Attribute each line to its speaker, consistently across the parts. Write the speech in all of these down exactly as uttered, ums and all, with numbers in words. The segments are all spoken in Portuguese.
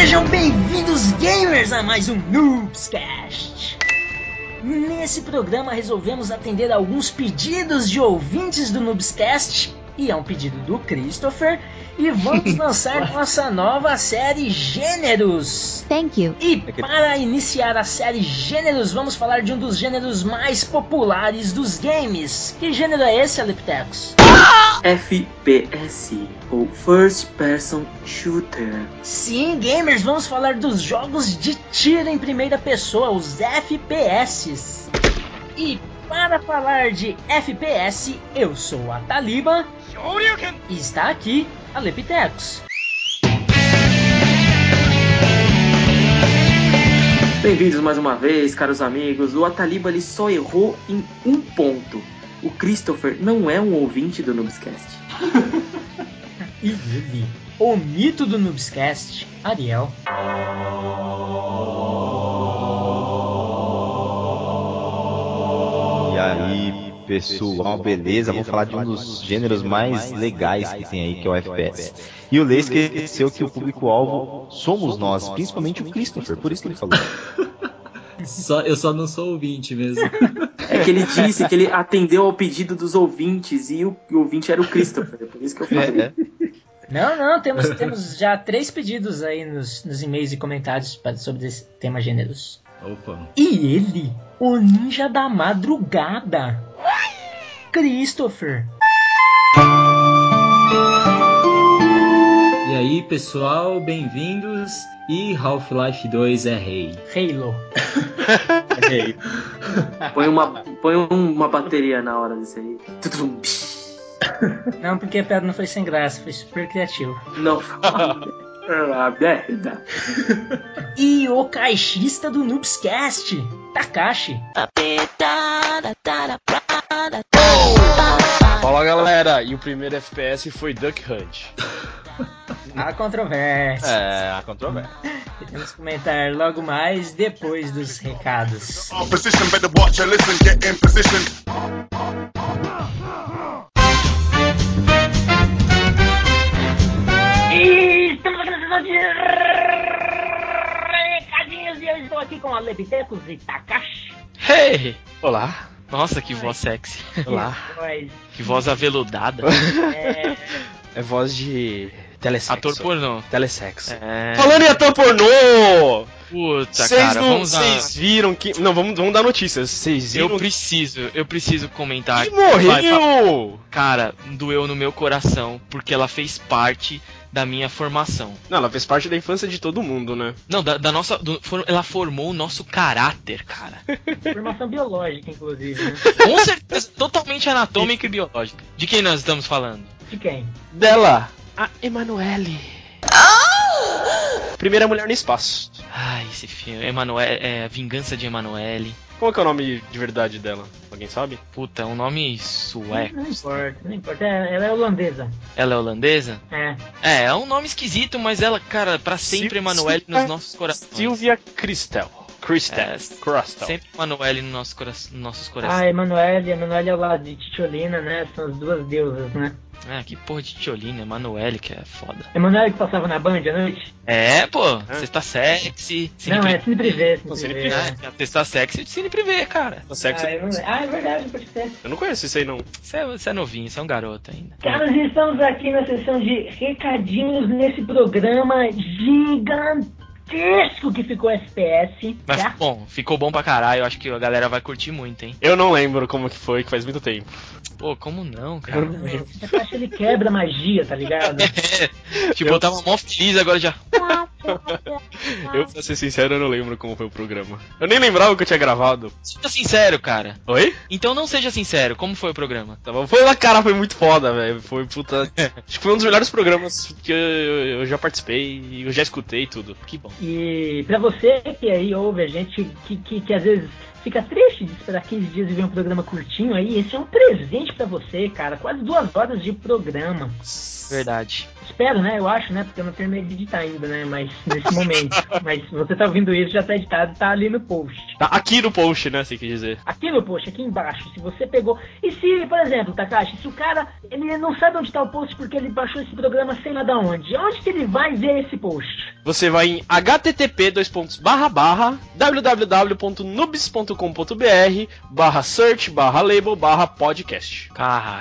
Speaker 1: Sejam bem-vindos, gamers, a mais um Noobscast. Nesse programa resolvemos atender alguns pedidos de ouvintes do Noobscast, e é um pedido do Christopher, e vamos lançar nossa nova série Gêneros.
Speaker 2: Thank you.
Speaker 1: E para iniciar a série Gêneros, vamos falar de um dos gêneros mais populares dos games. Que gênero é esse, Aleptecos?
Speaker 3: F P S, ou First Person Shooter.
Speaker 1: Sim, gamers, vamos falar dos jogos de tiro em primeira pessoa, os F P S. E para falar de F P S, eu sou a Taliba e está aqui a Lepitecos.
Speaker 3: Bem-vindos mais uma vez, caros amigos. O Ataliba ele só errou em um ponto. O Christopher não é um ouvinte do Noobscast.
Speaker 1: E ele, o mito do Noobscast, Ariel.
Speaker 4: E aí, pessoal, beleza? Vamos falar de um dos gêneros mais legais que tem aí, que é o F P S. E o Lê esqueceu que o público-alvo somos nós, principalmente o Christopher, por isso que ele falou.
Speaker 5: Só, eu só não sou ouvinte mesmo.
Speaker 3: É que ele disse que ele atendeu ao pedido dos ouvintes e o, o ouvinte era o Christopher, por isso que eu falei.
Speaker 4: É.
Speaker 1: Não, não, temos, temos já três pedidos aí nos, nos e-mails e comentários pra, sobre esse tema gêneros.
Speaker 5: Opa.
Speaker 1: E ele, o ninja da madrugada, Christopher.
Speaker 5: E aí, pessoal, bem-vindos. E Half-Life dois é rei.
Speaker 1: Halo.
Speaker 3: Hey. Põe, uma, põe uma bateria na hora disso aí.
Speaker 1: Não, porque a piada não foi sem graça, foi super criativo.
Speaker 3: Não. Ah, merda.
Speaker 1: E o caixista do Noobscast, Takashi.
Speaker 6: Fala galera, e o primeiro F P S foi Duck Hunt.
Speaker 1: A controvérsia.
Speaker 4: É, a controvérsia.
Speaker 1: Vamos comentar logo mais depois dos recados. E estamos aqui na sessão de recadinhos e eu estou aqui com a Lepitecos e Takashi.
Speaker 6: Hey! Olá. Nossa, que voz sexy.
Speaker 1: Olá. Mas,
Speaker 6: Que voz aveludada.
Speaker 1: é...
Speaker 6: É voz de telesexo.
Speaker 7: Ator pornô.
Speaker 6: Telesexo.
Speaker 7: É...
Speaker 6: Falando em ator pornô!
Speaker 7: Puta,
Speaker 6: Cês
Speaker 7: cara,
Speaker 6: não,
Speaker 7: vamos dar...
Speaker 6: Vocês viram que... Não, vamos, vamos dar notícias. Vocês viram
Speaker 7: Eu preciso, eu preciso comentar.
Speaker 6: que morreu!
Speaker 7: Vai, vai. Cara, doeu no meu coração, porque ela fez parte da minha formação.
Speaker 6: Não, ela fez parte da infância de todo mundo, né?
Speaker 7: Não, da, da nossa... Do, for, ela formou o nosso caráter, cara.
Speaker 1: Formação biológica, inclusive, né?
Speaker 7: Com certeza, totalmente anatômica e biológica. De quem nós estamos falando?
Speaker 1: De quem?
Speaker 6: Dela, a Emanuele. Primeira mulher no espaço.
Speaker 7: Ai, esse filme. Emanuele, é, Vingança de Emanuele.
Speaker 6: Qual que é o nome de verdade dela? Alguém sabe?
Speaker 7: Puta, é um nome sueco.
Speaker 1: Não importa, não importa. É, ela é holandesa.
Speaker 7: Ela é holandesa?
Speaker 1: É.
Speaker 7: É, é um nome esquisito, mas ela, cara, pra sempre
Speaker 6: Sil-
Speaker 7: Emanuele
Speaker 6: Silvia-
Speaker 7: nos nossos corações.
Speaker 6: Silvia Christel. Christel.
Speaker 7: É,
Speaker 6: Christel.
Speaker 7: Sempre Emanuele no nosso cora- nos nossos corações.
Speaker 1: Ah, Emanuele, Emanuele é o lado de Titiolina, né? São as duas deusas, né?
Speaker 7: Ah, que porra de Tiolina, Emanuele, que é foda.
Speaker 1: Emanuele que passava na Band à noite?
Speaker 7: É, pô, Sexta Sexy. Cine
Speaker 1: Não,
Speaker 7: Pri-
Speaker 1: é Cine Privé,
Speaker 6: Não,
Speaker 1: Cine
Speaker 6: Cine
Speaker 1: Privé.
Speaker 6: Privé.
Speaker 1: é.
Speaker 7: É, Sexta Sexy de Cine Privé, cara.
Speaker 6: O sexo...
Speaker 1: Ah, eu não... ah, é verdade, pode ser.
Speaker 6: Eu não conheço isso aí, não.
Speaker 7: Você é, você é novinho, você é um garoto ainda.
Speaker 1: Caras, estamos aqui na sessão de recadinhos nesse programa gigantesco que ficou F P S.
Speaker 7: Mas,
Speaker 1: Tá?
Speaker 7: bom, ficou bom pra caralho, eu acho que a galera vai curtir muito, hein.
Speaker 6: Eu não lembro como que foi, que faz muito tempo.
Speaker 7: Pô, como não, cara?
Speaker 1: Esse caixa ele quebra a magia, tá ligado?
Speaker 7: É, tipo, eu tava mó feliz, agora já...
Speaker 6: Eu, pra ser sincero, eu não lembro como foi o programa. Eu nem lembrava que eu tinha gravado.
Speaker 7: Seja sincero, cara.
Speaker 6: Oi?
Speaker 7: Então não seja sincero, como foi o programa?
Speaker 6: Tá bom. Foi lá, cara, foi muito foda, velho. Foi puta. Acho que foi um dos melhores programas que eu, eu já participei e eu já escutei tudo.
Speaker 7: Que bom.
Speaker 1: E pra você que aí ouve a gente, que, que, que às vezes fica triste de esperar quinze dias e ver um programa curtinho aí, esse é um presente pra você, cara. Quase duas horas de programa.
Speaker 7: Verdade.
Speaker 1: Espero, né? Eu acho, né? Porque eu não terminei de editar ainda, né? Mas nesse momento. Mas se você tá ouvindo isso, já tá editado, tá ali no post.
Speaker 6: Tá aqui no post, né, você quer dizer.
Speaker 1: Aqui no post, aqui embaixo, se você pegou... E se, por exemplo, Takashi, se o cara, ele não sabe onde tá o post porque ele baixou esse programa sei lá de onde, onde que ele vai ver esse post?
Speaker 6: Você vai em http dois pontos barra barra www.nubs.com.br barra search barra label barra podcast.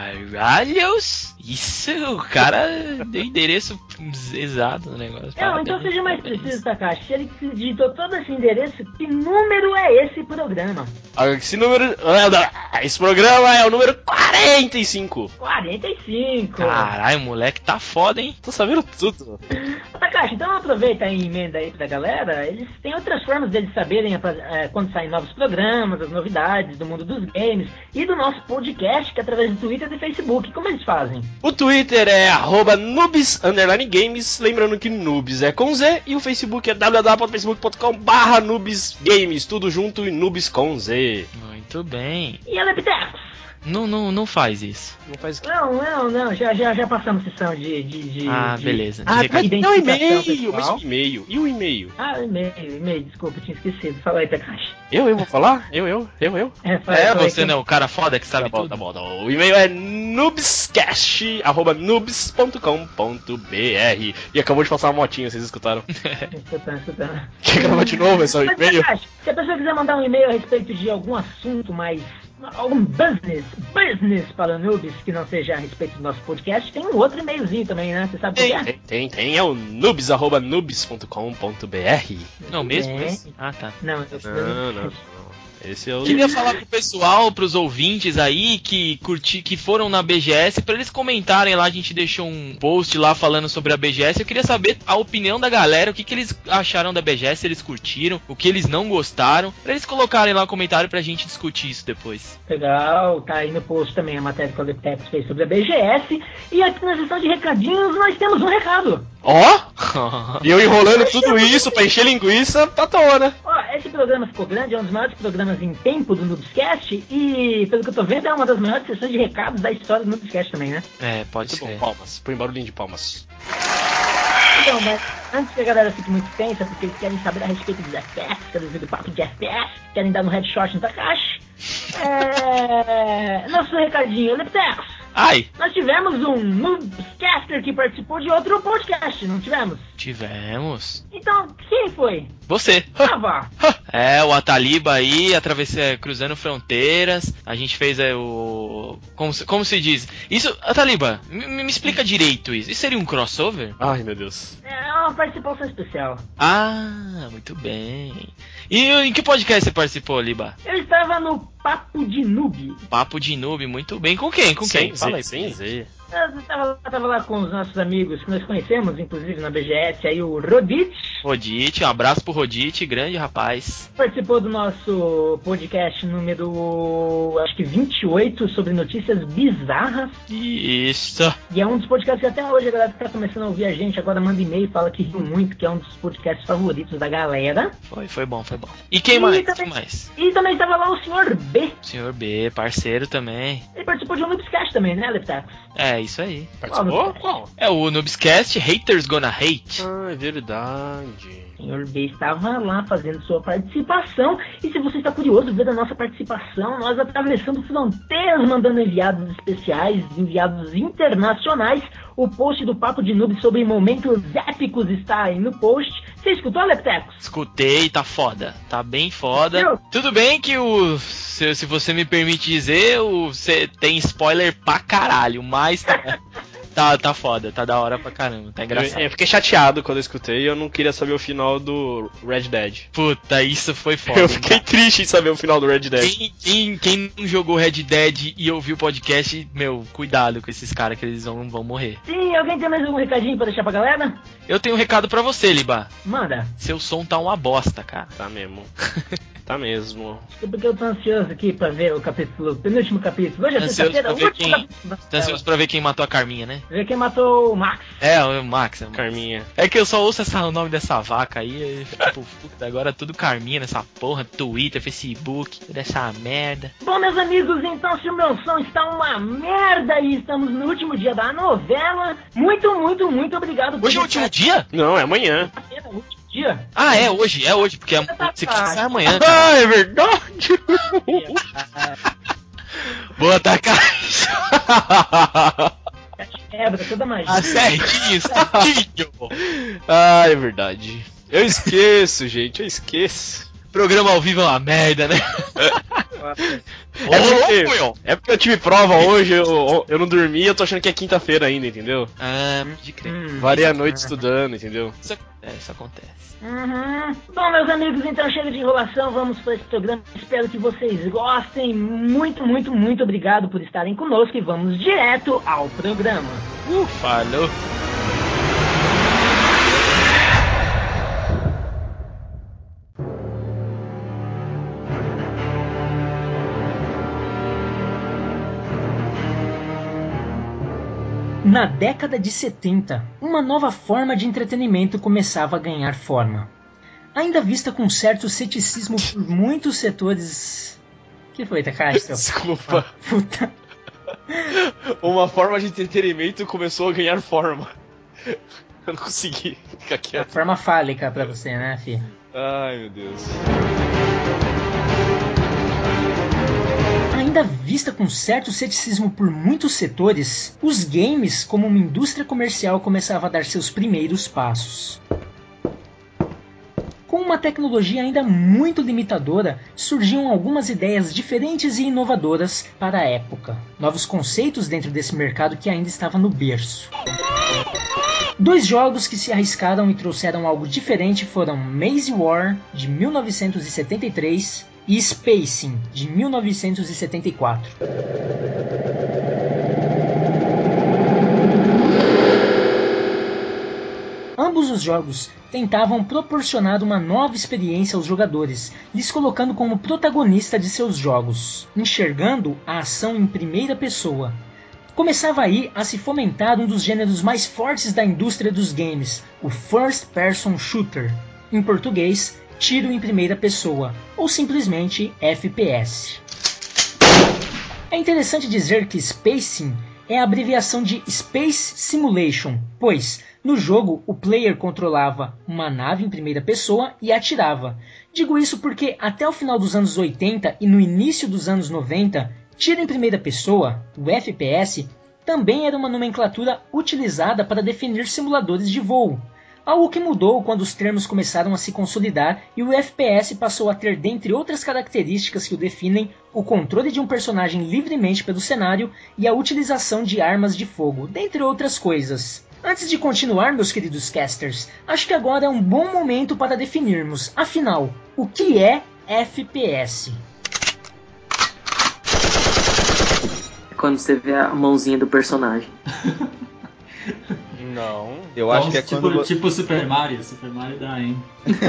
Speaker 7: Caralhos! Isso, o cara deu endereço exato no negócio.
Speaker 1: Não,
Speaker 7: Parabéns.
Speaker 1: então seja mais preciso, Takashi. Se ele digitou todo esse endereço, que número é esse programa?
Speaker 6: Esse número... Esse programa é o número quarenta e cinco.
Speaker 1: quarenta e cinco.
Speaker 7: Caralho, o moleque tá foda, hein?
Speaker 6: Tô sabendo tudo.
Speaker 1: Takashi, então aproveita aí e emenda aí pra galera. Eles têm outras formas deles saberem é, quando saem novos programas, as novidades do mundo dos games e do nosso podcast, que é através do Twitter e Facebook. Como eles fazem?
Speaker 6: O Twitter é arroba noobs underline games, lembrando que noobs é com Z, e o Facebook é w w w ponto facebook ponto com barra noobs games, tudo junto e noobs com Z.
Speaker 7: Muito bem.
Speaker 1: E a Leptecos?
Speaker 7: Não, não, não faz isso.
Speaker 6: Não faz o quê?
Speaker 1: Não, não, não, já, já, já passamos sessão de... de, de
Speaker 7: Ah,
Speaker 1: de...
Speaker 7: beleza. De
Speaker 1: Ah,
Speaker 7: recado.
Speaker 1: de
Speaker 6: Não,
Speaker 1: identificação
Speaker 6: e-mail, mas
Speaker 1: pessoal.
Speaker 6: o e-mail. E o e-mail?
Speaker 1: Ah, e-mail, e-mail, desculpa, tinha esquecido. Fala aí, Takashi.
Speaker 6: Eu, eu vou falar? Eu, eu, eu, eu.
Speaker 1: É, fala,
Speaker 7: É,
Speaker 1: fala aí,
Speaker 7: você
Speaker 1: quem-
Speaker 7: não é o cara foda que sabe
Speaker 6: Tá bom,
Speaker 7: tudo.
Speaker 6: tá bom, tá bom. O e-mail é noobscast, arroba noobs ponto com ponto b r. E acabou de passar uma motinha, vocês escutaram?
Speaker 1: Escutando, escutando.
Speaker 6: Quer gravar de novo esse
Speaker 1: Mas,
Speaker 6: e-mail?
Speaker 1: Takashi, se a pessoa quiser mandar um e-mail a respeito de algum assunto mais... algum business, business para noobs que não seja a respeito do nosso podcast, tem um outro e-mailzinho também, né? Você sabe qual
Speaker 6: Tem,
Speaker 1: é?
Speaker 6: tem, tem, tem. É o noobs, arroba noobs ponto com ponto b r.
Speaker 7: Não, mesmo
Speaker 1: É.
Speaker 7: esse? Ah, tá.
Speaker 1: Não, esse
Speaker 6: Não, não, não. Esse é o...
Speaker 7: Queria falar pro pessoal, pros ouvintes aí que curti, que foram na B G S, pra eles comentarem lá. A gente deixou um post lá falando sobre a B G S. Eu queria saber a opinião da galera, o que, que eles acharam da B G S, se eles curtiram, o que eles não gostaram, pra eles colocarem lá no comentário pra gente discutir isso depois.
Speaker 1: Legal, tá aí no post também a matéria que o Leptex fez sobre a B G S. E aqui na sessão de recadinhos nós temos um recado.
Speaker 6: Ó! E eu enrolando tudo isso pra encher linguiça, tá toa, né?
Speaker 1: Ó, esse programa ficou grande, é um dos maiores programas em tempo do Noobscast. E pelo que eu tô vendo, é uma das maiores sessões de recados da história do Noobscast também, né?
Speaker 7: É, pode
Speaker 6: Muito bom,
Speaker 7: ser.
Speaker 6: palmas. Põe barulhinho de palmas.
Speaker 1: Então, mas antes que a galera fique muito tensa, porque eles querem saber a respeito dos F P S, querem ver do papo de F P S, querem dar um headshot no Takashi. É... Nosso recadinho, Leptex.
Speaker 7: Ai,
Speaker 1: Nós tivemos um Noobscaster que participou de outro podcast, não tivemos?
Speaker 7: tivemos.
Speaker 1: Então, quem foi?
Speaker 7: Você.
Speaker 1: Ah, vá.
Speaker 7: É, o Ataliba aí, atravessando, cruzando fronteiras. A gente fez é, o... Como se, como se diz? Isso, Ataliba, me, me explica direito isso. Isso seria um crossover?
Speaker 6: Ai, meu Deus.
Speaker 1: É uma participação especial.
Speaker 7: Ah, muito bem. E em que podcast você participou, Liba?
Speaker 1: Eu estava no Papo de Noob.
Speaker 7: Papo de noob, muito bem. Com quem? Com quem?
Speaker 6: Sem
Speaker 7: Fala aí.
Speaker 6: Z, sem Z.
Speaker 1: Eu tava, tava lá com os nossos amigos que nós conhecemos, inclusive na B G S, aí o Rodit
Speaker 7: Rodite, um abraço pro Rodite, grande rapaz.
Speaker 1: participou do nosso podcast número, acho que vinte e oito, sobre notícias bizarras.
Speaker 7: Isso.
Speaker 1: E é um dos podcasts que até hoje a galera que tá começando a ouvir a gente agora manda e-mail e fala que riu muito, que é um dos podcasts favoritos da galera.
Speaker 7: Foi, foi bom, foi bom. E quem
Speaker 1: E
Speaker 7: mais?
Speaker 1: também-
Speaker 7: Quem mais?
Speaker 1: E também estava lá o senhor B.
Speaker 7: Senhor B, parceiro também.
Speaker 1: Ele participou de um Noobscast também, né, Leptacos?
Speaker 7: É, isso aí.
Speaker 6: Participou? Qual?
Speaker 7: É o Noobscast Haters Gonna Hate.
Speaker 6: Ah, é verdade.
Speaker 1: O senhor B estava lá fazendo sua participação. E se você está curioso ver a nossa participação, nós atravessando fronteiras, mandando enviados especiais, enviados internacionais. O post do Papo de Noob sobre momentos épicos está aí no post. Você escutou, Leptecos?
Speaker 7: Escutei, tá foda. Tá bem foda.
Speaker 1: Eu?
Speaker 7: Tudo bem que o. Se, se você me permite dizer, o, você tem spoiler pra caralho, mas tá, tá, tá foda, tá da hora pra caramba, tá engraçado.
Speaker 6: Eu, eu fiquei chateado quando eu escutei e eu não queria saber o final do Red Dead.
Speaker 7: Puta, isso foi foda.
Speaker 6: Eu
Speaker 7: hein,
Speaker 6: fiquei
Speaker 7: cara.
Speaker 6: triste em saber o final do Red Dead.
Speaker 7: Quem, quem, quem não jogou Red Dead e ouviu o podcast, meu, cuidado com esses caras que eles vão, vão morrer.
Speaker 1: Sim, alguém tem mais algum recadinho pra deixar pra galera?
Speaker 7: Eu tenho um recado pra você, Liba.
Speaker 1: Manda.
Speaker 7: Seu som tá uma bosta, cara.
Speaker 6: Tá mesmo. Tá mesmo.
Speaker 1: Porque eu tô ansioso aqui pra ver o capítulo, o penúltimo capítulo. Hoje é
Speaker 7: Ansioso
Speaker 1: sexta-feira,
Speaker 7: pra
Speaker 1: o
Speaker 7: ver
Speaker 1: último
Speaker 7: quem-
Speaker 1: capítulo.
Speaker 7: Tá ansioso pra ver quem matou a Carminha, né?
Speaker 1: Ver quem matou o Max.
Speaker 7: É, o Max. É, o Max.
Speaker 6: Carminha.
Speaker 7: É que eu só ouço essa, o nome dessa vaca aí, e eu fico, tipo, puta, agora tudo Carminha nessa porra, Twitter, Facebook, dessa merda.
Speaker 1: Bom, meus amigos, então se o meu som está uma merda e estamos no último dia da novela, muito, muito, muito obrigado por
Speaker 7: Hoje é o último dia?
Speaker 6: Não, é amanhã.
Speaker 1: dia? dia?
Speaker 7: Ah, é hoje, é hoje, porque você sai amanhã.
Speaker 6: Ah, é verdade!
Speaker 7: Boa, Takashi!
Speaker 1: Quebra toda a magia.
Speaker 7: Ah, certinho, certinho!
Speaker 6: Ah, é verdade. Eu esqueço, gente, eu esqueço.
Speaker 7: Programa ao vivo é uma merda, né?
Speaker 6: É porque, é porque eu tive prova hoje, eu, eu não dormi, eu tô achando que é quinta-feira ainda, entendeu?
Speaker 7: Ah, pode crer.
Speaker 1: Hum.
Speaker 6: Varei a noite estudando, entendeu?
Speaker 7: Isso, é, isso acontece.
Speaker 1: Uhum. Bom, meus amigos, então chega de enrolação, vamos para esse programa. Espero que vocês gostem. Muito, muito, muito obrigado por estarem conosco e vamos direto ao programa.
Speaker 6: Uh, falou.
Speaker 1: Na década de setenta, uma nova forma de entretenimento começava a ganhar forma. Ainda vista com certo ceticismo por muitos setores... que foi, Takashi?
Speaker 6: Desculpa.
Speaker 1: Ah, puta.
Speaker 6: Uma forma de entretenimento começou a ganhar forma. Eu não consegui ficar
Speaker 1: A
Speaker 6: quieto.
Speaker 1: forma fálica pra você, né, filho?
Speaker 6: Ai, meu Deus.
Speaker 1: Ainda vista com certo ceticismo por muitos setores, os games, como uma indústria comercial, começava a dar seus primeiros passos. Com uma tecnologia ainda muito limitadora, surgiam algumas ideias diferentes e inovadoras para a época. Novos conceitos dentro desse mercado que ainda estava no berço. Dois jogos que se arriscaram e trouxeram algo diferente foram Maze War, de mil novecentos e setenta e três, e Spacing, de mil novecentos e setenta e quatro. Ambos os jogos tentavam proporcionar uma nova experiência aos jogadores, lhes colocando como protagonista de seus jogos, enxergando a ação em primeira pessoa. Começava aí a se fomentar um dos gêneros mais fortes da indústria dos games, o First Person Shooter, em português, tiro em primeira pessoa, ou simplesmente F P S. É interessante dizer que Spacing é a abreviação de Space Simulation, pois no jogo o player controlava uma nave em primeira pessoa e atirava. Digo isso porque até o final dos anos oitenta e no início dos anos noventa, tiro em primeira pessoa, o F P S, também era uma nomenclatura utilizada para definir simuladores de voo. Algo que mudou quando os termos começaram a se consolidar e o F P S passou a ter, dentre outras características que o definem, o controle de um personagem livremente pelo cenário e a utilização de armas de fogo, dentre outras coisas. Antes de continuar, meus queridos casters, acho que agora é um bom momento para definirmos, afinal, o que é F P S?
Speaker 3: Quando você vê a mãozinha do personagem.
Speaker 6: Não.
Speaker 4: Eu acho
Speaker 5: Como
Speaker 4: que é
Speaker 5: tipo,
Speaker 4: quando...
Speaker 5: tipo Super Mario. Super Mario dá, hein?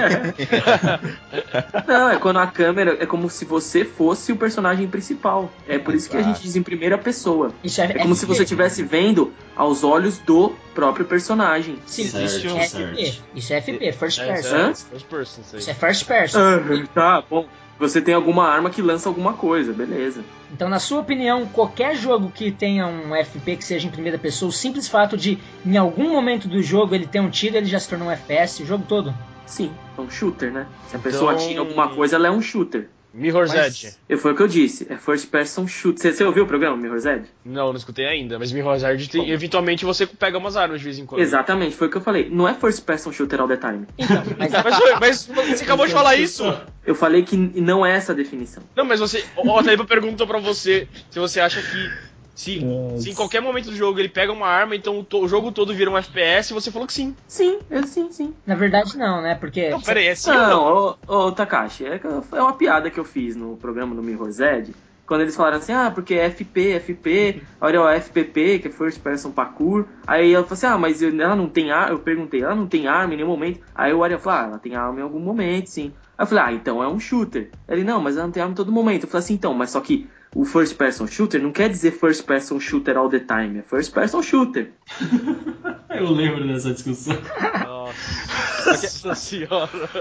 Speaker 3: Não, é quando a câmera é como se você fosse o personagem principal. É por isso que a gente diz em primeira pessoa.
Speaker 1: Isso é,
Speaker 3: É como se você estivesse vendo aos olhos do próprio personagem.
Speaker 1: Sim,
Speaker 5: Certo,
Speaker 1: isso é
Speaker 5: certo.
Speaker 1: F P. Isso é F P, First
Speaker 6: É,
Speaker 1: Person.
Speaker 3: Hã?
Speaker 6: First person, isso aí.
Speaker 1: Isso é First Person.
Speaker 3: Ah, tá, bom. Você tem alguma arma que lança alguma coisa, beleza.
Speaker 1: Então, na sua opinião, qualquer jogo que tenha um F P que seja em primeira pessoa, o simples fato de, em algum momento do jogo, ele ter um tiro, ele já se tornou um F P S, o jogo todo?
Speaker 3: Sim, é um shooter, né? Se a
Speaker 6: Então-
Speaker 3: pessoa atira alguma coisa, ela é um shooter.
Speaker 6: Mirror's
Speaker 4: Mas-
Speaker 6: Edge.
Speaker 3: E foi o que eu disse, é first person shooter. Você, você ouviu o programa Mirror's Edge?
Speaker 6: Não, não escutei ainda, mas Mirror's Edge, tem, eventualmente você pega umas armas de vez em quando.
Speaker 3: Exatamente, foi o que eu falei. Não é first person shooter all the time.
Speaker 1: Então, mas
Speaker 6: Mas, foi- mas você acabou de falar isso.
Speaker 3: Eu falei que não é essa a definição.
Speaker 6: Não, mas você. O Otaiba perguntou pra você se você acha que. Se, se em qualquer momento do jogo ele pega uma arma, então o, to- o jogo todo vira um F P S, e você falou que sim.
Speaker 3: Sim, eu sim, sim.
Speaker 1: na verdade não, né? Porque...
Speaker 6: Não, peraí, é sim ou não?
Speaker 3: Não, ô, ô Takashi, é, que eu- é uma piada que eu fiz no programa do Mirror's Edge, quando eles falaram assim, ah, porque é F P, F P, olha o F P P, que é First Person Parkour. Aí ela falou assim, ah, mas ela não tem arma, eu perguntei, ela não tem arma em nenhum momento. Aí o Ariel falou, ah, ela tem arma em algum momento, sim. Aí eu falei, ah, então é um shooter. Ele, não, mas ela não tem arma em todo momento. Eu falei assim, então, mas só que o First Person Shooter não quer dizer First Person Shooter all the time, é First Person Shooter.
Speaker 5: Eu lembro dessa discussão.
Speaker 6: Nossa senhora.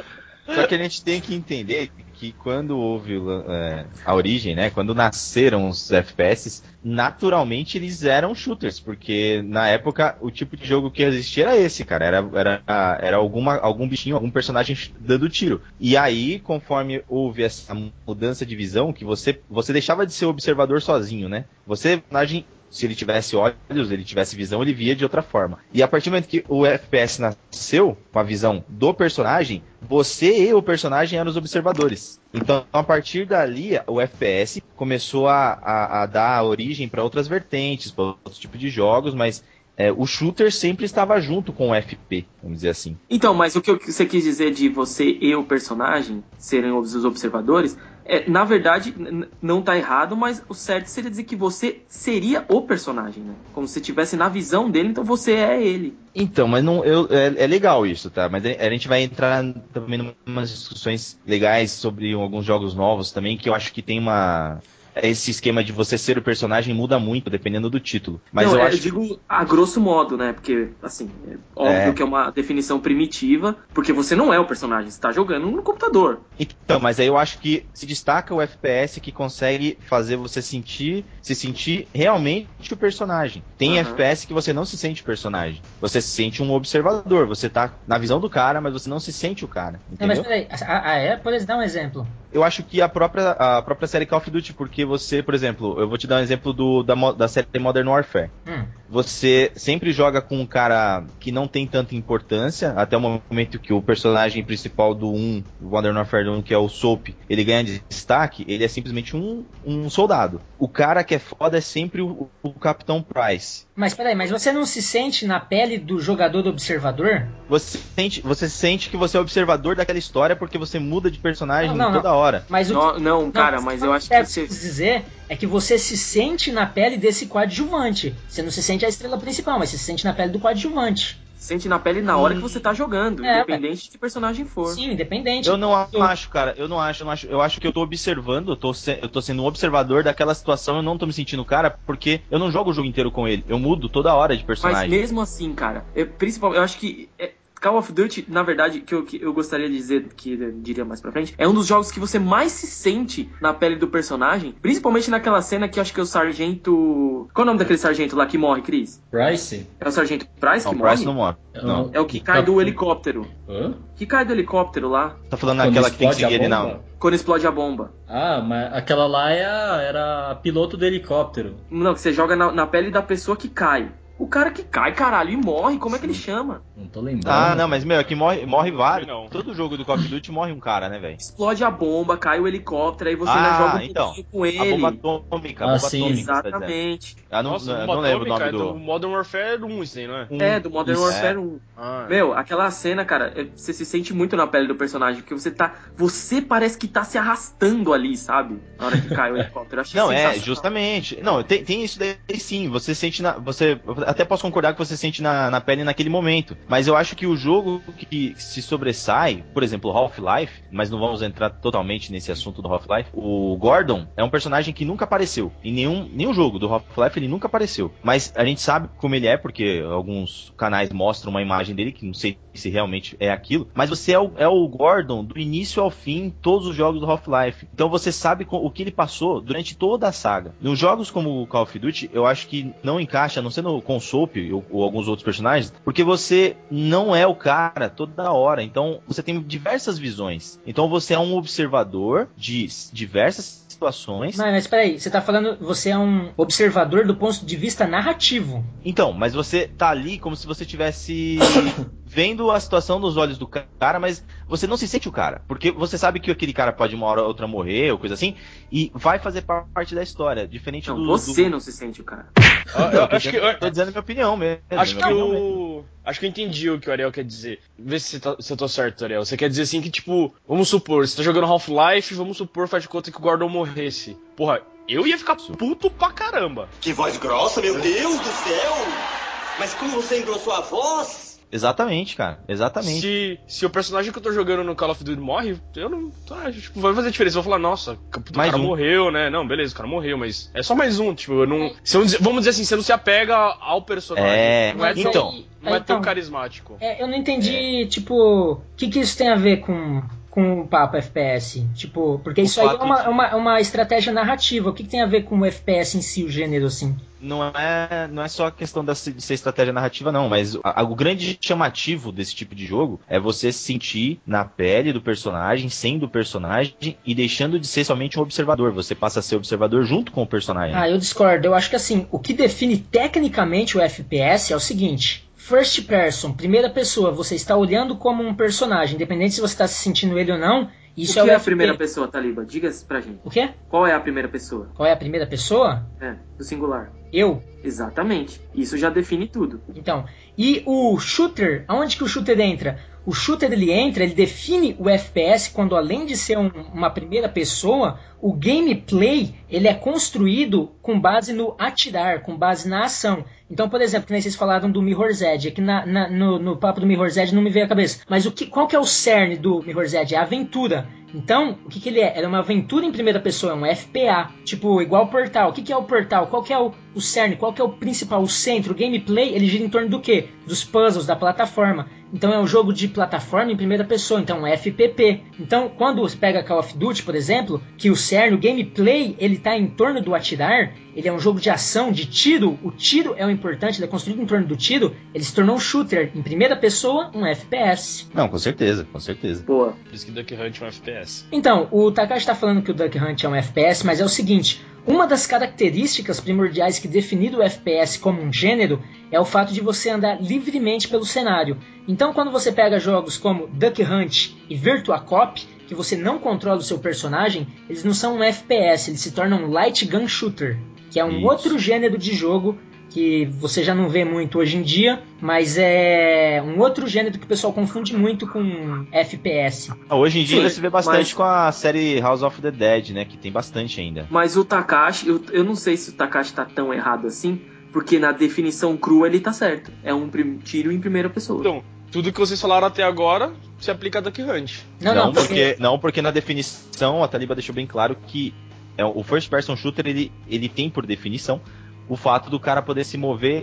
Speaker 4: Só que a gente tem que entender que quando houve é, a origem, né? Quando nasceram os F P S, naturalmente eles eram shooters, porque na época o tipo de jogo que existia era esse, cara. Era, era, era alguma, algum bichinho, algum personagem dando tiro. E aí, conforme houve essa mudança de visão, que você, você deixava de ser observador sozinho, né? Você, personagem, se ele tivesse olhos, ele tivesse visão, ele via de outra forma. E a partir do momento que o F P S nasceu, com a visão do personagem, você e o personagem eram os observadores. Então, a partir dali, o F P S começou a, a, a dar origem para outras vertentes, para outros tipos de jogos, mas é, o shooter sempre estava junto com o F P, vamos dizer assim.
Speaker 3: Então, mas o que você quis dizer de você e o personagem serem os observadores, é, na verdade, n- não tá errado, mas o certo seria dizer que você seria o personagem, né? Como se estivesse na visão dele, então você é ele.
Speaker 4: Então, mas não, eu, é, é legal isso, tá? Mas a gente vai entrar também em umas discussões legais sobre alguns jogos novos também, que eu acho que tem uma... Esse esquema de você ser o personagem muda muito, dependendo do título. Mas
Speaker 3: não,
Speaker 4: eu
Speaker 3: é,
Speaker 4: acho
Speaker 3: eu digo a grosso modo, né? Porque, assim, é óbvio
Speaker 4: É.
Speaker 3: que é uma definição primitiva, porque você não é o personagem, você tá jogando no computador.
Speaker 4: Então, mas aí eu acho que se destaca o F P S que consegue fazer você sentir, se sentir realmente o personagem. Tem
Speaker 3: Uhum.
Speaker 4: F P S que você não se sente personagem. Você se sente um observador. Você tá na visão do cara, mas você não se sente o cara.
Speaker 1: Não, mas
Speaker 4: Entendeu?
Speaker 1: peraí, a, a é? Pode dar um exemplo.
Speaker 4: Eu acho que a própria, a própria série Call of Duty, porque você, por exemplo, eu vou te dar um exemplo do, da, mo- da série Modern Warfare.
Speaker 1: Hum.
Speaker 4: Você sempre joga com um cara que não tem tanta importância, até o momento que o personagem principal do um, do Modern Warfare um, que é o Soap, ele ganha destaque, ele é simplesmente um, um soldado. O cara que é foda é sempre o, o Capitão Price.
Speaker 1: Mas peraí, mas você não se sente na pele do jogador observador?
Speaker 4: Você sente, você sente que você é observador daquela história porque você muda de personagem
Speaker 1: Não, não,
Speaker 4: toda
Speaker 1: não.
Speaker 4: hora.
Speaker 1: Mas o
Speaker 3: Não,
Speaker 1: que,
Speaker 3: não, cara, mas eu acho que
Speaker 1: você
Speaker 3: você...
Speaker 1: quis dizer é que você se sente na pele desse coadjuvante. Você não se sente a estrela principal, mas você se sente na pele do coadjuvante.
Speaker 3: sente na pele na hora que você tá jogando,
Speaker 1: É,
Speaker 3: independente de que personagem for.
Speaker 1: Sim, independente.
Speaker 4: Eu não acho, cara, eu não acho, eu não acho, eu acho que eu tô observando, eu tô, se, eu tô sendo um observador daquela situação, eu não tô me sentindo o cara, porque eu não jogo o jogo inteiro com ele, eu mudo toda hora de personagem.
Speaker 3: Mas mesmo assim, cara, eu, principal, eu acho que é, Call of Duty, na verdade, que eu, que eu gostaria de dizer, que eu diria mais pra frente, é um dos jogos que você mais se sente na pele do personagem, principalmente naquela cena que eu acho que é o sargento... Qual é o nome daquele sargento lá que morre, Cris?
Speaker 5: Price?
Speaker 3: É o sargento Price
Speaker 4: Não,
Speaker 3: que
Speaker 4: o
Speaker 3: morre?
Speaker 4: Price não morre. Não.
Speaker 3: É o que cai
Speaker 5: Cap-
Speaker 3: do helicóptero.
Speaker 5: Hã?
Speaker 3: Que cai do helicóptero lá,
Speaker 4: Tá falando
Speaker 5: Quando
Speaker 4: naquela que tem que
Speaker 5: explode
Speaker 4: seguir
Speaker 5: a
Speaker 4: ele na.
Speaker 5: bomba?
Speaker 3: quando explode a bomba.
Speaker 5: Ah, mas aquela lá é a- era a piloto do helicóptero.
Speaker 3: Não, que você joga na, na pele da pessoa que cai. O cara que cai, caralho, e morre, como é que ele chama?
Speaker 5: Não tô lembrando.
Speaker 4: Ah, não, mas meu, aqui morre, morre vários.
Speaker 6: Não.
Speaker 4: Todo jogo do Call of Duty morre um cara, né, velho?
Speaker 3: Explode a bomba, cai o helicóptero, aí você ainda
Speaker 4: Ah,
Speaker 3: joga um
Speaker 4: então.
Speaker 3: pouquinho com
Speaker 4: A
Speaker 3: ele.
Speaker 4: bomba atômica, a
Speaker 5: Ah,
Speaker 4: bomba
Speaker 5: sim.
Speaker 4: atômica, você tá dizendo.
Speaker 3: Exatamente.
Speaker 4: Ah, não,
Speaker 6: Nossa,
Speaker 4: não,
Speaker 6: bomba
Speaker 4: não lembro o
Speaker 6: atômica
Speaker 4: nome
Speaker 6: é
Speaker 4: do.
Speaker 6: do Modern Warfare um, isso aí, não é?
Speaker 4: Um-
Speaker 3: É, do Modern
Speaker 4: isso,
Speaker 3: Warfare
Speaker 4: é.
Speaker 3: um.
Speaker 6: Ah,
Speaker 3: Meu, aquela cena, cara, é- você se sente muito na pele do personagem, porque você tá. Você parece que tá se arrastando ali, sabe? Na hora que cai o helicóptero. Eu achei
Speaker 4: Não, é,
Speaker 3: sensacional.
Speaker 4: justamente. Não, tem, tem isso daí sim. Você sente na. Você. Até posso concordar que você sente na, na pele naquele momento. Mas eu acho que o jogo que se sobressai, por exemplo, Half-Life, mas não vamos entrar totalmente nesse assunto do Half-Life. O Gordon é um personagem que nunca apareceu. Em nenhum, nenhum jogo do Half-Life ele nunca apareceu. Mas a gente sabe como ele é, porque alguns canais mostram uma imagem dele, que não sei se realmente é aquilo. Mas você é o, é o Gordon do início ao fim em todos os jogos do Half-Life. Então você sabe o que ele passou durante toda a saga. Nos jogos como o Call of Duty, eu acho que não encaixa, a não sendo com o Soap ou, ou alguns outros personagens, porque você não é o cara toda hora. Então você tem diversas visões. Então você é um observador de diversas situações.
Speaker 1: Mas, mas peraí, você tá falando, você é um observador do ponto de vista narrativo.
Speaker 4: Então, mas você tá ali como se você tivesse vendo a situação nos olhos do cara, mas você não se sente o cara, porque você sabe que aquele cara pode uma hora ou outra morrer ou coisa assim, e vai fazer parte da história, diferente
Speaker 3: Não,
Speaker 4: do...
Speaker 3: você
Speaker 4: do...
Speaker 3: não se sente o cara.
Speaker 6: Eu, eu
Speaker 4: Não, eu tô
Speaker 6: acho que,
Speaker 4: dizendo-
Speaker 6: eu,
Speaker 4: tô dizendo a minha opinião mesmo.
Speaker 6: acho
Speaker 4: minha
Speaker 6: que
Speaker 4: opinião mesmo.
Speaker 6: eu. Acho que eu entendi o que o Ariel quer dizer. Vê se, você tá- se eu tô certo, Ariel. Você quer dizer assim que, tipo, vamos supor, você tá jogando Half-Life, vamos supor, faz de conta que o Gordon morresse. Porra, eu ia ficar puto pra caramba.
Speaker 2: Que voz grossa, meu Deus do céu! Mas como você engrossou a voz?
Speaker 4: Exatamente, cara, exatamente.
Speaker 6: Se, se o personagem que eu tô jogando no Call of Duty morre, eu não. Ah, tipo, vai fazer diferença. Eu vou falar, nossa, o
Speaker 4: Mais
Speaker 6: cara
Speaker 4: um.
Speaker 6: morreu, né? Não, beleza, o cara morreu, mas é só mais um. Tipo, eu não. Se eu dizer- vamos dizer assim, você não se apega ao personagem.
Speaker 4: É,
Speaker 6: não é tão,
Speaker 4: então.
Speaker 6: não é tão
Speaker 1: Então,
Speaker 6: carismático.
Speaker 1: É, eu não entendi, tipo, o que, que isso tem a ver com com o papo F P S? Tipo, porque
Speaker 4: O
Speaker 1: isso aí é
Speaker 4: fato
Speaker 1: uma,
Speaker 4: de-
Speaker 1: uma, uma estratégia narrativa. O que, que tem a ver com o F P S em si, o gênero, assim?
Speaker 4: Não é, não é só a questão da, de ser estratégia narrativa, não, mas a- o grande chamativo desse tipo de jogo é você se sentir na pele do personagem, sendo o personagem e deixando de ser somente um observador. Você passa a ser observador junto com o personagem.
Speaker 1: Ah, eu discordo. Eu acho que assim, o que define tecnicamente o F P S é o seguinte: first person, primeira pessoa, você está olhando como um personagem, independente se você está se sentindo ele ou não. Isso
Speaker 3: o que
Speaker 1: é o
Speaker 3: é a
Speaker 1: F P...
Speaker 3: primeira pessoa, Taliba? Diga pra gente.
Speaker 1: O quê?
Speaker 3: Qual é a primeira pessoa?
Speaker 1: Qual é a primeira pessoa?
Speaker 3: É, do singular.
Speaker 1: Eu.
Speaker 3: Exatamente. Isso já define tudo.
Speaker 1: Então, e o shooter, aonde que o shooter entra? O shooter ele entra, ele define o F P S quando além de ser um, uma primeira pessoa, o gameplay ele é construído com base no atirar, com base na ação. Então, por exemplo, que nem vocês falaram do Mirror's Edge, aqui na, na, no, no papo do Mirror's Edge não me veio a cabeça. Mas o que, qual que é o cerne do Mirror's Edge? É a aventura. Então, o que, que ele é? Ele é uma aventura em primeira pessoa, é um F P A. Tipo, igual o Portal. O que, que é o Portal? Qual que é o, o cerne? Qual que é o principal, o centro? O gameplay, ele gira em torno do quê? Dos puzzles, da plataforma. Então é um jogo de plataforma em primeira pessoa, então é F P P. Então, quando você pega Call of Duty, por exemplo, que o cerne, o gameplay, ele tá em torno do atirar, ele é um jogo de ação, de tiro, o tiro é o importante, ele é construído em torno do tiro, ele se tornou um shooter em primeira pessoa, um F P S.
Speaker 4: Não, com certeza, com certeza.
Speaker 3: Boa.
Speaker 6: Por isso que Duck Hunt é um F P S.
Speaker 1: Então, o Takashi tá falando que o Duck Hunt é um F P S, mas é o seguinte, uma das características primordiais que define o F P S como um gênero é o fato de você andar livremente pelo cenário. Então, quando você pega jogos como Duck Hunt e Virtua Cop, que você não controla o seu personagem, eles não são um F P S, eles se tornam um Light Gun Shooter, que é um
Speaker 4: Isso.
Speaker 1: outro gênero de jogo que você já não vê muito hoje em dia, mas é um outro gênero que o pessoal confunde muito com F P S.
Speaker 4: Ah, hoje em dia
Speaker 3: Sim,
Speaker 4: ainda se vê bastante
Speaker 3: mas-
Speaker 4: com a série House of the Dead, né? Que tem bastante ainda.
Speaker 3: Mas o Takashi, eu, eu não sei se o Takashi tá tão errado assim, porque na definição crua ele tá certo. É um prim- tiro em primeira pessoa.
Speaker 6: Então, tudo que vocês falaram até agora se aplica a Duck Hunt.
Speaker 1: Não,
Speaker 4: não,
Speaker 1: não,
Speaker 4: porque, não, porque na definição a Taliba deixou bem claro que é, o first person shooter ele, ele tem por definição o fato do cara poder se mover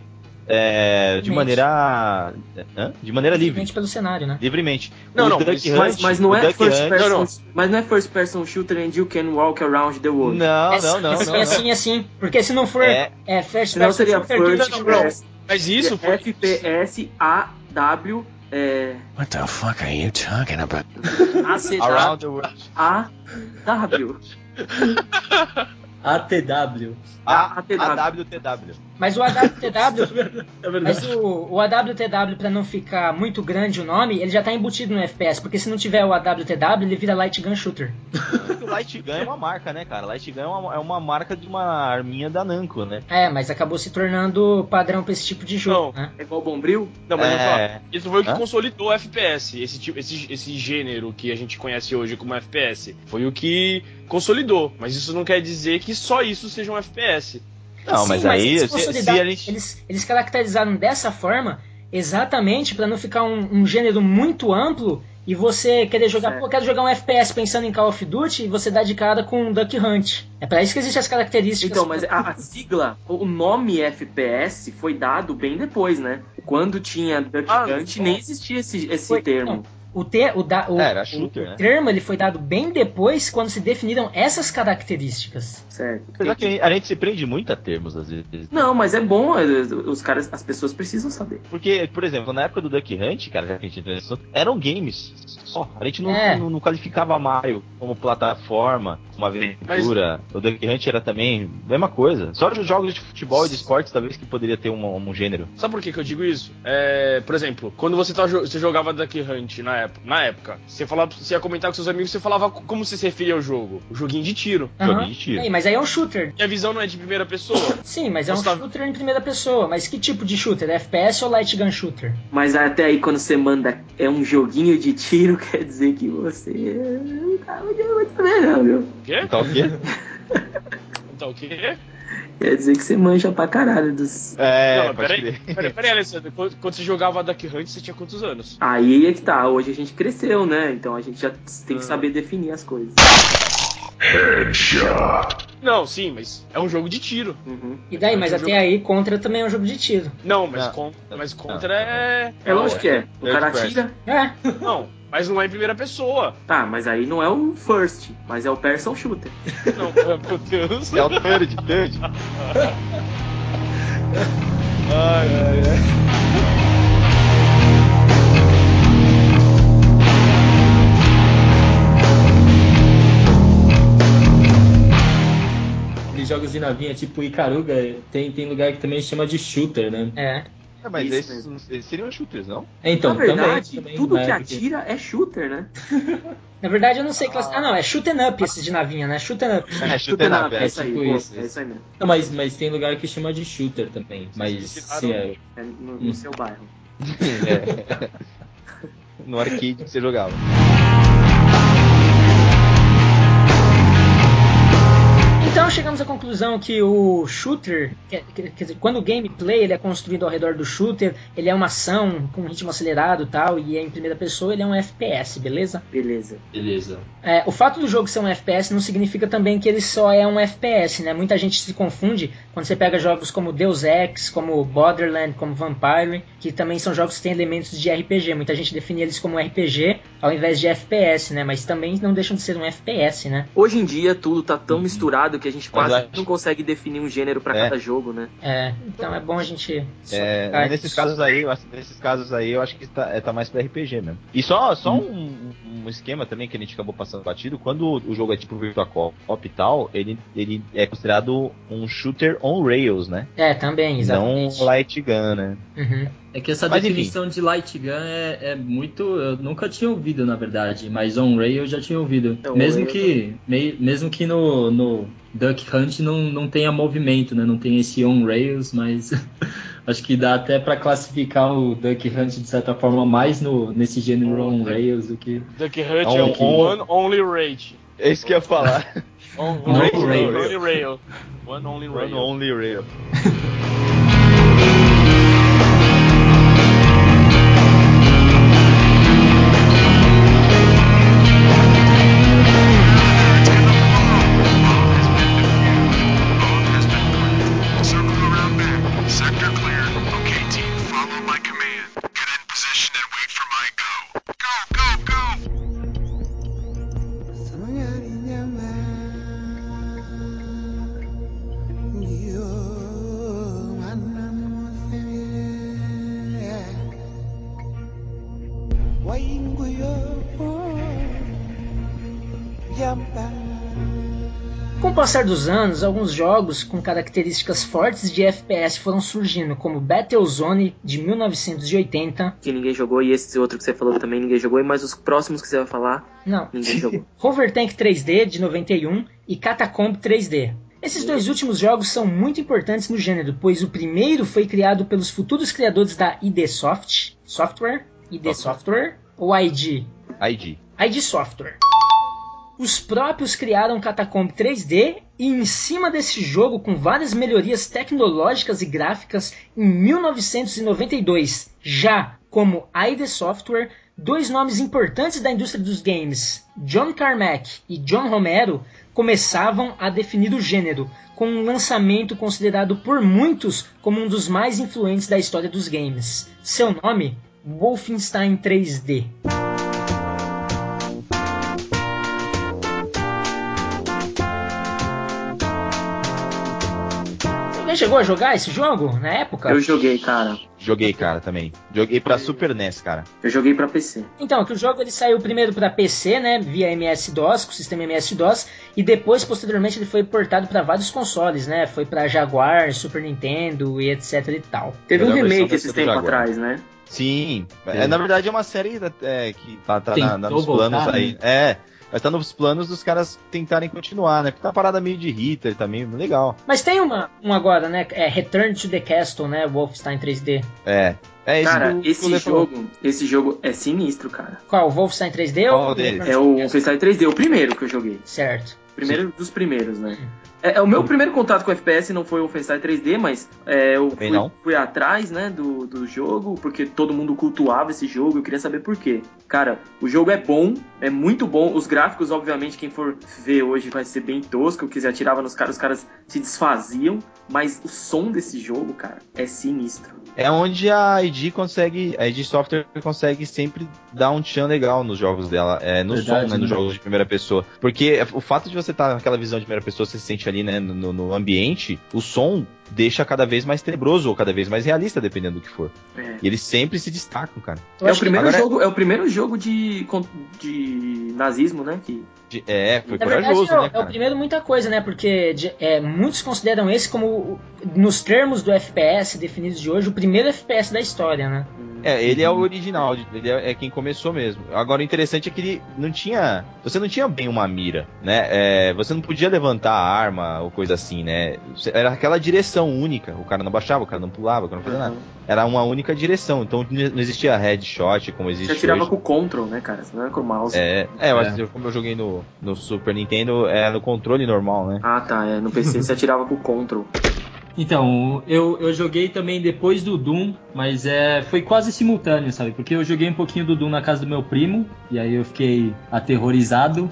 Speaker 4: é, de
Speaker 1: Livremente.
Speaker 4: maneira hã? de maneira livre,
Speaker 1: livremente pelo cenário, né?
Speaker 4: livremente.
Speaker 6: Não,
Speaker 4: O
Speaker 6: não,
Speaker 4: Duck
Speaker 6: mas-
Speaker 4: Hunt-
Speaker 3: Mas, mas não
Speaker 4: o
Speaker 3: é
Speaker 4: Duck
Speaker 3: first
Speaker 4: Hunt-
Speaker 3: person,
Speaker 6: Não, não.
Speaker 3: mas não é first person shooter and you can walk around the world.
Speaker 4: Não,
Speaker 1: é,
Speaker 4: não, não,
Speaker 1: é,
Speaker 4: não,
Speaker 1: é assim,
Speaker 4: não.
Speaker 1: é assim, porque se não for
Speaker 4: É.
Speaker 1: é, first
Speaker 3: Senão
Speaker 1: person
Speaker 3: seria
Speaker 1: shooter,
Speaker 3: first
Speaker 1: Duck Hunt.
Speaker 3: person.
Speaker 6: Mas isso foi.
Speaker 3: F P S A W é,
Speaker 8: What the fuck are you talking about?
Speaker 3: A C
Speaker 4: Around
Speaker 3: W
Speaker 4: the world.
Speaker 3: A W.
Speaker 5: A T W.
Speaker 4: A,
Speaker 3: A T W.
Speaker 4: A W T W.
Speaker 1: Mas o A W T W,
Speaker 5: É verdade.
Speaker 1: mas o, o A W T W, pra não ficar muito grande o nome, ele já tá embutido no F P S, porque se não tiver o A W T W, ele vira Light Gun Shooter.
Speaker 4: O Light Gun é uma marca, né, cara? Light Gun é uma, é uma marca de uma arminha da Namco, né?
Speaker 1: É, mas acabou se tornando padrão pra esse tipo de jogo,
Speaker 6: Não.
Speaker 1: né?
Speaker 3: É igual Bombril?
Speaker 6: Não, mas
Speaker 4: É.
Speaker 6: vamos falar. Isso foi o que
Speaker 4: Hã?
Speaker 6: consolidou o F P S. Esse, tipo, esse, esse gênero que a gente conhece hoje como F P S. Foi o que consolidou. Mas isso não quer dizer que só isso seja um F P S.
Speaker 4: Não,
Speaker 1: Sim,
Speaker 4: mas aí
Speaker 1: eles,
Speaker 4: se,
Speaker 1: consolidaram-
Speaker 4: se a gente
Speaker 1: eles, eles caracterizaram dessa forma exatamente pra não ficar um, um gênero muito amplo e você querer jogar,
Speaker 3: Certo.
Speaker 1: pô, quero jogar um F P S pensando em Call of Duty e você dá de cara com um Duck Hunt. É pra isso que existem as características.
Speaker 3: Então, mas a, a sigla, o nome F P S foi dado bem depois, né? Quando tinha Duck
Speaker 6: Ah,
Speaker 3: Hunt,
Speaker 6: bom.
Speaker 3: nem existia esse, esse
Speaker 1: Foi-
Speaker 3: termo.
Speaker 1: não. O, te, o, da, o,
Speaker 4: É, era
Speaker 1: o-
Speaker 4: shooter,
Speaker 1: o
Speaker 4: né?
Speaker 1: termo ele foi dado bem depois quando se definiram essas características.
Speaker 3: Certo.
Speaker 4: Apesar que a gente se prende muito a termos, às vezes.
Speaker 3: Não, mas é bom, é, os caras, as pessoas precisam saber.
Speaker 4: Porque, por exemplo, na época do Duck Hunt, cara, já que a gente entrou nesse assunto, eram games só. A gente não,
Speaker 1: É.
Speaker 4: não, não qualificava Mario como plataforma, uma aventura. O Duck Hunt era também a mesma coisa. Só os jogos de futebol e de esportes, talvez, que poderia ter um, um gênero.
Speaker 6: Sabe por que, que eu digo isso? É, por exemplo, quando você, tá, jo- você jogava Duck Hunt na época, na época você, falava, você ia comentar com seus amigos, você falava como você se referia ao jogo. O joguinho de tiro.
Speaker 4: Joguinho
Speaker 1: Aham.
Speaker 4: de tiro.
Speaker 1: Aí, mas aí é um shooter.
Speaker 6: E a visão não é de primeira pessoa.
Speaker 1: Sim, mas é um
Speaker 6: Você tá-
Speaker 1: shooter em primeira pessoa. Mas que tipo de shooter? F P S ou Light Gun Shooter?
Speaker 3: Mas até aí, quando você manda é um joguinho de tiro, quer dizer que você não tá muito bem, não, viu?
Speaker 6: O quê?
Speaker 4: Tá o quê?
Speaker 6: Então o quê?
Speaker 3: Quer dizer que você manja pra caralho dos...
Speaker 4: É,
Speaker 6: não, mas
Speaker 4: pode
Speaker 6: peraí,
Speaker 4: crer.
Speaker 6: peraí, peraí, Alessandro. Quando, quando você jogava Duck Hunt, você tinha quantos anos?
Speaker 3: Aí é que tá, hoje a gente cresceu, né? Então a gente já tem que
Speaker 6: Ah.
Speaker 3: saber definir as coisas.
Speaker 6: Não, sim, mas é um jogo de tiro.
Speaker 3: Uhum.
Speaker 1: E daí? Mas
Speaker 6: É um
Speaker 1: até
Speaker 6: jogo-
Speaker 1: aí, Contra também é um jogo de tiro.
Speaker 6: Não, mas,
Speaker 4: Não.
Speaker 6: con- mas
Speaker 4: Não.
Speaker 6: contra é.
Speaker 3: É lógico que é. O
Speaker 4: Third
Speaker 3: cara
Speaker 4: person.
Speaker 3: atira,
Speaker 1: É.
Speaker 6: Não, Mas não é em primeira pessoa.
Speaker 3: Tá, mas aí não é o first, mas é o person shooter.
Speaker 6: Não, meu Deus.
Speaker 4: É o third, third.
Speaker 6: Ai, ai, ai.
Speaker 5: Aqueles jogos de navinha tipo Ikaruga, tem, tem lugar que também chama de shooter, né?
Speaker 1: É.
Speaker 4: É, mas
Speaker 3: Isso
Speaker 4: esses, esses seriam shooters, não?
Speaker 5: É, então,
Speaker 3: Na verdade,
Speaker 5: também, também,
Speaker 3: tudo
Speaker 5: né,
Speaker 3: que
Speaker 5: porque-
Speaker 3: atira é shooter, né?
Speaker 1: Na verdade, eu não sei classificar. Ah, não, é shoot 'em up esses de navinha, né? Shoot 'em up.
Speaker 4: É,
Speaker 3: Shooter
Speaker 4: shooter
Speaker 3: na
Speaker 4: up,
Speaker 3: é
Speaker 4: é
Speaker 3: isso aí,
Speaker 5: tipo
Speaker 3: boa,
Speaker 5: isso.
Speaker 3: é isso aí mesmo.
Speaker 5: Não, mas, mas tem lugar que chama de shooter também. Mas sim, é,
Speaker 3: É no, no seu bairro.
Speaker 4: É. No arcade que você jogava.
Speaker 1: Então chegamos à conclusão que o shooter, quer, quer dizer, quando o gameplay ele é construído ao redor do shooter, ele é uma ação com ritmo acelerado e tal, e é em primeira pessoa, ele é um F P S, beleza?
Speaker 3: Beleza.
Speaker 5: beleza.
Speaker 1: É, o fato do jogo ser um F P S não significa também que ele só é um F P S, né? Muita gente se confunde quando você pega jogos como Deus Ex, como Borderland, como Vampire, que também são jogos que têm elementos de R P G. Muita gente define eles como R P G ao invés de F P S, né? Mas também não deixam de ser um F P S, né?
Speaker 3: Hoje em dia tudo tá tão misturado que a gente quase
Speaker 4: Mas acho-
Speaker 3: não consegue definir um gênero pra
Speaker 4: É.
Speaker 3: cada jogo, né?
Speaker 1: É, então é bom a gente...
Speaker 4: É,
Speaker 1: socar
Speaker 4: nesses
Speaker 1: isso.
Speaker 4: casos aí, eu acho- nesses casos aí, eu acho que tá, é, tá mais pra R P G mesmo. E só, só um, um esquema também que a gente acabou passando batido, quando o jogo é tipo Virtua Cop e tal, ele, ele é considerado um shooter on rails, né?
Speaker 1: É, também, exatamente.
Speaker 4: Não light gun, né?
Speaker 1: Uhum.
Speaker 5: É que essa
Speaker 4: Mas,
Speaker 5: definição de light gun é, é muito... Eu nunca tinha ouvido, na verdade, mas on rail eu já tinha ouvido.
Speaker 3: Então,
Speaker 5: mesmo,
Speaker 3: on-rail
Speaker 5: que, mei- mesmo que no, no Duck Hunt não, não tenha movimento, né? Não tem esse on rails, mas acho que dá até pra classificar o Duck Hunt de certa forma mais no, nesse gênero
Speaker 6: Oh,
Speaker 5: on
Speaker 6: Duck-
Speaker 5: rails do que...
Speaker 6: Duck Hunt
Speaker 4: On-
Speaker 6: é um
Speaker 4: on-
Speaker 6: one only rate.
Speaker 4: É isso que eu ia falar.
Speaker 6: On,
Speaker 5: No
Speaker 6: rate,
Speaker 5: rail.
Speaker 6: Only rail. One only
Speaker 4: One
Speaker 6: rail.
Speaker 4: only rail.
Speaker 1: Com o passar dos anos, alguns jogos com características fortes de F P S foram surgindo, como Battlezone de mil novecentos e oitenta.
Speaker 3: Que ninguém jogou, e esse outro que você falou também ninguém jogou, mas os próximos que você vai falar,
Speaker 1: Não.
Speaker 3: ninguém jogou.
Speaker 1: Hovertank três D de noventa e um e Catacomb três D. Esses dois últimos jogos são muito importantes no gênero, pois o primeiro foi criado pelos futuros criadores da I D Soft, Software, I D Software ou I D?
Speaker 4: I D.
Speaker 1: I D Software. Os próprios criaram Catacomb três D e em cima desse jogo, com várias melhorias tecnológicas e gráficas, em mil novecentos e noventa e dois, já como I D Software, dois nomes importantes da indústria dos games, John Carmack e John Romero, começavam a definir o gênero, com um lançamento considerado por muitos como um dos mais influentes da história dos games. Seu nome? Wolfenstein três D. Alguém chegou a jogar esse jogo na época?
Speaker 3: Eu joguei, cara.
Speaker 4: Joguei, cara, também. Joguei pra Super N E S, cara.
Speaker 3: Eu joguei pra P C.
Speaker 1: Então, que o jogo ele saiu primeiro para P C, né, via M S-DOS, com o sistema M S-DOS, e depois, posteriormente, ele foi portado para vários consoles, né, foi para Jaguar, Super Nintendo e etc e tal.
Speaker 3: Teve um
Speaker 4: Melhor versão
Speaker 3: remake
Speaker 4: deve
Speaker 3: esses
Speaker 4: ser do
Speaker 3: tempos
Speaker 4: Jaguar.
Speaker 3: atrás, né?
Speaker 4: Sim. É, na verdade é uma série é, que tá, tá na, na,
Speaker 5: Tentou
Speaker 4: nos planos
Speaker 5: voltar,
Speaker 4: aí.
Speaker 5: né?
Speaker 4: É. Mas tá nos planos dos caras tentarem continuar, né? Porque tá uma parada meio de hitter também, legal.
Speaker 1: Mas tem uma, um agora, né, é Return to the Castle, né, Wolfenstein três D.
Speaker 4: É. É esse
Speaker 3: Cara,
Speaker 4: do- do
Speaker 3: esse
Speaker 4: Lê falou.
Speaker 3: jogo, esse jogo é sinistro, cara.
Speaker 1: Qual, Wolfenstein três D
Speaker 4: Qual
Speaker 1: ou
Speaker 4: deles?
Speaker 3: É o Wolfenstein três D, o primeiro que eu joguei.
Speaker 1: Certo.
Speaker 3: Primeiro dos primeiros, né? É, o meu primeiro contato com F P S não foi o Wolfenstein três D, mas é, eu fui,
Speaker 4: não.
Speaker 3: fui atrás, né, do, do jogo, porque todo mundo cultuava esse jogo, eu queria saber por quê. Cara, o jogo é bom, é muito bom, os gráficos, obviamente, quem for ver hoje vai ser bem tosco, porque você atirava nos caras, os caras se desfaziam, mas o som desse jogo, cara, é sinistro.
Speaker 4: É onde a I D consegue, a I D Software consegue sempre dar um tchan legal nos jogos dela, é, no
Speaker 5: Verdade,
Speaker 4: som, né,
Speaker 5: né?
Speaker 4: nos jogos de primeira pessoa. Porque o fato de você estar naquela visão de primeira pessoa, você se sente ali, né, no, no ambiente, o som deixa cada vez mais tenebroso ou cada vez mais realista, dependendo do que for.
Speaker 3: É.
Speaker 4: E eles sempre se destacam, cara.
Speaker 3: É o, primeiro
Speaker 4: agora...
Speaker 3: jogo, é o primeiro jogo de, de nazismo, né? Que...
Speaker 4: De, é, foi
Speaker 1: Na
Speaker 4: corajoso,
Speaker 1: verdade, é,
Speaker 4: né,
Speaker 1: o-
Speaker 4: cara?
Speaker 1: é o primeiro muita coisa, né? Porque de- é, muitos consideram esse como, nos termos do F P S definidos de hoje, o primeiro F P S da história, né?
Speaker 4: É, ele é o original, ele é, é quem começou mesmo. Agora, o interessante é que ele não tinha... Você não tinha bem uma mira, né? É, você não podia levantar a arma ou coisa assim, né? Era aquela direção única. O cara não baixava, o cara não pulava, o cara não fazia nada. Era uma única direção. Então, não existia headshot como existe
Speaker 3: Você atirava
Speaker 4: hoje.
Speaker 3: com o control, né, cara? Você não era com o mouse.
Speaker 4: É, é, eu
Speaker 5: É.
Speaker 4: acho que como eu joguei no, no Super Nintendo, é no controle normal, né?
Speaker 3: Ah, tá. É, no P C você atirava com o control.
Speaker 5: Então, eu, eu joguei também depois do Doom, mas é, foi quase simultâneo, sabe? Porque eu joguei um pouquinho do Doom na casa do meu primo, e aí eu fiquei aterrorizado.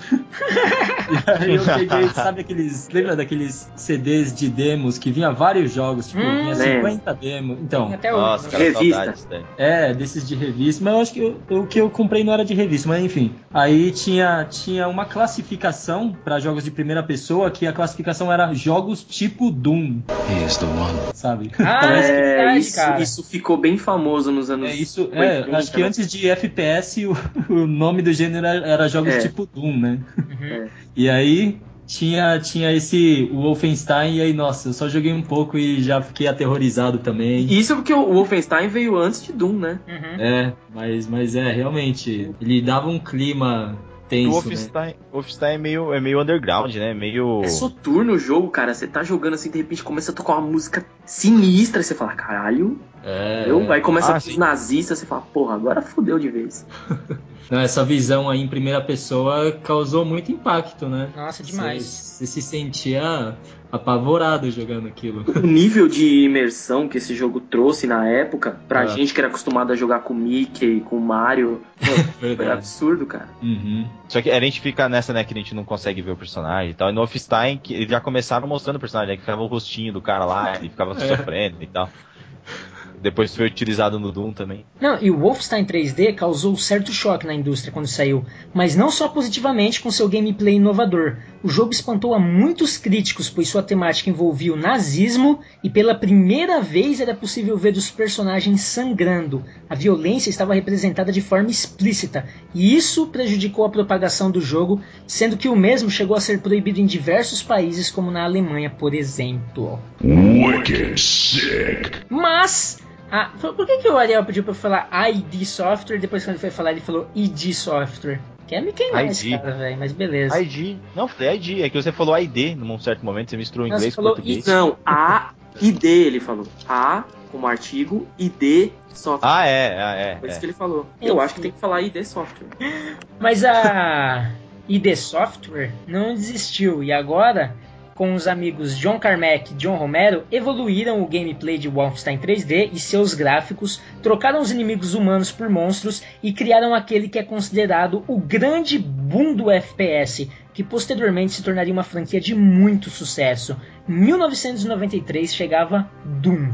Speaker 5: E aí eu peguei, sabe aqueles... Lembra daqueles C Ds de demos que vinha vários jogos, tipo,
Speaker 1: Hum,
Speaker 5: vinha
Speaker 3: lembro.
Speaker 5: cinquenta demos. Então,
Speaker 1: Até
Speaker 4: Nossa,
Speaker 1: hoje.
Speaker 4: cara,
Speaker 3: Revista.
Speaker 4: saudades, né?
Speaker 5: é, desses de revista, mas eu acho que eu- o que eu comprei não era de revista, mas enfim. Aí tinha, tinha uma classificação para jogos de primeira pessoa, que a classificação era jogos tipo Doom,
Speaker 8: He is the one.
Speaker 5: sabe?
Speaker 1: Ah,
Speaker 5: Parece que-
Speaker 1: é
Speaker 3: É,
Speaker 1: verdade,
Speaker 3: isso,
Speaker 1: cara.
Speaker 3: isso ficou bem famoso nos anos
Speaker 5: é isso,
Speaker 3: oitenta,
Speaker 5: é, acho que
Speaker 3: né?
Speaker 5: antes de F P S o, o nome do gênero era, era jogos
Speaker 3: É.
Speaker 5: tipo Doom, né?
Speaker 1: Uhum.
Speaker 3: É.
Speaker 5: E aí tinha, tinha esse o Wolfenstein, e aí, nossa, eu só joguei um pouco e já fiquei aterrorizado também.
Speaker 3: Isso porque o Wolfenstein veio antes de Doom, né?
Speaker 1: Uhum.
Speaker 5: É, mas, mas é, realmente, ele dava um clima
Speaker 4: O
Speaker 5: tenso, né?
Speaker 4: Wolfenstein, Wolfenstein é meio, é meio underground, né? Meio...
Speaker 3: É soturno o jogo, cara. Você tá jogando assim, de repente começa a tocar uma música sinistra. E você fala, caralho.
Speaker 5: É,
Speaker 3: Eu, aí começa
Speaker 4: Ah,
Speaker 3: os
Speaker 4: sim.
Speaker 3: nazistas, você fala, porra, agora fudeu de vez.
Speaker 5: Não, essa visão aí em primeira pessoa causou muito impacto, né?
Speaker 1: Nossa, demais.
Speaker 5: Você se sentia apavorado jogando aquilo.
Speaker 3: O nível de imersão que esse jogo trouxe na época, pra
Speaker 5: Ah.
Speaker 3: gente que era acostumado a jogar com Mickey, com Mario, foi
Speaker 5: Verdade.
Speaker 3: absurdo, cara.
Speaker 5: Uhum.
Speaker 4: Só que a gente fica nessa, né, que a gente não consegue ver o personagem e tal. E no Wolfenstein, que eles já começaram mostrando o personagem, né, que ficava o rostinho do cara lá, ele ficava
Speaker 5: É.
Speaker 4: sofrendo e tal. Depois foi utilizado no Doom também.
Speaker 1: Não, e o Wolfenstein três D causou certo choque na indústria quando saiu, mas não só positivamente com seu gameplay inovador. O jogo espantou a muitos críticos, pois sua temática envolvia o nazismo e pela primeira vez era possível ver os personagens sangrando. A violência estava representada de forma explícita, e isso prejudicou a propagação do jogo, sendo que o mesmo chegou a ser proibido em diversos países, como na Alemanha, por exemplo.
Speaker 9: Wicked sick.
Speaker 1: Mas... Ah, por que, que o Ariel pediu pra eu falar I D Software, depois quando ele foi falar ele falou I D Software? Quer me queimar esse
Speaker 4: I D.
Speaker 1: cara, velho, mas beleza.
Speaker 4: I D. Não, foi I D. É que você falou I D num certo momento, você misturou
Speaker 1: Nossa,
Speaker 4: inglês com
Speaker 1: falou
Speaker 4: português.
Speaker 3: Não, A e D ele falou. A como artigo e D software.
Speaker 4: Ah, é, é, é.
Speaker 3: Foi isso
Speaker 4: é.
Speaker 3: que ele falou. Eu acho que tem que falar I D software.
Speaker 1: Mas a I D Software não desistiu, e agora, com os amigos John Carmack e John Romero, evoluíram o gameplay de Wolfenstein três D e seus gráficos, trocaram os inimigos humanos por monstros e criaram aquele que é considerado o grande boom do F P S, que posteriormente se tornaria uma franquia de muito sucesso. Em mil novecentos e noventa e três chegava Doom.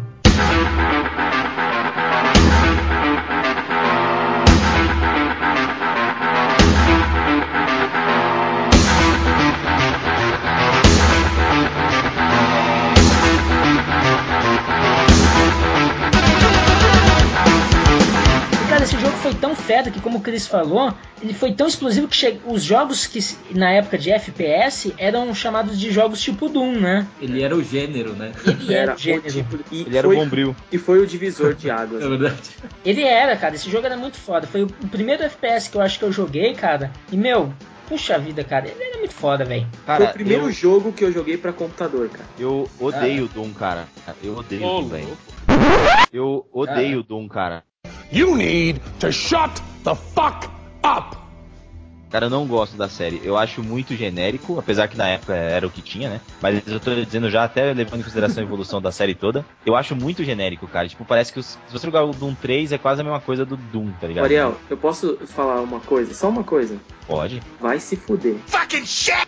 Speaker 1: Cara, esse jogo foi tão fera que, como o Chris falou, ele foi tão explosivo que che... os jogos que na época de F P S eram chamados de jogos tipo Doom, né?
Speaker 5: Ele era o gênero, né?
Speaker 1: Ele era
Speaker 3: Era
Speaker 1: o gênero.
Speaker 3: o tipo, e
Speaker 4: Ele era
Speaker 3: foi,
Speaker 4: o Bombril.
Speaker 3: E foi o divisor de águas.
Speaker 5: É verdade.
Speaker 1: Ele era, cara, esse jogo era muito foda. Foi o primeiro F P S que eu acho que eu joguei, cara. E, meu, puxa vida, cara, ele era muito foda, velho.
Speaker 3: Foi
Speaker 4: Cara,
Speaker 3: o primeiro
Speaker 4: eu,
Speaker 3: jogo que eu joguei pra computador, cara.
Speaker 4: eu odeio o Doom, cara. Eu odeio
Speaker 6: Ô,
Speaker 4: o Doom, velho.
Speaker 6: louco.
Speaker 4: Eu odeio o Doom, cara.
Speaker 9: You need to shut the fuck up.
Speaker 4: Cara, eu não gosto da série. Eu acho muito genérico, apesar que na época era o que tinha, né? Mas eu tô dizendo já, até levando em consideração a evolução da série toda, eu acho muito genérico, cara. Tipo, parece que os, se você jogar o Doom três, é quase a mesma coisa do Doom, tá ligado?
Speaker 3: Ariel, eu posso falar uma coisa? Só uma coisa?
Speaker 4: Pode.
Speaker 3: Vai se fuder.
Speaker 2: Fucking shit!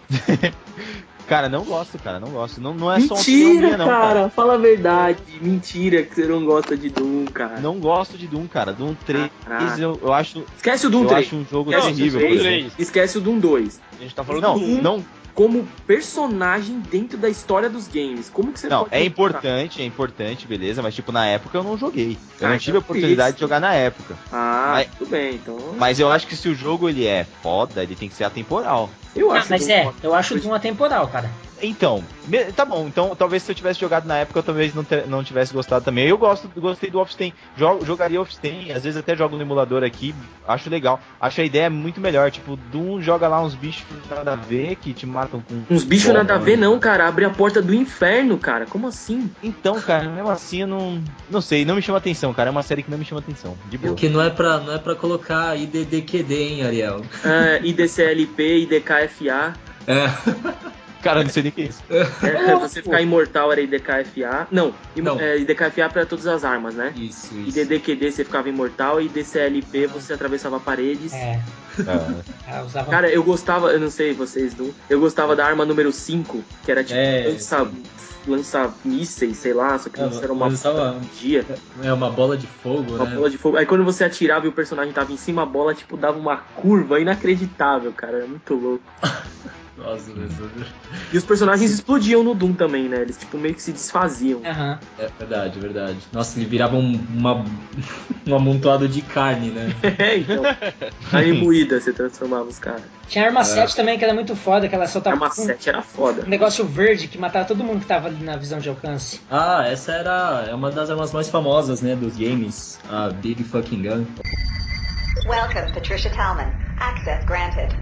Speaker 4: Cara, não gosto, cara, não gosto. Não, não é
Speaker 3: Mentira,
Speaker 4: só uma opinião minha, não,
Speaker 3: cara.
Speaker 4: cara.
Speaker 3: Fala a verdade. Mentira que você não gosta de Doom, cara.
Speaker 4: Não gosto de Doom, cara. Doom três,
Speaker 3: Caraca.
Speaker 4: eu, eu acho...
Speaker 3: Esquece o Doom
Speaker 4: eu
Speaker 3: três.
Speaker 4: acho um jogo
Speaker 3: Esquece
Speaker 4: terrível,
Speaker 3: o Doom
Speaker 4: por
Speaker 3: três.
Speaker 4: exemplo.
Speaker 3: Esquece o Doom dois.
Speaker 6: A gente tá falando
Speaker 4: Não,
Speaker 6: do Doom.
Speaker 4: não...
Speaker 3: Como personagem dentro da história dos games. Como que você
Speaker 4: Não,
Speaker 3: pode...
Speaker 4: é importante, é importante, beleza, mas tipo, na época eu não joguei. Eu
Speaker 3: Ah,
Speaker 4: não
Speaker 3: então
Speaker 4: tive a oportunidade
Speaker 3: isso.
Speaker 4: de jogar na época.
Speaker 3: Ah,
Speaker 4: Mas-
Speaker 3: tudo bem, então...
Speaker 4: Mas eu acho que se o jogo ele é foda, ele tem que ser atemporal.
Speaker 3: Eu
Speaker 1: Ah,
Speaker 3: acho
Speaker 1: mas
Speaker 3: Doom
Speaker 1: é,
Speaker 3: foda.
Speaker 1: eu acho o Doom atemporal, cara.
Speaker 4: Então, me- tá bom, então talvez se eu tivesse jogado na época eu talvez não, ter- não tivesse gostado também. Eu gosto, gostei do Wolfenstein, Jogo, jogaria Wolfenstein, às vezes até jogo no emulador aqui, acho legal. Acho a ideia muito melhor, tipo, Doom joga lá uns bichos nada a ver que te matam com...
Speaker 3: Uns bichos
Speaker 4: bomba,
Speaker 3: nada a ver,
Speaker 4: né?
Speaker 3: não, cara. Abre a porta do inferno, cara. Como assim?
Speaker 4: Então, cara, mesmo assim eu não... Não sei, não me chama atenção, cara, é uma série que não me chama atenção, de boa.
Speaker 5: Porque não é pra, não é pra colocar I D D Q D, hein, Ariel?
Speaker 3: Ah, I D C L P, I D K F A.
Speaker 5: É.
Speaker 4: Cara, eu não sei nem o que é isso.
Speaker 3: É, você ficar imortal era I D K F A. Não, im-
Speaker 5: Não.
Speaker 3: É, I D K F A pra todas as armas, né?
Speaker 5: Isso,
Speaker 3: I
Speaker 5: isso.
Speaker 3: D D Q D você ficava imortal e I D C L P você atravessava paredes.
Speaker 1: É,
Speaker 4: Ah,
Speaker 1: ela usava...
Speaker 3: Cara, eu gostava, eu não sei vocês, não, eu gostava da arma número cinco, que era tipo
Speaker 5: É,
Speaker 3: lança, lança mísseis, sei lá, só que
Speaker 5: É,
Speaker 3: isso era uma
Speaker 5: lançava-
Speaker 3: dia,
Speaker 5: É uma bola de fogo,
Speaker 3: uma
Speaker 5: né?
Speaker 3: bola de fogo. Aí quando você atirava e o personagem tava em cima, a bola tipo dava uma curva inacreditável, cara, era muito louco.
Speaker 5: Nossa, isso
Speaker 3: E os personagens explodiam no Doom também, né? Eles tipo meio que se desfaziam.
Speaker 1: Aham.
Speaker 5: é verdade, é verdade. Nossa, ele virava um, uma, um amontoado de carne, né?
Speaker 3: É, então. Aí moída você transformava os caras.
Speaker 1: Tinha a arma sete também, que era muito foda, que ela
Speaker 3: A
Speaker 1: soltava
Speaker 3: arma
Speaker 1: um,
Speaker 3: sete era foda.
Speaker 1: um negócio verde que matava todo mundo que tava ali na visão de alcance.
Speaker 5: Ah, essa era é uma das armas mais famosas, né, dos games. A Big Fucking Gun.
Speaker 10: Welcome, Patricia Talman. Access granted.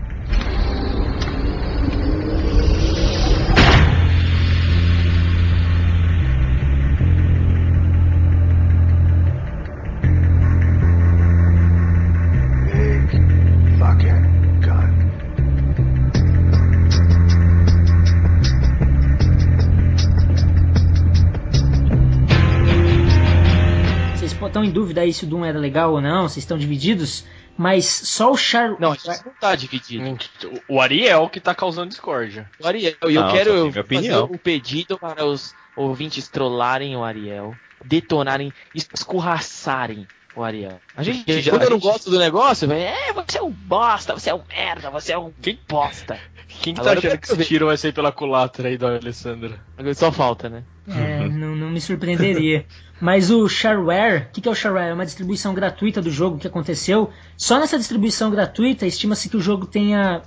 Speaker 9: Big fucking gun.
Speaker 1: Vocês estão em dúvida aí se o Doom era legal ou não, vocês estão divididos, mas só o Char...
Speaker 7: Não, a gente não tá dividido.
Speaker 6: O Ariel que tá causando discórdia.
Speaker 7: O Ariel, e eu
Speaker 4: Não, só
Speaker 7: quero
Speaker 4: tenho minha
Speaker 7: fazer
Speaker 4: opinião.
Speaker 7: um pedido para os ouvintes trollarem o Ariel, detonarem, escorraçarem o Ariel.
Speaker 4: A gente
Speaker 7: Porque
Speaker 4: já-
Speaker 7: quando
Speaker 4: a
Speaker 7: eu não
Speaker 4: gente-
Speaker 7: gosto do negócio, velho, é, você é um bosta, você é um merda, você é um bosta.
Speaker 6: Quem que
Speaker 7: Agora
Speaker 6: tá
Speaker 7: eu
Speaker 6: achando
Speaker 7: quero
Speaker 6: que esse
Speaker 7: ver.
Speaker 6: tiro vai sair pela culatra aí do Alessandro?
Speaker 7: Agora só falta, né?
Speaker 1: É, não, não me surpreenderia. Mas o shareware, o que, que é o shareware? É uma distribuição gratuita do jogo que aconteceu. Só nessa distribuição gratuita, estima-se que o jogo tenha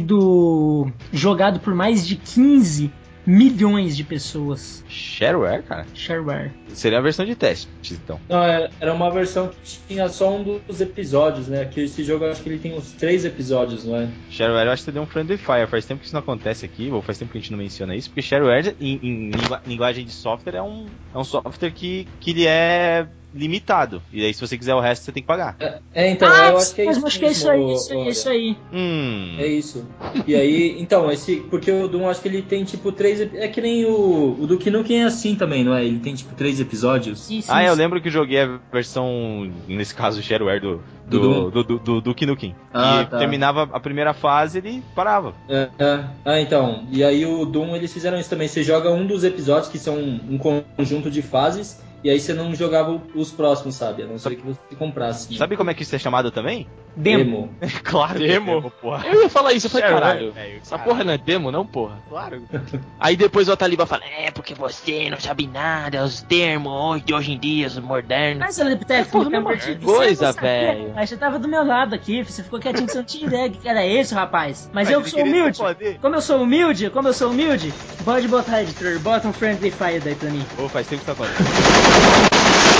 Speaker 1: sido jogado por mais de quinze milhões de pessoas.
Speaker 4: Shareware, cara?
Speaker 1: Shareware.
Speaker 4: Seria a versão de teste, então.
Speaker 5: Não, é- era uma versão que tinha só um dos episódios, né? Que esse jogo eu acho que ele tem uns três episódios, não é?
Speaker 4: Shareware eu acho que seria um Friendly Fire. Faz tempo que isso não acontece aqui, ou faz tempo que a gente não menciona isso, porque Shareware, em, em lingua- linguagem de software, é um, é um software que, que ele é limitado. E aí, se você quiser o resto, você tem que pagar.
Speaker 5: É, é, então,
Speaker 1: ah,
Speaker 5: eu acho que é
Speaker 1: mas
Speaker 5: isso.
Speaker 1: acho que é isso
Speaker 5: mesmo,
Speaker 1: aí, isso aí,
Speaker 5: Olha.
Speaker 1: isso aí.
Speaker 4: Hum.
Speaker 5: É isso. E aí, então, esse. Porque o Doom acho que ele tem tipo três. ep- É que nem o. O Duke Nukem é assim também, não é? Ele tem tipo três episódios.
Speaker 1: Sim, sim,
Speaker 4: Ah, eu
Speaker 1: sim.
Speaker 4: lembro que joguei a versão, nesse caso, Shareware do,
Speaker 5: Do
Speaker 4: do, do, do, do Duke Nukem.
Speaker 5: Ah,
Speaker 4: e
Speaker 5: tá.
Speaker 4: terminava a primeira fase, ele parava.
Speaker 5: É, é. Ah, então. E aí o Doom eles fizeram isso também. Você joga um dos episódios que são um conjunto de fases. E aí você não jogava os próximos, sabe? A não ser que você comprasse.
Speaker 4: Sabe como é que isso é chamado também?
Speaker 1: Demo.
Speaker 4: Claro,
Speaker 6: Demo.
Speaker 4: porra.
Speaker 7: Eu ia falar isso, eu falei,
Speaker 4: Sério,
Speaker 7: caralho,
Speaker 4: velho,
Speaker 7: essa
Speaker 4: caralho.
Speaker 7: porra não é demo, não, porra?
Speaker 4: Claro.
Speaker 7: Aí depois o Ataliba fala, é porque você não sabe nada, os termos hoje- de hoje em dia, os modernos.
Speaker 1: Mas, Aliptec,
Speaker 7: É, porra,
Speaker 1: me
Speaker 7: mesma
Speaker 1: perdi.
Speaker 7: coisa,
Speaker 1: Você não sabia,
Speaker 7: velho.
Speaker 1: Mas você tava do meu lado aqui, você ficou quietinho, você não tinha ideia que era esse, rapaz. Mas,
Speaker 4: Mas
Speaker 1: eu
Speaker 4: ele
Speaker 1: que sou
Speaker 4: queria
Speaker 1: humilde.
Speaker 4: poder.
Speaker 1: Como eu sou humilde, como eu sou humilde, pode botar, editor, bota um Friendly Fire daí pra mim.
Speaker 4: Ô, faz tempo que tá acontecendo.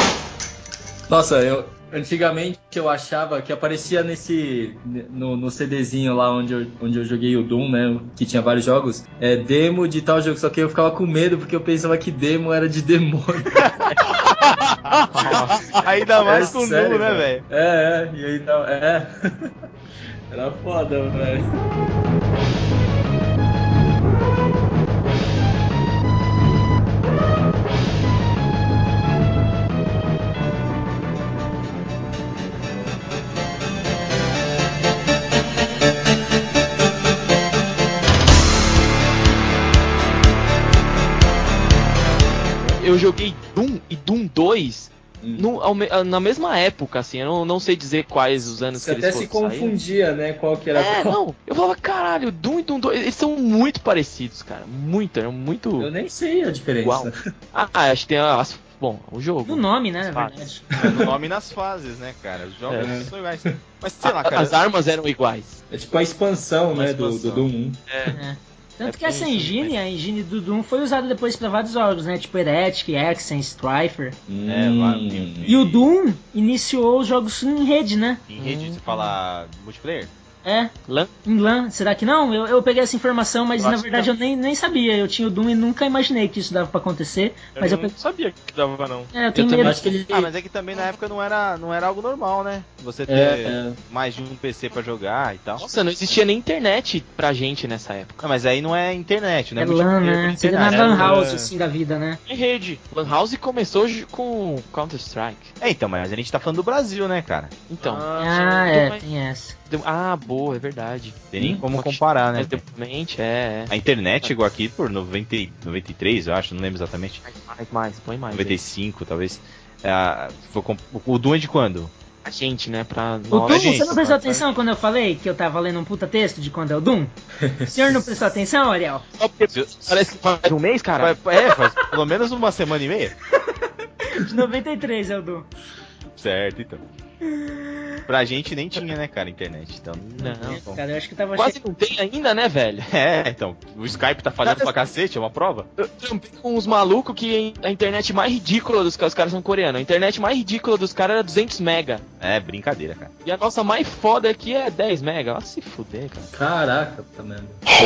Speaker 5: Nossa, eu antigamente eu achava que aparecia nesse no, no CDzinho lá onde eu, onde eu joguei o Doom, né, que tinha vários jogos, é demo de tal jogo, só que eu ficava com medo porque eu pensava que demo era de demônio.
Speaker 4: Ainda mais
Speaker 5: É
Speaker 4: com o
Speaker 5: sério,
Speaker 4: Nu, né, velho?
Speaker 5: É, é, e aí não, é. Era foda, velho.
Speaker 7: Eu joguei Doom e Doom dois hum. no, ao, na mesma época, assim, eu não, não sei dizer quais os anos
Speaker 5: Você
Speaker 7: que eles foram.
Speaker 5: Você até se confundia, sair. né, qual que era
Speaker 7: É,
Speaker 5: qual.
Speaker 7: não, eu falava, caralho, Doom e Doom dois, eles são muito parecidos, cara, muito, é muito...
Speaker 5: Eu nem sei a diferença.
Speaker 7: Igual. Ah, acho que tem as... Bom, o jogo.
Speaker 1: No nome, né, na verdade.
Speaker 4: É, no nome e nas fases, né, cara, os jogos é. são iguais. Mas sei lá, cara...
Speaker 7: As armas eram iguais.
Speaker 5: É tipo a expansão, Uma né, expansão. Do, do Doom um.
Speaker 1: É. é. Tanto é que essa engine, a engine do Doom, foi usada depois para vários jogos, né? Tipo Heretic, Hexen, Strifer.
Speaker 4: Hum. É, lá,
Speaker 1: e o Doom iniciou os jogos em rede, né?
Speaker 4: Em rede, hum. você fala multiplayer?
Speaker 1: É,
Speaker 7: LAN?
Speaker 1: Em LAN, será que não? Eu, eu peguei essa informação, mas eu na verdade eu nem, nem sabia. Eu tinha o Doom e nunca imaginei que isso dava pra acontecer.
Speaker 6: Eu
Speaker 1: mas
Speaker 6: não
Speaker 1: eu
Speaker 6: sabia que dava, não.
Speaker 1: É, eu tenho eu medo.
Speaker 4: Acho que ele... Ah, mas é que também na época não era, não era algo normal, né? Você ter é, é. mais de um P C pra jogar e tal.
Speaker 7: Nossa, não existia nem internet pra gente nessa época.
Speaker 4: Não, mas aí não é internet, né?
Speaker 1: É LAN, né? Seria na LAN House, assim, da vida, né?
Speaker 7: Em rede. LAN House começou com Counter-Strike.
Speaker 4: É, então, mas a gente tá falando do Brasil, né, cara?
Speaker 7: Então.
Speaker 1: Ah, ah é, mais... tem essa.
Speaker 7: Ah, boa, é verdade.
Speaker 4: Tem nem hum, como comparar, né?
Speaker 7: Mas, é, é.
Speaker 4: A internet chegou aqui por noventa, noventa e três, eu acho, não lembro exatamente.
Speaker 7: Mais, mais, põe mais.
Speaker 4: noventa e cinco, aí. Talvez. É, foi com... O Doom é de quando?
Speaker 7: A gente, né? Pra
Speaker 1: o Doom, gente, você não prestou atenção quando eu falei que eu tava lendo um puta texto de quando é o Doom? O senhor não prestou atenção, Ariel?
Speaker 7: Parece que faz um mês, cara.
Speaker 4: É, faz pelo menos uma semana e meia.
Speaker 1: De noventa e três é o Doom.
Speaker 4: Certo, então. Pra gente nem tinha, né, cara, internet. Então,
Speaker 7: não,
Speaker 1: não cara, eu acho que tava
Speaker 7: quase
Speaker 1: che...
Speaker 7: não tem ainda, né, velho?
Speaker 4: É, então, o Skype tá falhando pra cacete, é uma prova.
Speaker 7: Eu trampei com uns malucos que a internet mais ridícula dos caras, os caras são coreanos, a internet mais ridícula dos caras era duzentos mega.
Speaker 4: É, brincadeira, cara.
Speaker 7: E a nossa mais foda aqui é dez mega, vai se fuder, cara.
Speaker 5: Caraca, puta merda.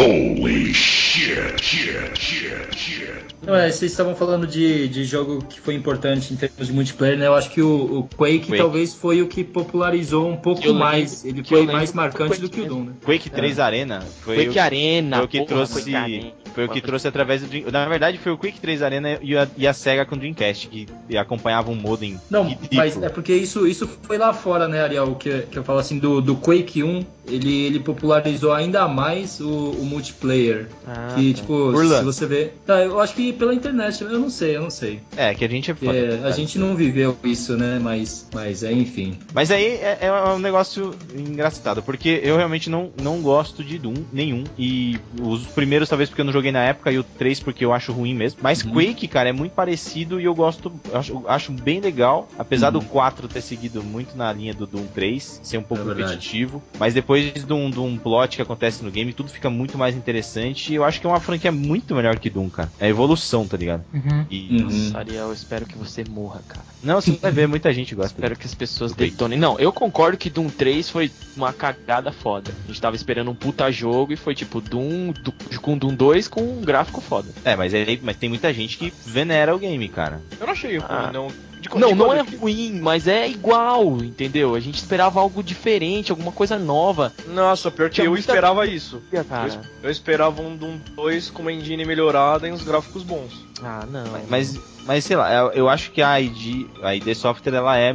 Speaker 9: Holy shit, shit, shit, shit.
Speaker 5: Não, é, vocês estavam falando de, de jogo que foi importante em termos de multiplayer, né? Eu acho que o, o Quake, Quake talvez foi o que popularizou um pouco eu mais. Lembro, ele foi mais marcante do que o Doom, né?
Speaker 4: Quake três é. Arena foi
Speaker 7: Quake
Speaker 4: o,
Speaker 7: Arena,
Speaker 4: foi o que
Speaker 7: porra,
Speaker 4: trouxe
Speaker 7: Arena,
Speaker 4: foi o que trouxe através do na verdade foi o Quake três Arena e a, e a Sega com o Dreamcast que acompanhava um modem.
Speaker 5: Não,
Speaker 4: ridículo.
Speaker 5: Mas é porque isso, isso foi lá fora, né, Ariel? Que, que eu falo assim do, do Quake um, ele, ele popularizou ainda mais o, o multiplayer. Ah, que tá. Tipo, Burla. Se você ver, tá, eu acho que pela internet, eu não sei, eu não sei.
Speaker 4: É que a gente é, foda,
Speaker 5: é a gente não viveu isso, né? Mas, mas é enfim.
Speaker 4: Mas aí é, é um negócio engraçado, porque eu realmente não, não gosto de Doom nenhum. E os primeiros, talvez porque eu não joguei na época, e o três porque eu acho ruim mesmo. Mas uhum. Quake, cara, é muito parecido e eu gosto, acho, acho bem legal. Apesar uhum. do quatro ter seguido muito na linha do Doom três, ser um pouco é repetitivo. Mas depois de um, de um plot que acontece no game, tudo fica muito mais interessante. E eu acho que é uma franquia muito melhor que Doom, cara. É evolução, tá ligado?
Speaker 1: Uhum.
Speaker 7: E, nossa, Ariel, eu espero que você morra, cara.
Speaker 4: Não, você vai ver, muita gente gosta.
Speaker 7: Espero que as pessoas detonem. Não, eu concordo que Doom três foi uma cagada foda. A gente tava esperando um puta jogo e foi tipo Doom do, com Doom dois com um gráfico foda.
Speaker 4: É, mas, é, mas tem muita gente que venera o game, cara.
Speaker 6: Eu não achei ruim,
Speaker 7: ah.
Speaker 6: não.
Speaker 7: De, não, de não é que... ruim, mas é igual, entendeu? A gente esperava algo diferente, alguma coisa nova.
Speaker 6: Nossa, pior que eu muita... esperava isso.
Speaker 7: Cara.
Speaker 6: Eu, eu esperava um Doom dois com uma engine melhorada e uns gráficos bons.
Speaker 7: Ah, não.
Speaker 4: Mas, mas sei lá, eu, eu acho que a I D, a I D Software, ela é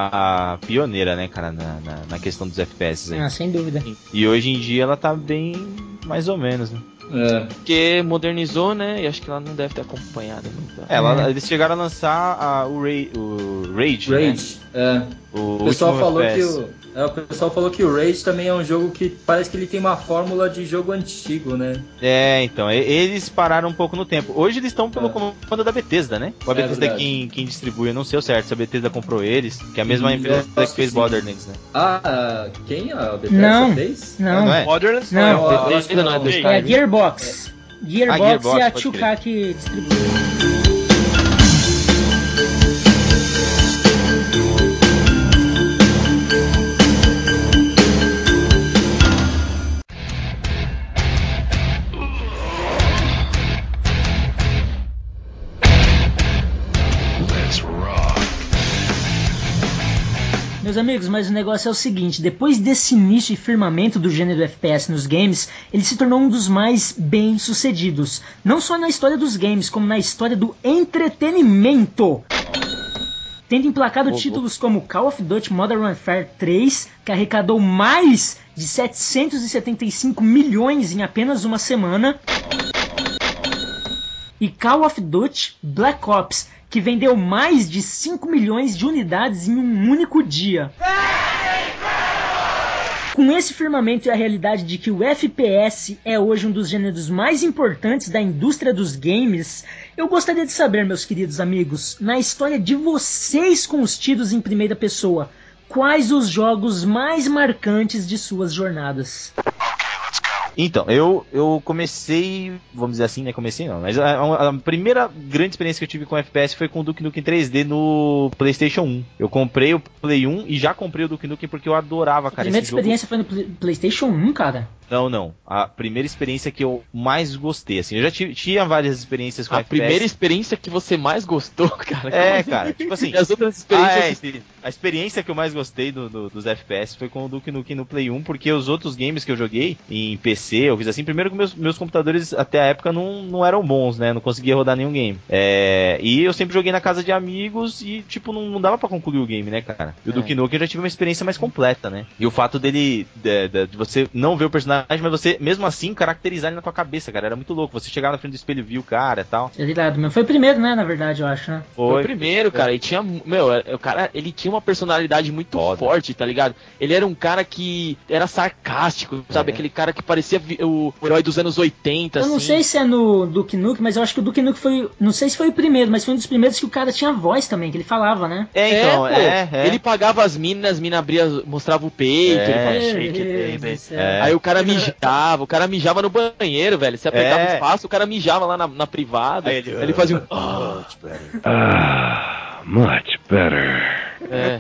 Speaker 4: a pioneira, né, cara, na, na, na questão dos F P S aí.
Speaker 1: Ah, sem dúvida.
Speaker 4: E hoje em dia ela tá bem mais ou menos, né?
Speaker 7: É. Porque modernizou, né? E acho que ela não deve ter acompanhado muito.
Speaker 4: É, ela, é. Eles chegaram a lançar a, o, Ra- o Rage,
Speaker 5: Rage,
Speaker 4: né?
Speaker 5: é. O, o pessoal falou F P S. que o, é, o pessoal falou que o Rage também é um jogo que parece que ele tem uma fórmula de jogo antigo, né?
Speaker 4: É, então, eles pararam um pouco no tempo. Hoje eles estão pelo é. comando da Bethesda, né? O a Bethesda é quem, quem distribui, eu não sei o certo se a Bethesda comprou eles, que é a mesma hum, empresa que fez sim. Borderlands, né?
Speaker 5: Ah, quem? A Bethesda
Speaker 1: não,
Speaker 5: fez?
Speaker 1: Não,
Speaker 4: não é?
Speaker 6: Borderlands
Speaker 1: não,
Speaker 6: não,
Speaker 1: é,
Speaker 7: Bethesda não é do
Speaker 1: é a Gearbox. É. Gearbox, ah, Gearbox e a two K que distribui. Meus amigos, mas o negócio é o seguinte, depois desse início e firmamento do gênero F P S nos games, ele se tornou um dos mais bem-sucedidos, não só na história dos games, como na história do entretenimento. Tendo emplacado oh, títulos oh. como Call of Duty Modern Warfare três, que arrecadou mais de setecentos e setenta e cinco milhões em apenas uma semana, e Call of Duty Black Ops, que vendeu mais de cinco milhões de unidades em um único dia. Com esse firmamento e a realidade de que o F P S é hoje um dos gêneros mais importantes da indústria dos games, eu gostaria de saber, meus queridos amigos, na história de vocês com os tiros em primeira pessoa, quais os jogos mais marcantes de suas jornadas?
Speaker 4: Então, eu, eu comecei, vamos dizer assim, né, comecei não, mas a, a primeira grande experiência que eu tive com F P S foi com o Duke Nukem três D no PlayStation um. Eu comprei o Play um e já comprei o Duke Nukem porque eu adorava, cara,
Speaker 1: esse jogo. A primeira experiência
Speaker 4: jogo...
Speaker 1: foi no PlayStation um, cara?
Speaker 4: Não, não. A primeira experiência que eu mais gostei, assim, eu já tive, tinha várias experiências com
Speaker 7: a
Speaker 4: F P S.
Speaker 7: A primeira experiência que você mais gostou, cara?
Speaker 4: É, assim? Cara, tipo assim...
Speaker 7: E as outras experiências...
Speaker 4: Ah, é, a experiência que eu mais gostei do, do, dos F P S foi com o Duke Nukem no Play um, porque os outros games que eu joguei em P C, eu fiz assim, primeiro que meus, meus computadores até a época não, não eram bons, né, não conseguia rodar nenhum game. É, e eu sempre joguei na casa de amigos e, tipo, não, não dava pra concluir o game, né, cara? E o é. Duke Nukem eu já tive uma experiência mais completa, né? E o fato dele, de, de, de você não ver o personagem, mas você, mesmo assim, caracterizar ele na tua cabeça, cara, era muito louco. Você chegava na frente do espelho e viu o cara e tal.
Speaker 1: É, foi o primeiro, né, na verdade, eu acho, né?
Speaker 7: Foi, foi o primeiro, cara, e tinha, meu, o cara, ele tinha uma personalidade muito Foda. forte, tá ligado? Ele era um cara que era sarcástico, sabe? É. Aquele cara que parecia o, o herói dos anos oitenta,
Speaker 1: Eu não
Speaker 7: assim.
Speaker 1: sei se é no Duke Nukem, mas eu acho que o Duke Nukem foi, não sei se foi o primeiro, mas foi um dos primeiros que o cara tinha voz também, que ele falava, né?
Speaker 7: É, então, é, pô, é, é. Ele pagava as minas, as minas abria, mostrava o peito, é, ele falava, shake it, baby. É. Aí o cara mijava, o cara mijava no banheiro, velho. Você apertava é. espaço, o cara mijava lá na, na privada. Aí ele, ele fazia um. Oh, much better.
Speaker 9: Ah, much better.
Speaker 7: É.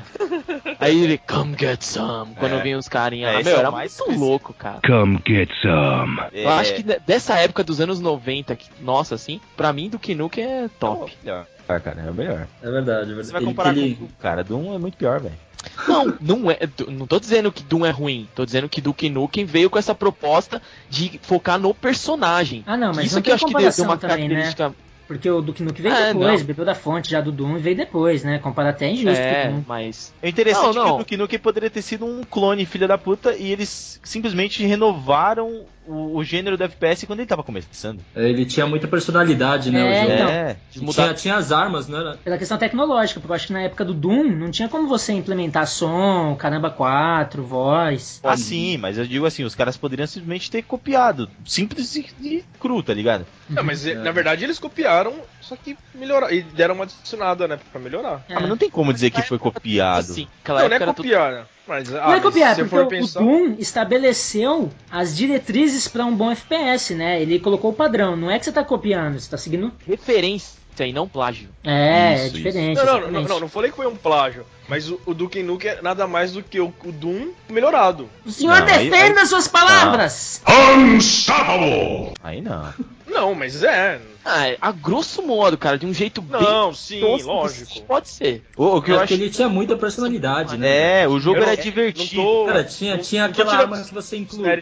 Speaker 7: Aí ele, come get some. Quando é. vinha os carinha lá. É, meu, era mais muito louco, cara.
Speaker 9: Come get some.
Speaker 7: Eu é. acho que dessa época dos anos noventa, que, nossa, assim, pra mim, Duke Nukem é top.
Speaker 4: É o melhor, cara, é o melhor.
Speaker 5: É verdade, é verdade.
Speaker 4: Você vai comparar ele, com o cara, Doom é muito pior, velho.
Speaker 7: Não, não é. Não tô dizendo que Doom é ruim. Tô dizendo que Duke Nukem veio com essa proposta de focar no personagem.
Speaker 1: Ah, não, mas
Speaker 7: isso
Speaker 1: não
Speaker 7: que eu acho que deu uma
Speaker 1: também,
Speaker 7: característica.
Speaker 1: Né? Porque o Duke Nukem veio é, depois, não. bebeu da fonte já do Doom e veio depois, né? Compara até injusto
Speaker 7: é,
Speaker 1: com o Doom.
Speaker 7: Mas...
Speaker 4: É interessante
Speaker 7: não, não.
Speaker 4: que o Duke Nukem poderia ter sido um clone filha da puta e eles simplesmente renovaram o, o gênero do F P S quando ele tava começando.
Speaker 5: Ele tinha muita personalidade, né?
Speaker 1: É,
Speaker 5: o jogo.
Speaker 1: então.
Speaker 5: É. Tinha, tinha as armas, né?
Speaker 1: Pela questão tecnológica, porque eu acho que na época do Doom não tinha como você implementar som, caramba quatro, voz.
Speaker 4: Ah, sim, mas eu digo assim, os caras poderiam simplesmente ter copiado. Simples e, e cru, tá ligado?
Speaker 6: Não, mas é. na verdade eles copiaram, só que melhoraram. E deram uma adicionada, né? Pra melhorar.
Speaker 4: É. Ah, mas não tem como dizer que foi copiado.
Speaker 7: Sim,
Speaker 6: não, não é copiar, tudo... Mas, ah,
Speaker 1: não é copiar, porque o,
Speaker 6: pensar...
Speaker 1: o Doom estabeleceu as diretrizes para um bom F P S, né? Ele colocou o padrão. Não é que você tá copiando, você tá seguindo...
Speaker 7: referência e não plágio.
Speaker 1: É,
Speaker 4: isso,
Speaker 1: é diferente.
Speaker 6: Não, não, não, não, não falei que foi um plágio. Mas o, o Duke Nukem é nada mais do que o, o Doom melhorado.
Speaker 1: O senhor não, defenda aí, aí... suas palavras!
Speaker 9: Unstoppable!
Speaker 4: Aí não.
Speaker 6: Não, mas é...
Speaker 7: Ah, a grosso modo, cara, de um jeito
Speaker 6: não,
Speaker 7: bem...
Speaker 6: Não, sim,
Speaker 7: tosco,
Speaker 6: lógico.
Speaker 7: Pode ser.
Speaker 5: O, o que eu acho que ele tinha muita personalidade, né?
Speaker 4: É, o jogo eu era não, divertido.
Speaker 5: Tô, cara, tinha, tinha aquela arma que você inclui.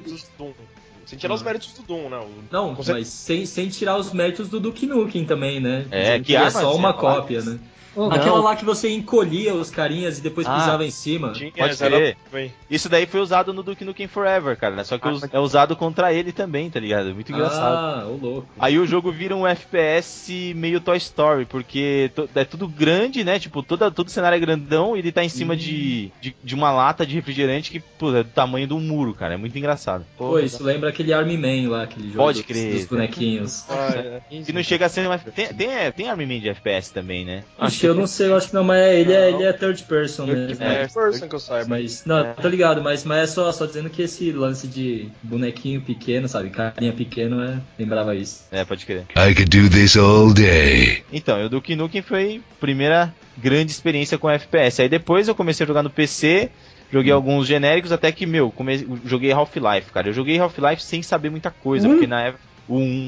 Speaker 6: Sem tirar os méritos do Doom, não.
Speaker 5: Não,
Speaker 6: Você...
Speaker 5: mas sem, sem tirar os méritos do Duke Nukem também, né?
Speaker 4: É, que,
Speaker 5: que é só uma cópia, né?
Speaker 1: Oh,
Speaker 5: Aquela
Speaker 1: não.
Speaker 5: lá que você encolhia os carinhas e depois ah, pisava em cima.
Speaker 4: Tinha, pode ser. Isso daí foi usado no Duke Nukem Forever, cara, né? Só que ah, é usado contra ele também, tá ligado? Muito engraçado.
Speaker 5: Ah, o louco.
Speaker 4: Aí o jogo vira um F P S meio Toy Story, porque é tudo grande, né? Tipo, todo, todo o cenário é grandão e ele tá em cima hum. de, de, de uma lata de refrigerante que, pô, é do tamanho de um muro, cara. É muito engraçado.
Speaker 5: Pô, pô isso lembra aquele Army Man lá, aquele jogo
Speaker 4: pode
Speaker 5: dos,
Speaker 4: crer.
Speaker 5: dos bonequinhos.
Speaker 4: Ah, é. Que não chega a ser mais... Tem, tem, tem Army Man de F P S também, né?
Speaker 5: Acho que eu não sei, eu acho que não, mas ele, não. É, ele é third person,
Speaker 6: third
Speaker 5: né?
Speaker 6: Third person que eu saiba.
Speaker 5: Mas, não, é. tô ligado, mas, mas é só, só dizendo que esse lance de bonequinho pequeno, sabe? Carinha pequeno, é, lembrava isso.
Speaker 4: É, pode crer.
Speaker 9: I could do this all day.
Speaker 4: Então, o Duke Nukem foi a primeira grande experiência com F P S. Aí depois eu comecei a jogar no P C, joguei hum. alguns genéricos, até que, meu, comecei, joguei Half-Life, cara. Eu joguei Half-Life sem saber muita coisa, hum. porque na época o um...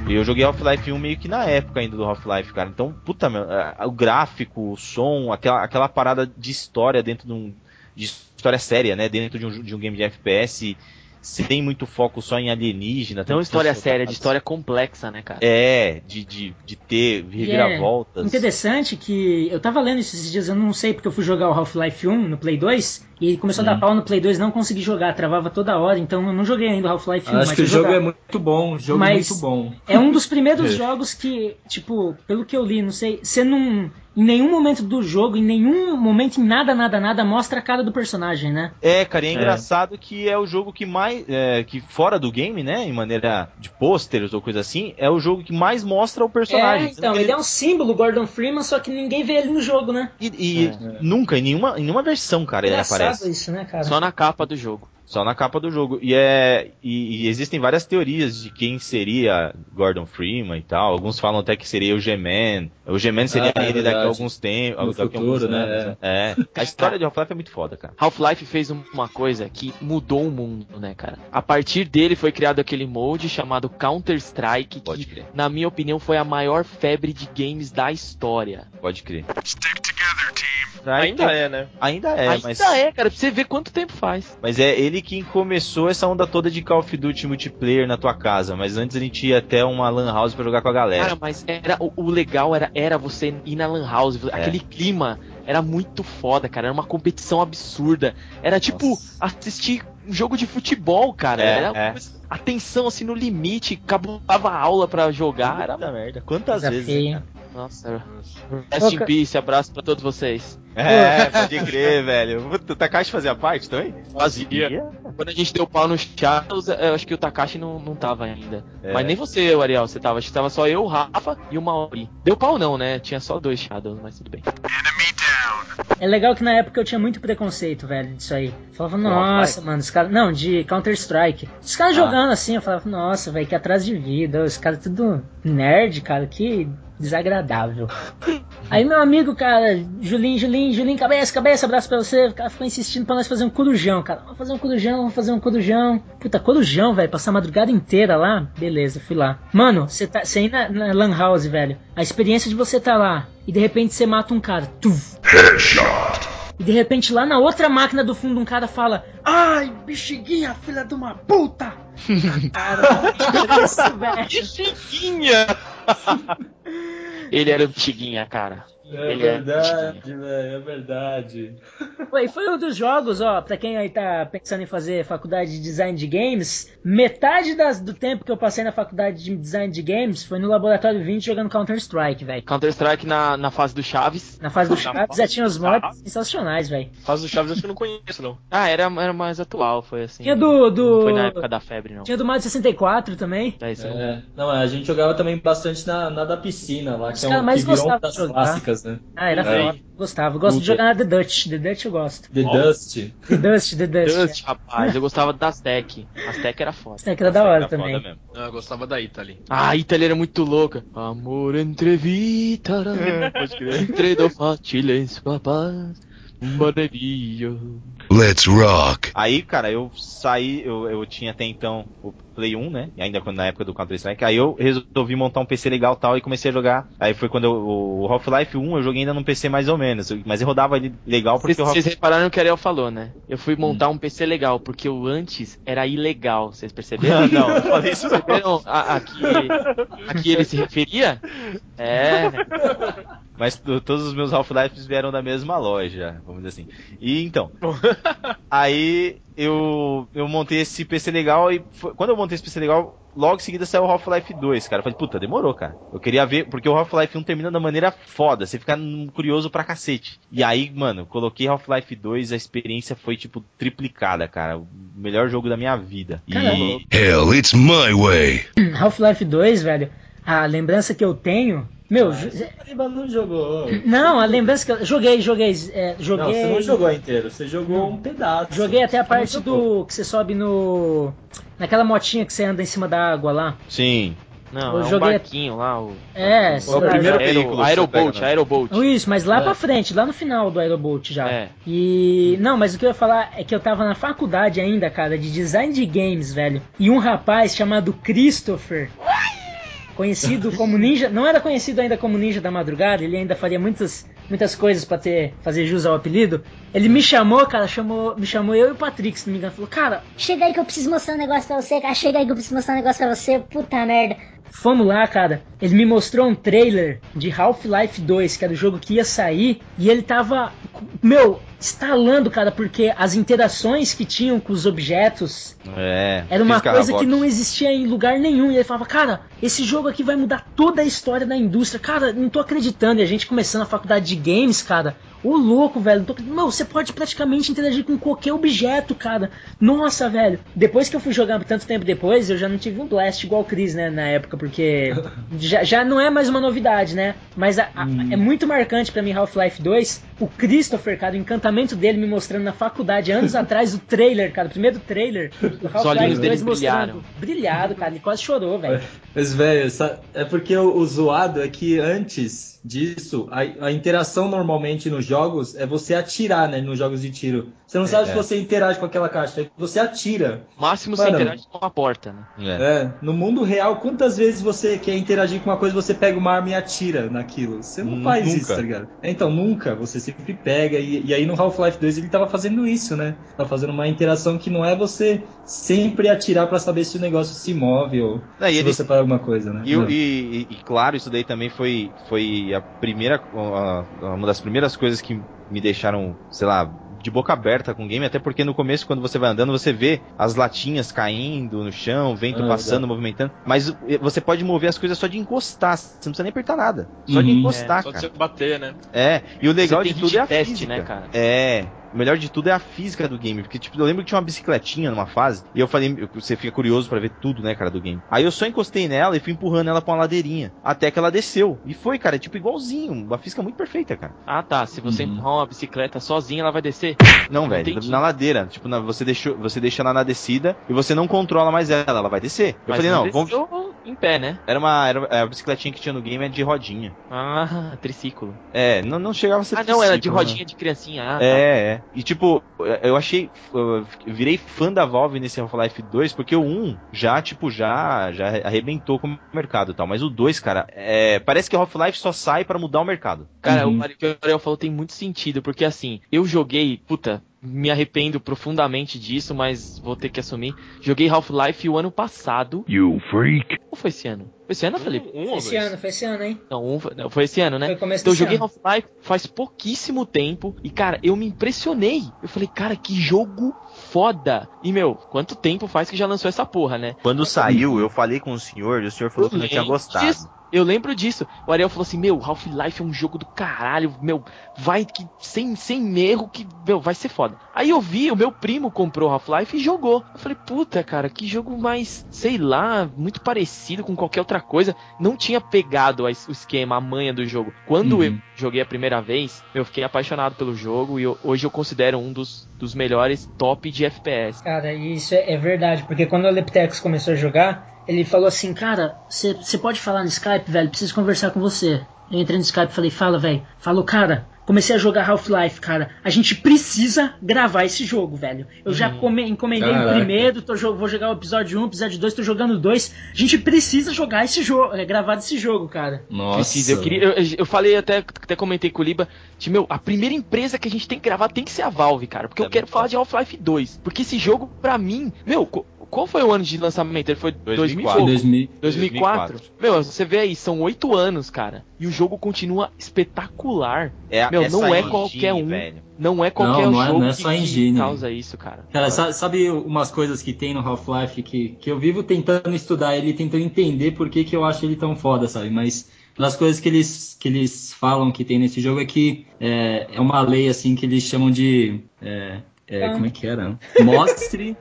Speaker 4: E eu joguei Half-Life um meio que na época ainda do Half-Life, cara. Então, puta, meu, o gráfico, o som, aquela, aquela parada de história dentro de um... de história séria, né? Dentro de um, de um game de F P S... sem muito foco só em alienígena.
Speaker 11: Não história séria, de história complexa, né, cara?
Speaker 4: É, de, de, de ter reviravoltas.
Speaker 1: É interessante que eu tava lendo isso esses dias, eu não sei porque eu fui jogar o Half-Life um no Play dois e começou hum. a dar pau no Play dois, não consegui jogar, travava toda hora, então eu não joguei ainda o Half-Life um.
Speaker 5: Acho
Speaker 1: mas
Speaker 5: que o jogo
Speaker 1: jogar.
Speaker 5: é muito bom, o jogo
Speaker 1: mas
Speaker 5: é muito bom.
Speaker 1: É um dos primeiros jogos que, tipo, pelo que eu li, não sei, você não... Em nenhum momento do jogo, em nenhum momento, em nada, nada, nada, mostra a cara do personagem, né?
Speaker 4: É, cara, e é, é. engraçado que é o jogo que mais... É, que fora do game, né, em maneira de pôsteres ou coisa assim, é o jogo que mais mostra o personagem.
Speaker 1: É, então, ele... ele é um símbolo, Gordon Freeman, só que ninguém vê ele no jogo, né?
Speaker 4: E, e é. nunca, em nenhuma, em nenhuma versão, cara, ele aparece.
Speaker 1: Isso, né, cara?
Speaker 11: Só na capa do jogo.
Speaker 4: Só na capa do jogo. E, é, e, e existem várias teorias de quem seria Gordon Freeman e tal. Alguns falam até que seria o G-Man. O G-Man seria ah, ele é daqui a alguns tempos.
Speaker 5: No
Speaker 4: daqui
Speaker 5: futuro,
Speaker 4: alguns
Speaker 5: né?
Speaker 4: É. A história de Half-Life é muito foda, cara.
Speaker 11: Half-Life fez uma coisa que mudou o mundo, né, cara? A partir dele foi criado aquele mode chamado Counter-Strike,
Speaker 4: Pode
Speaker 11: que,
Speaker 4: crer.
Speaker 11: na minha opinião, foi a maior febre de games da história.
Speaker 4: Pode crer.
Speaker 8: Stick together, team.
Speaker 6: Ainda é, né?
Speaker 4: Ainda é,
Speaker 11: Ainda
Speaker 4: mas...
Speaker 11: é, cara, pra você ver quanto tempo faz.
Speaker 4: Mas é ele quem começou essa onda toda de Call of Duty multiplayer na tua casa. Mas antes a gente ia até uma lan house pra jogar com a galera.
Speaker 11: Cara, mas era, o, o legal era, era você ir na lan house. É. Aquele clima era muito foda, cara. Era uma competição absurda. Era tipo Nossa. assistir um jogo de futebol, cara.
Speaker 4: É,
Speaker 11: era
Speaker 4: é.
Speaker 11: a tensão assim no limite. Cabulava aula pra jogar. Era
Speaker 4: da merda. Quantas
Speaker 1: Coisa
Speaker 4: vezes,
Speaker 1: feia.
Speaker 4: cara?
Speaker 11: Nossa, rest in peace, abraço pra todos vocês.
Speaker 4: É, pode crer, velho. O Takashi fazia parte também?
Speaker 11: Fazia. Quando a gente deu pau no Shadows, eu acho que o Takashi não, não tava ainda.
Speaker 4: É.
Speaker 11: Mas nem você, o Ariel, você tava. Acho que tava só eu, o Rafa e o Mauri. Deu pau não, né? Tinha só dois Shadows, mas tudo bem.
Speaker 1: É legal que na época eu tinha muito preconceito, velho, disso aí. Eu falava, nossa, mano, os caras... Não, de Counter-Strike. Os caras ah. jogando assim, eu falava, nossa, velho, que atrás de vida. Os caras tudo nerd, cara, que... desagradável. Aí meu amigo, cara, Julinho, Julinho, Julinho, cabeça, cabeça, abraço pra você. O cara ficou insistindo pra nós fazer um corujão, cara. Vamos fazer um corujão, vamos fazer um corujão. Puta, corujão, velho, passar a madrugada inteira lá. Beleza, fui lá. Mano, você tá, você ir na, na lan house, velho. A experiência de você tá lá e de repente você mata um cara. Tuf.
Speaker 9: Headshot.
Speaker 1: E de repente lá na outra máquina do fundo um cara fala: ai, bexiguinha, filha de uma puta. Cara, que isso, velho.
Speaker 11: Bexiguinha. Ele era o Bexiguinha, cara.
Speaker 5: É
Speaker 11: Ele
Speaker 5: verdade, velho, é verdade.
Speaker 1: Foi, foi um dos jogos, ó, pra quem aí tá pensando em fazer faculdade de design de games, metade das, do tempo que eu passei na faculdade de design de games foi no Laboratório vinte jogando Counter-Strike, velho.
Speaker 11: Counter-Strike na, na fase do Chaves.
Speaker 1: Na fase do Chaves já tinha os mods sensacionais, velho.
Speaker 6: Fase do Chaves acho que eu não conheço, não.
Speaker 11: Ah, era, era mais atual, foi assim.
Speaker 1: Tinha do, do...
Speaker 11: Não foi na época da febre, não.
Speaker 1: Tinha do Mario sessenta e quatro também.
Speaker 11: É, isso
Speaker 5: é. Não, a gente jogava também bastante na, na da piscina lá,
Speaker 1: os
Speaker 5: que, é um, que virou uma das clássicas, né?
Speaker 1: Ah, era é. foda. Gostava. Gosto Puta. de jogar na The Dutch. The Dutch eu gosto.
Speaker 5: The oh. Dust.
Speaker 1: The Dust, The Dust.
Speaker 11: Dust, rapaz. Eu gostava das tech. As tech era foda.
Speaker 1: As tech era da hora também.
Speaker 6: Não, eu gostava da Italy.
Speaker 11: Ah, a Italy era muito louca. Amor entre vita. Pode crer. Entre do facile papaz.
Speaker 9: Let's rock.
Speaker 4: Aí, cara, eu saí, eu, eu tinha até então o Play um, né? E ainda quando, na época do Counter-Strike. Aí eu resolvi montar um P C legal e tal e comecei a jogar. Aí foi quando eu, o Half-Life um eu joguei ainda num P C mais ou menos. Mas eu rodava ele legal porque
Speaker 11: Vocês,
Speaker 4: o
Speaker 11: vocês repararam o que o Ariel falou, né? Eu fui montar hum. um P C legal, porque o antes era ilegal. Vocês perceberam?
Speaker 4: Não, eu falei isso não.
Speaker 11: Perceberam a, a, que, a que ele se referia? É, né?
Speaker 4: Mas todos os meus Half-Lives vieram da mesma loja, vamos dizer assim. E então, aí eu, eu montei esse P C legal e foi, quando eu montei esse P C legal, logo em seguida saiu o Half-Life dois, cara. Eu falei, puta, demorou, cara. Eu queria ver, porque o Half-Life um termina da maneira foda, você fica curioso pra cacete. E aí, mano, coloquei Half-Life dois, a experiência foi, tipo, triplicada, cara. O melhor jogo da minha vida.
Speaker 1: E...
Speaker 9: Hell, it's my way.
Speaker 1: Half-Life dois, velho, a lembrança que eu tenho... Meu,
Speaker 5: ah, não jogou.
Speaker 1: Não, a lembrança que eu joguei, joguei, é, joguei.
Speaker 5: Não, você não jogou inteiro, você jogou um pedaço.
Speaker 1: Joguei até a parte do que você sobe no naquela motinha que você anda em cima da água lá.
Speaker 4: Sim.
Speaker 11: Não,
Speaker 1: eu
Speaker 11: é um
Speaker 1: joguei...
Speaker 11: barquinho lá, o
Speaker 1: É,
Speaker 11: o, o primeiro veículo, Aeroboat, Aeroboat.
Speaker 1: Isso, mas lá
Speaker 11: é.
Speaker 1: pra frente, lá no final do Aeroboat já.
Speaker 11: É.
Speaker 1: E não, mas o que eu ia falar é que eu tava na faculdade ainda, cara, de design de games, velho. E um rapaz chamado Christopher conhecido como Ninja, não era conhecido ainda como Ninja da Madrugada, ele ainda faria muitas, muitas coisas pra ter, fazer jus ao apelido. Ele me chamou, cara, chamou, me chamou eu e o Patrick, se não me engano, falou, cara,
Speaker 12: chega aí que eu preciso mostrar um negócio pra você, cara, chega aí que eu preciso mostrar um negócio pra você, puta merda.
Speaker 1: Fomos lá, cara, ele me mostrou um trailer de Half-Life dois, que era o jogo que ia sair, e ele tava, meu, estalando, cara, porque as interações que tinham com os objetos
Speaker 4: é,
Speaker 1: era uma coisa que não existia em lugar nenhum, e ele falava, cara, esse jogo aqui vai mudar toda a história da indústria, cara, não tô acreditando, e a gente começando a faculdade de games, cara, ô louco, velho, não tô... Não, você pode praticamente interagir com qualquer objeto, cara, nossa, velho, depois que eu fui jogar tanto tempo depois, eu já não tive um blast igual o Chris, né, na época, porque já, já não é mais uma novidade, né, mas a, a, hum. é muito marcante pra mim Half-Life dois, o Christopher, cara, o encantamento dele me mostrando na faculdade, anos atrás, o trailer, cara, o primeiro trailer do Half-Life dois mostrando, brilhado, cara, ele quase chorou, velho.
Speaker 5: Mas, velho, é porque o, o zoado é que antes disso, a, a interação normalmente nos jogos é você atirar, né, nos jogos de tiro. Você não sabe é, se você interage com aquela caixa, você atira.
Speaker 11: Máximo
Speaker 5: Mano,
Speaker 11: você interage com uma porta, né?
Speaker 5: É. é, no mundo real, quantas vezes você quer interagir com uma coisa, você pega uma arma e atira naquilo? Você não faz
Speaker 4: nunca.
Speaker 5: isso, tá ligado? Então, nunca, você sempre pega, e, e aí no Half-Life dois ele tava fazendo isso, né? Tava fazendo uma interação que não é você sempre atirar pra saber se o negócio se move ou não, se ele... você faz alguma coisa, né?
Speaker 4: E, e, e, e claro, isso daí também foi, foi a primeira, uma das primeiras coisas que me deixaram, sei lá, de boca aberta com o game, até porque no começo, quando você vai andando, você vê as latinhas caindo no chão, o vento ah, passando, é. movimentando, mas você pode mover as coisas só de encostar, você não precisa nem apertar nada, só uhum. de encostar,
Speaker 6: é, só
Speaker 4: cara.
Speaker 6: de você bater, né?
Speaker 4: É, e o legal de tudo é a
Speaker 11: teste,
Speaker 4: física,
Speaker 11: né, cara?
Speaker 4: É... O melhor de tudo é a física do game, porque tipo, eu lembro que tinha uma bicicletinha numa fase, e eu falei, você fica curioso pra ver tudo, né, cara, do game. Aí eu só encostei nela e fui empurrando ela pra uma ladeirinha, até que ela desceu. E foi, cara, tipo igualzinho, uma física muito perfeita, cara.
Speaker 11: Ah, tá, se você uhum. empurrar uma bicicleta sozinha, ela vai descer?
Speaker 4: Não, não velho, entendi. Na ladeira, tipo, na, você, deixou, você deixa ela na descida e você não controla mais ela, ela vai descer. Eu
Speaker 11: Mas
Speaker 4: falei,
Speaker 11: não,
Speaker 4: não, vamos...
Speaker 11: em pé, né?
Speaker 4: Era uma, era, a bicicletinha que tinha no game é de rodinha.
Speaker 11: Ah, triciclo.
Speaker 4: É, não, não chegava a ser
Speaker 11: Ah,
Speaker 4: triciclo.
Speaker 11: não, era de rodinha,
Speaker 4: né?
Speaker 11: de criancinha. Ah,
Speaker 4: é, tá. é. E tipo, eu achei, eu virei fã da Valve nesse Half-Life dois, porque o um já, tipo, já, já arrebentou com o mercado e tal, mas o dois, cara, é, parece que o Half-Life só sai pra mudar o mercado.
Speaker 11: Cara, uhum. o que o Ariel falou tem muito sentido, porque assim, eu joguei, puta, me arrependo profundamente disso, mas vou ter que assumir. Joguei Half-Life o ano passado.
Speaker 9: You freak.
Speaker 11: Ou foi esse ano? Foi esse ano, Felipe?
Speaker 1: Um, um, foi esse ano, foi esse ano, hein?
Speaker 11: Não, um, não, foi esse ano, né?
Speaker 1: Foi começo
Speaker 11: então eu joguei
Speaker 1: ano.
Speaker 11: Half-Life faz pouquíssimo tempo e, cara, eu me impressionei. Eu falei, cara, que jogo foda. E, meu, quanto tempo faz que já lançou essa porra, né?
Speaker 4: Quando saiu, eu falei com o senhor e o senhor falou eu que não tinha gostado.
Speaker 11: Disso. Eu lembro disso. O Ariel falou assim, meu, Half-Life é um jogo do caralho, meu, vai que sem, sem erro que, meu, vai ser foda. Aí eu vi, o meu primo comprou Half-Life e jogou. Eu falei, puta, cara, que jogo mais, sei lá, muito parecido com qualquer outra coisa. Não tinha pegado o esquema, a manha do jogo. Quando uhum. eu joguei a primeira vez, eu fiquei apaixonado pelo jogo e eu, hoje eu considero um dos, dos melhores top de F P S.
Speaker 1: Cara, isso é, é verdade, porque quando o Leptex começou a jogar, ele falou assim, cara, você pode falar no Skype, velho? Preciso conversar com você. Eu entrei no Skype e falei, fala, velho. Falou, cara, comecei a jogar Half-Life, cara. A gente precisa gravar esse jogo, velho. Eu hum. já come, encomendei Caraca. o primeiro, tô, vou jogar o episódio um, o episódio dois, tô jogando o dois. A gente precisa jogar esse jogo, é, gravar esse jogo, cara.
Speaker 11: Nossa. Precisa, eu, queria, eu, eu falei, até, até comentei com o Liba, de, meu, a primeira empresa que a gente tem que gravar tem que ser a Valve, cara. Porque é eu quero falar de Half-Life dois. Porque esse jogo, pra mim, meu... Qual foi o ano de lançamento? Ele foi dois mil e quatro.
Speaker 5: dois mil e quatro.
Speaker 11: dois mil e quatro. Meu, você vê aí, são oito anos, cara. E o jogo continua espetacular.
Speaker 4: É,
Speaker 11: Meu,
Speaker 4: é
Speaker 11: não é
Speaker 4: engine,
Speaker 11: qualquer um.
Speaker 4: Velho.
Speaker 11: Não é qualquer
Speaker 5: não, não
Speaker 11: jogo
Speaker 5: é, não é só
Speaker 11: que,
Speaker 5: engine,
Speaker 11: que causa isso, cara.
Speaker 5: Cara, sabe, sabe umas coisas que tem no Half-Life que, que eu vivo tentando estudar ele, tentando entender por que, que eu acho ele tão foda, sabe? Mas uma das coisas que eles, que eles falam que tem nesse jogo é que é, é uma lei, assim, que eles chamam de... É, É, como é que era? Mostre,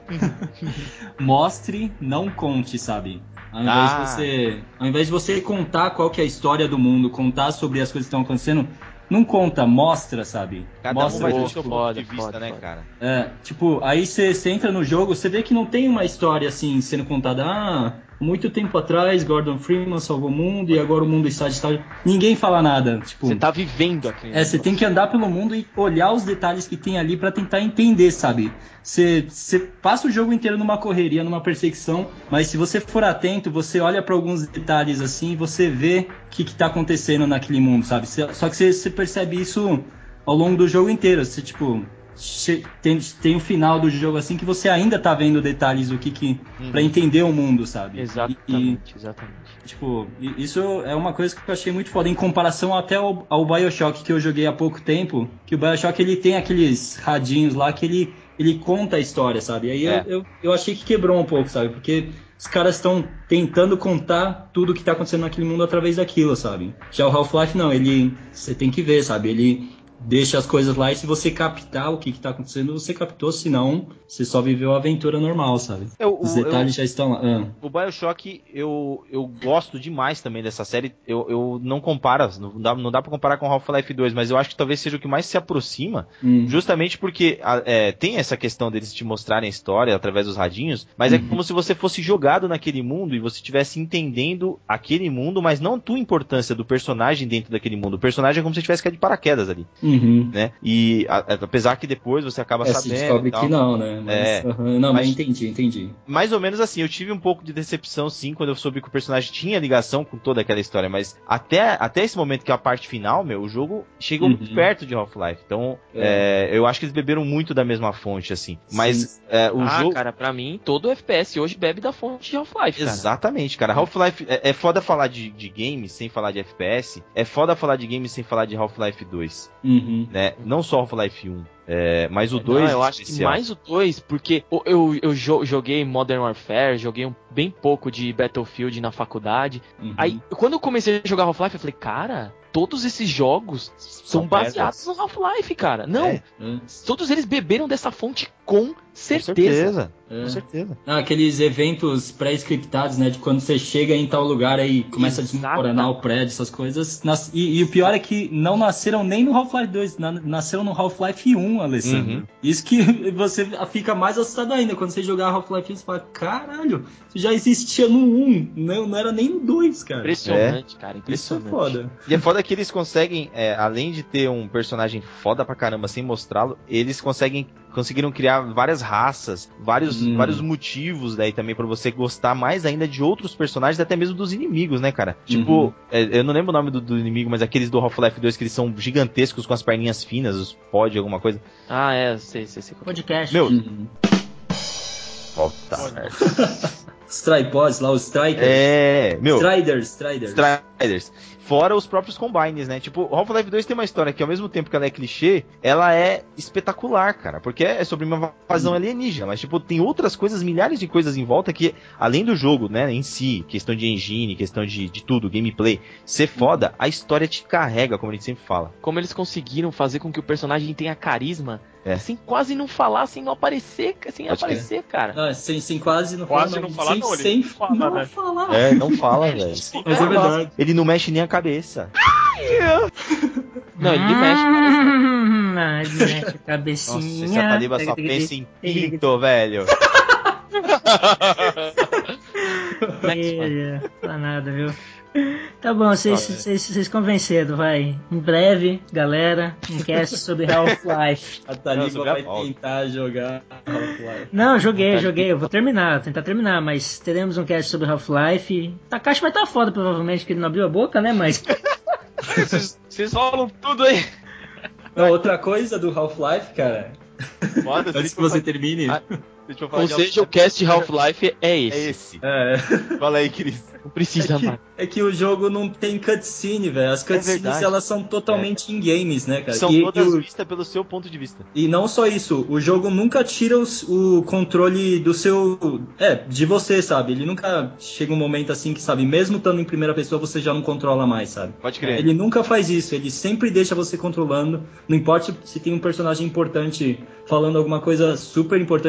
Speaker 5: mostre, não conte, sabe? Ao invés, ah. de você, ao invés de você contar qual que é a história do mundo, contar sobre as coisas que estão acontecendo, não conta, mostra, sabe?
Speaker 4: Cada
Speaker 5: mostra
Speaker 4: um vai
Speaker 5: o
Speaker 4: ter seu ponto de vista, foda, né, foda. cara?
Speaker 5: É, tipo, aí você entra no jogo, você vê que não tem uma história assim sendo contada, ah, muito tempo atrás, Gordon Freeman salvou o mundo e agora o mundo está de tal... Ninguém fala nada. Tipo,
Speaker 11: você tá vivendo aquilo.
Speaker 5: É, você tem que andar pelo mundo e olhar os detalhes que tem ali pra tentar entender, sabe? Você, você passa o jogo inteiro numa correria, numa perseguição, mas se você for atento, você olha pra alguns detalhes assim e você vê o que, que tá acontecendo naquele mundo, sabe? Só que você, você percebe isso ao longo do jogo inteiro. Você, tipo... Tem, tem o final do jogo assim que você ainda tá vendo detalhes do que que uhum. Pra entender o mundo, sabe?
Speaker 11: Exatamente,
Speaker 5: e,
Speaker 11: exatamente.
Speaker 5: Tipo, isso é uma coisa que eu achei muito foda em comparação até ao, ao BioShock que eu joguei há pouco tempo, que o BioShock ele tem aqueles radinhos lá que ele, ele conta a história, sabe? E aí é. eu, eu, eu achei que quebrou um pouco, sabe? Porque os caras estão tentando contar tudo que tá acontecendo naquele mundo através daquilo, sabe? Já o Half-Life não, ele você tem que ver, sabe? Ele deixa as coisas lá e se você captar o que que tá acontecendo, você captou, senão você só viveu a aventura normal, sabe?
Speaker 4: Eu,
Speaker 5: Os
Speaker 4: o,
Speaker 5: detalhes
Speaker 4: eu,
Speaker 5: já estão lá. Ah.
Speaker 4: O BioShock, eu, eu gosto demais também dessa série. Eu, eu não comparo, não dá, não dá pra comparar com Half-Life dois, mas eu acho que talvez seja o que mais se aproxima, hum. justamente porque é, tem essa questão deles te mostrarem a história através dos radinhos, mas uhum. é como se você fosse jogado naquele mundo e você estivesse entendendo aquele mundo, mas não a tua importância do personagem dentro daquele mundo. O personagem é como se tivesse caído de paraquedas ali.
Speaker 5: Uhum.
Speaker 4: Né? E a, apesar que depois você acaba
Speaker 5: é,
Speaker 4: sabendo.
Speaker 5: Se descobre
Speaker 4: tal,
Speaker 5: que não, né? Mas,
Speaker 4: é,
Speaker 5: uhum, não,
Speaker 4: mas,
Speaker 5: mas entendi, entendi.
Speaker 4: Mais ou menos assim, eu tive um pouco de decepção sim quando eu soube que o personagem tinha ligação com toda aquela história, mas até, até esse momento que é a parte final, meu, o jogo chegou uhum. muito perto de Half-Life. Então, é. É, eu acho que eles beberam muito da mesma fonte, assim. Mas é, o
Speaker 11: ah,
Speaker 4: jogo.
Speaker 11: cara, pra mim, todo F P S hoje bebe da fonte de Half-Life.
Speaker 4: Exatamente, cara. Half-Life é, é foda falar de, de games sem falar de F P S. É foda falar de games sem falar de Half-Life dois.
Speaker 5: Uhum.
Speaker 4: Né? Não só Half-Life um. É, mas o dois.
Speaker 11: Não, eu acho que mais o dois, porque eu, eu, eu joguei Modern Warfare, joguei um, bem pouco de Battlefield na faculdade. Uhum. Aí, quando eu comecei a jogar Half-Life, eu falei, cara, todos esses jogos são, são baseados no Half-Life, cara. Não, é. todos eles beberam dessa fonte com certeza.
Speaker 4: Com certeza.
Speaker 5: É.
Speaker 4: Com certeza.
Speaker 5: Ah, aqueles eventos pré-scriptados, né? De quando você chega em tal lugar aí começa Exata. a desmoronar o prédio, essas coisas. Nas, e, e o pior é que não nasceram nem no Half-Life dois, na, nasceram no Half-Life um, Alessandro. Uhum. Isso que você fica mais assustado ainda. Quando você jogar Half-Life um, você fala, caralho, isso já existia no um, não, não era nem no dois, cara.
Speaker 11: Impressionante, é. cara, impressionante.
Speaker 5: Isso é foda.
Speaker 4: E é foda que eles conseguem, é, além de ter um personagem foda pra caramba sem mostrá-lo, eles conseguem conseguiram criar várias raças, vários, hum. vários motivos daí também pra você gostar mais ainda de outros personagens, até mesmo dos inimigos, né, cara? Tipo, uhum. é, eu não lembro o nome do, do inimigo, mas aqueles do Half-Life dois que eles são gigantescos com as perninhas finas, os pod, alguma coisa.
Speaker 11: Ah, é, sei, sei, sei.
Speaker 1: Podcast.
Speaker 4: Meu.
Speaker 5: Uhum.
Speaker 4: Volta.
Speaker 5: Os tripods lá, os strikers.
Speaker 4: É, meu.
Speaker 5: Striders, Striders.
Speaker 4: Striders. Fora os próprios combines, né? Tipo, Half-Life dois tem uma história que, ao mesmo tempo que ela é clichê, ela é espetacular, cara. Porque é sobre uma invasão alienígena. Mas, tipo, tem outras coisas, milhares de coisas em volta que, além do jogo, né, em si, questão de engine, questão de, de tudo, gameplay, ser foda, a história te carrega, como a gente sempre fala.
Speaker 11: Como eles conseguiram fazer com que o personagem tenha carisma,
Speaker 4: é.
Speaker 11: sem quase não falar, sem não aparecer, sem Pode aparecer, que... cara.
Speaker 5: Ah, sem, sem quase não
Speaker 6: quase
Speaker 5: falar.
Speaker 6: não falar,
Speaker 5: sem,
Speaker 6: não,
Speaker 5: sem
Speaker 6: não fala,
Speaker 5: não
Speaker 6: né?
Speaker 5: falar.
Speaker 4: É, não fala, velho.
Speaker 5: Mas é verdade.
Speaker 4: Ele não mexe nem a cabeça.
Speaker 11: Não, ele mexe.
Speaker 1: Não, ele mexe a cabecinha.
Speaker 4: Nossa, esse Ataliba só pensa em pinto, velho.
Speaker 1: É, não nada, viu? Tá bom, vocês convenceram, vai. Em breve, galera, um cast sobre Half-Life.
Speaker 5: A Taliba vai tentar jogar Half-Life.
Speaker 1: Não, joguei, joguei. Eu vou terminar, vou tentar terminar, mas teremos um cast sobre Half-Life. Takashi vai estar foda, provavelmente, que ele não abriu a boca, né? Mas.
Speaker 6: Vocês falam tudo aí.
Speaker 5: Não, outra coisa do Half-Life, cara.
Speaker 4: Foda,
Speaker 5: antes que você termine.
Speaker 11: Ah, ou seja, o cast de Half-Life é esse.
Speaker 4: É esse.
Speaker 5: É.
Speaker 4: Fala aí, Cris.
Speaker 11: Não precisa
Speaker 5: é que,
Speaker 11: mais.
Speaker 5: É que o jogo não tem cutscene, velho. As cutscenes, é elas são totalmente é. em games, né, cara?
Speaker 4: São
Speaker 5: e,
Speaker 4: todas
Speaker 5: e o...
Speaker 4: vistas pelo seu ponto de vista.
Speaker 5: E não só isso, o jogo nunca tira os, o controle do seu... É, de você, sabe? Ele nunca chega um momento assim que, sabe, mesmo estando em primeira pessoa, você já não controla mais, sabe?
Speaker 4: Pode crer.
Speaker 5: Ele nunca faz isso, ele sempre deixa você controlando. Não importa se tem um personagem importante falando alguma coisa super importante, qual que é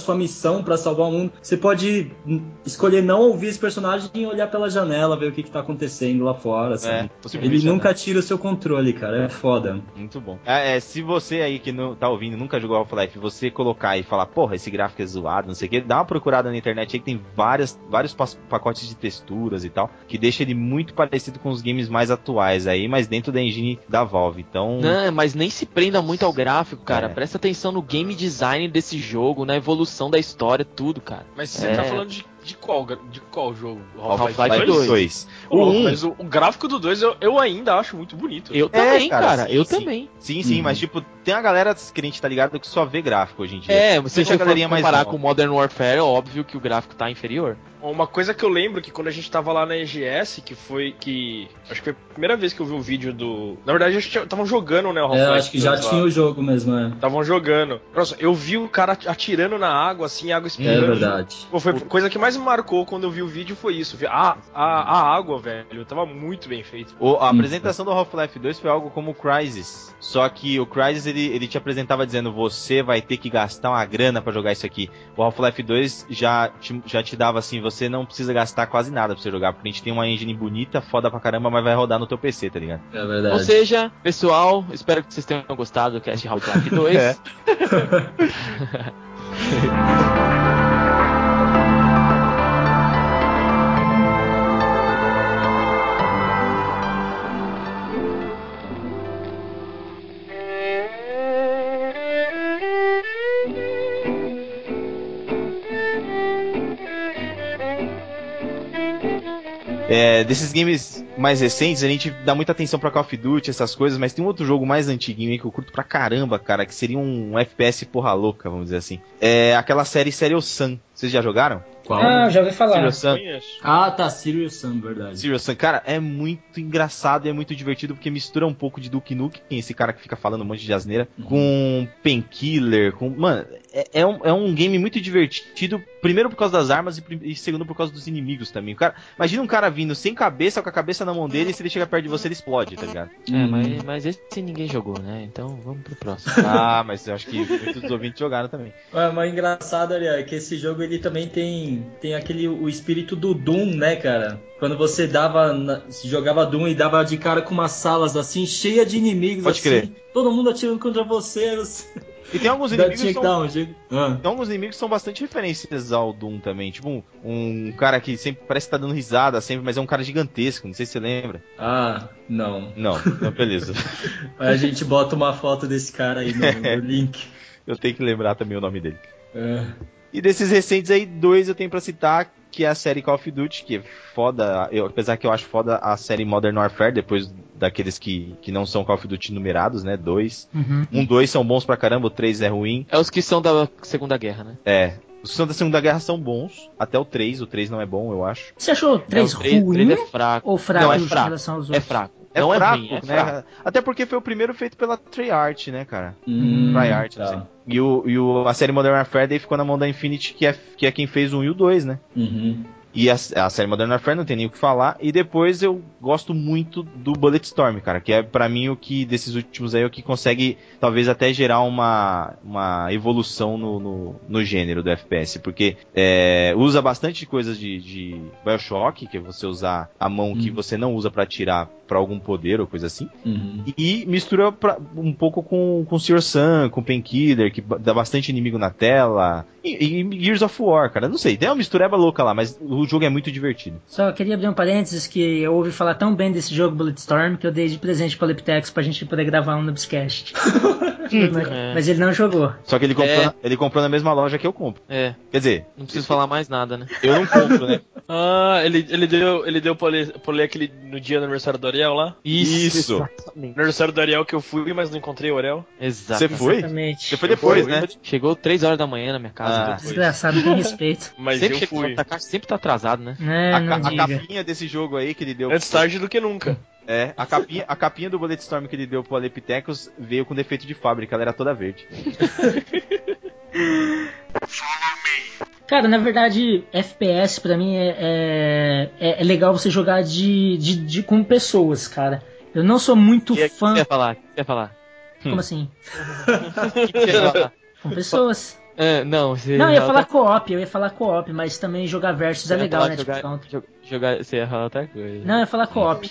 Speaker 5: sua missão pra salvar o mundo, você pode escolher não ouvir esse personagem e olhar pela janela, ver o que, que tá acontecendo lá fora, sabe?
Speaker 4: É,
Speaker 5: Ele nunca tira o seu controle, cara. É foda.
Speaker 4: Muito bom. É, é, se você aí que não tá ouvindo, nunca jogou Half-Life, você colocar e falar, porra, esse gráfico é zoado, não sei o que, dá uma procurada na internet aí que tem várias, vários pacotes de texturas e tal, que deixa ele muito parecido com os games mais atuais aí, mas dentro da engine da Valve. Então...
Speaker 11: Não, mas nem se prenda muito ao gráfico, cara.
Speaker 4: É.
Speaker 11: Presta atenção no game design desse jogo, na evolução da história, tudo, cara.
Speaker 6: Mas você
Speaker 11: É.
Speaker 6: tá falando de, de qual de qual jogo?
Speaker 11: Half-Life dois.
Speaker 6: Pô,
Speaker 4: O um.
Speaker 6: Mas o, o gráfico do dois eu, eu ainda acho muito bonito.
Speaker 11: Eu
Speaker 4: É,
Speaker 11: também,
Speaker 4: cara,
Speaker 11: cara.
Speaker 4: sim,
Speaker 11: eu
Speaker 4: sim.
Speaker 11: também.
Speaker 4: Sim, sim,
Speaker 5: Uhum.
Speaker 4: mas tipo, tem a galera que a gente tá ligado que só vê gráfico hoje em dia.
Speaker 11: É, se
Speaker 4: Tem
Speaker 11: você
Speaker 4: a galerinha
Speaker 11: for
Speaker 4: mais
Speaker 11: comparar
Speaker 4: nova.
Speaker 11: com Modern Warfare, é óbvio que o gráfico tá inferior.
Speaker 6: Uma coisa que eu lembro que quando a gente tava lá na E G S, que foi que... Acho que foi a primeira vez que eu vi o vídeo do... Na verdade, eles estavam jogando, né, o
Speaker 5: É,
Speaker 6: Half-Life
Speaker 5: acho que já
Speaker 6: dois lá.
Speaker 5: tinha o jogo mesmo, é.
Speaker 6: Estavam jogando. Nossa, eu vi o cara atirando na água, assim, água
Speaker 5: É
Speaker 6: espirrando.
Speaker 5: verdade.
Speaker 6: Pô, foi a coisa que mais me marcou quando eu vi o vídeo foi isso. A, a, a água, velho, tava muito bem feito.
Speaker 4: O- a apresentação do Half-Life dois foi algo como o Crysis. Só que o Crysis, ele, ele te apresentava dizendo, você vai ter que gastar uma grana pra jogar isso aqui. O Half-Life dois já te, já te dava assim, você não precisa gastar quase nada pra você jogar, porque a gente tem uma engine bonita, foda pra caramba, mas vai rodar no teu P C, tá ligado?
Speaker 5: É verdade.
Speaker 11: Ou seja, pessoal, espero que vocês tenham gostado do cast Half-Life dois.
Speaker 4: É. É, desses games mais recentes, a gente dá muita atenção pra Call of Duty, essas coisas, mas tem um outro jogo mais antiguinho aí que eu curto pra caramba, cara, que seria um F P S porra louca, vamos dizer assim. É aquela série Serious Sam. Vocês já jogaram?
Speaker 5: Qual?
Speaker 1: Ah, já ouvi falar.
Speaker 4: Serious Sam.
Speaker 6: Conheço.
Speaker 5: Ah, tá, Serious Sam, verdade.
Speaker 4: Serious Sam, cara, é muito engraçado e é muito divertido porque mistura um pouco de Duke Nukem, esse cara que fica falando um monte de asneira,
Speaker 5: Uhum.
Speaker 4: com Painkiller, com... Mano, é, é, um, é um game muito divertido, primeiro por causa das armas e, prim- e segundo por causa dos inimigos também. O cara, imagina um cara vindo sem cabeça, com a cabeça na mão dele, e se ele chega perto de você, ele explode, tá ligado?
Speaker 11: É, mas, mas esse ninguém jogou, né? Então vamos pro próximo.
Speaker 4: Ah, mas eu acho que muitos dos ouvintes jogaram também.
Speaker 5: É, mas engraçado, Ariel, é que esse jogo ele também tem, tem aquele o espírito do Doom, né, cara? Quando você dava na- jogava Doom e dava de cara com umas salas assim, cheia de inimigos,
Speaker 4: Pode
Speaker 5: assim,
Speaker 4: crer.
Speaker 5: todo mundo atirando contra você. você...
Speaker 4: E tem alguns
Speaker 5: Ainda
Speaker 4: inimigos
Speaker 5: tinha
Speaker 4: que
Speaker 5: que
Speaker 4: são...
Speaker 5: dar um jeito. Ah.
Speaker 4: Tem alguns inimigos que são bastante referências ao Doom também. Tipo, um, um cara que sempre parece que tá dando risada sempre, mas é um cara gigantesco, não sei se você lembra.
Speaker 5: Ah, não.
Speaker 4: Não, então beleza.
Speaker 5: Aí a gente bota uma foto desse cara aí no, no link.
Speaker 4: Eu tenho que lembrar também o nome dele.
Speaker 5: É.
Speaker 4: E desses recentes aí, dois eu tenho pra citar, que é a série Call of Duty, que é foda, eu, apesar que eu acho foda a série Modern Warfare, depois daqueles que, que não são Call of Duty numerados, né, dois.
Speaker 1: Uhum.
Speaker 4: Um, dois são bons pra caramba, o três é ruim.
Speaker 11: É os que são da Segunda Guerra, né?
Speaker 4: É, os que são da Segunda Guerra são bons, até o três, o três não é bom, eu acho.
Speaker 1: Você achou o três
Speaker 11: Não, o três- o
Speaker 1: ruim
Speaker 11: três é fraco.
Speaker 1: ou fraco
Speaker 11: Não, é
Speaker 1: em
Speaker 11: fraco.
Speaker 1: relação aos
Speaker 11: É
Speaker 1: outros?
Speaker 11: fraco.
Speaker 4: É
Speaker 11: não
Speaker 4: fraco,
Speaker 11: é ruim, é
Speaker 4: né?
Speaker 11: fraco.
Speaker 4: Até porque foi o primeiro feito pela Treyarch, né, cara?
Speaker 5: Hum,
Speaker 4: Treyarch, não
Speaker 5: tá.
Speaker 4: sei. E, o, e o, a série Modern Warfare daí ficou na mão da Infinity, que é, que é quem fez o um e o dois, né?
Speaker 5: Uhum.
Speaker 4: E a, a série Modern Warfare não tem nem o que falar. E depois eu gosto muito do Bulletstorm, cara. Que é pra mim o que, desses últimos aí, é o que consegue talvez até gerar uma, uma evolução no, no, no gênero do F P S. Porque é, usa bastante coisas de, de Bioshock, que é você usar a mão que
Speaker 5: Uhum.
Speaker 4: você não usa pra atirar pra algum poder ou coisa assim.
Speaker 5: Uhum.
Speaker 4: E mistura pra, um pouco com, com Serious Sam, com Painkiller, que dá bastante inimigo na tela. E, e Gears of War, cara. Não sei, tem uma mistureba louca lá, mas o jogo é muito divertido.
Speaker 1: Só queria abrir um parênteses que eu ouvi falar tão bem desse jogo Bulletstorm que eu dei de presente pro Liptex pra gente poder gravar um Noobscast. mas,
Speaker 11: É.
Speaker 1: mas ele não jogou.
Speaker 4: Só que ele comprou,
Speaker 11: É.
Speaker 4: na, ele comprou na mesma loja que eu compro.
Speaker 11: É,
Speaker 4: Quer dizer,
Speaker 11: não preciso falar mais nada, né?
Speaker 4: eu não compro, né?
Speaker 6: Ah, ele, ele deu, ele deu pra ler, pra ler aquele no dia do aniversário do Ariel lá?
Speaker 4: Isso.
Speaker 11: Exatamente.
Speaker 6: No aniversário do Ariel que eu fui, mas não encontrei o Ariel.
Speaker 11: Exato.
Speaker 4: Você foi?
Speaker 1: Exatamente.
Speaker 4: Você foi depois,
Speaker 6: fui,
Speaker 4: né?
Speaker 6: mas-
Speaker 11: Chegou três horas da manhã na minha casa.
Speaker 4: Ah.
Speaker 11: depois.
Speaker 1: Desgraçado, tem respeito.
Speaker 6: Mas
Speaker 11: sempre
Speaker 6: eu
Speaker 11: chega
Speaker 6: fui.
Speaker 11: na caixa, sempre tá atrasado, né?
Speaker 1: É,
Speaker 4: A,
Speaker 1: não
Speaker 4: ca- a
Speaker 1: diga.
Speaker 4: capinha desse jogo aí que ele deu...
Speaker 6: Antes tarde do que nunca.
Speaker 4: É, a capinha, a capinha do Bulletstorm que ele deu pro Alepitecos veio com defeito de fábrica, ela era toda verde.
Speaker 1: Cara, na verdade, F P S pra mim é, é, é legal você jogar de, de, de- com pessoas, cara. Eu não sou muito
Speaker 11: O que
Speaker 1: fã.
Speaker 11: você ia falar? O que você ia falar?
Speaker 1: Como assim?
Speaker 11: O que você ia falar?
Speaker 1: Com pessoas.
Speaker 11: É, não, você
Speaker 1: Não, eu ia
Speaker 11: erra
Speaker 1: falar
Speaker 11: outra-
Speaker 1: co-op, eu ia falar co-op, mas também jogar versus é
Speaker 11: você ia
Speaker 1: legal,
Speaker 11: falar
Speaker 1: né?
Speaker 11: jogar,
Speaker 1: Tipo, counter.
Speaker 11: jo- jogar, você erra outra coisa.
Speaker 1: Não, eu ia falar co-op.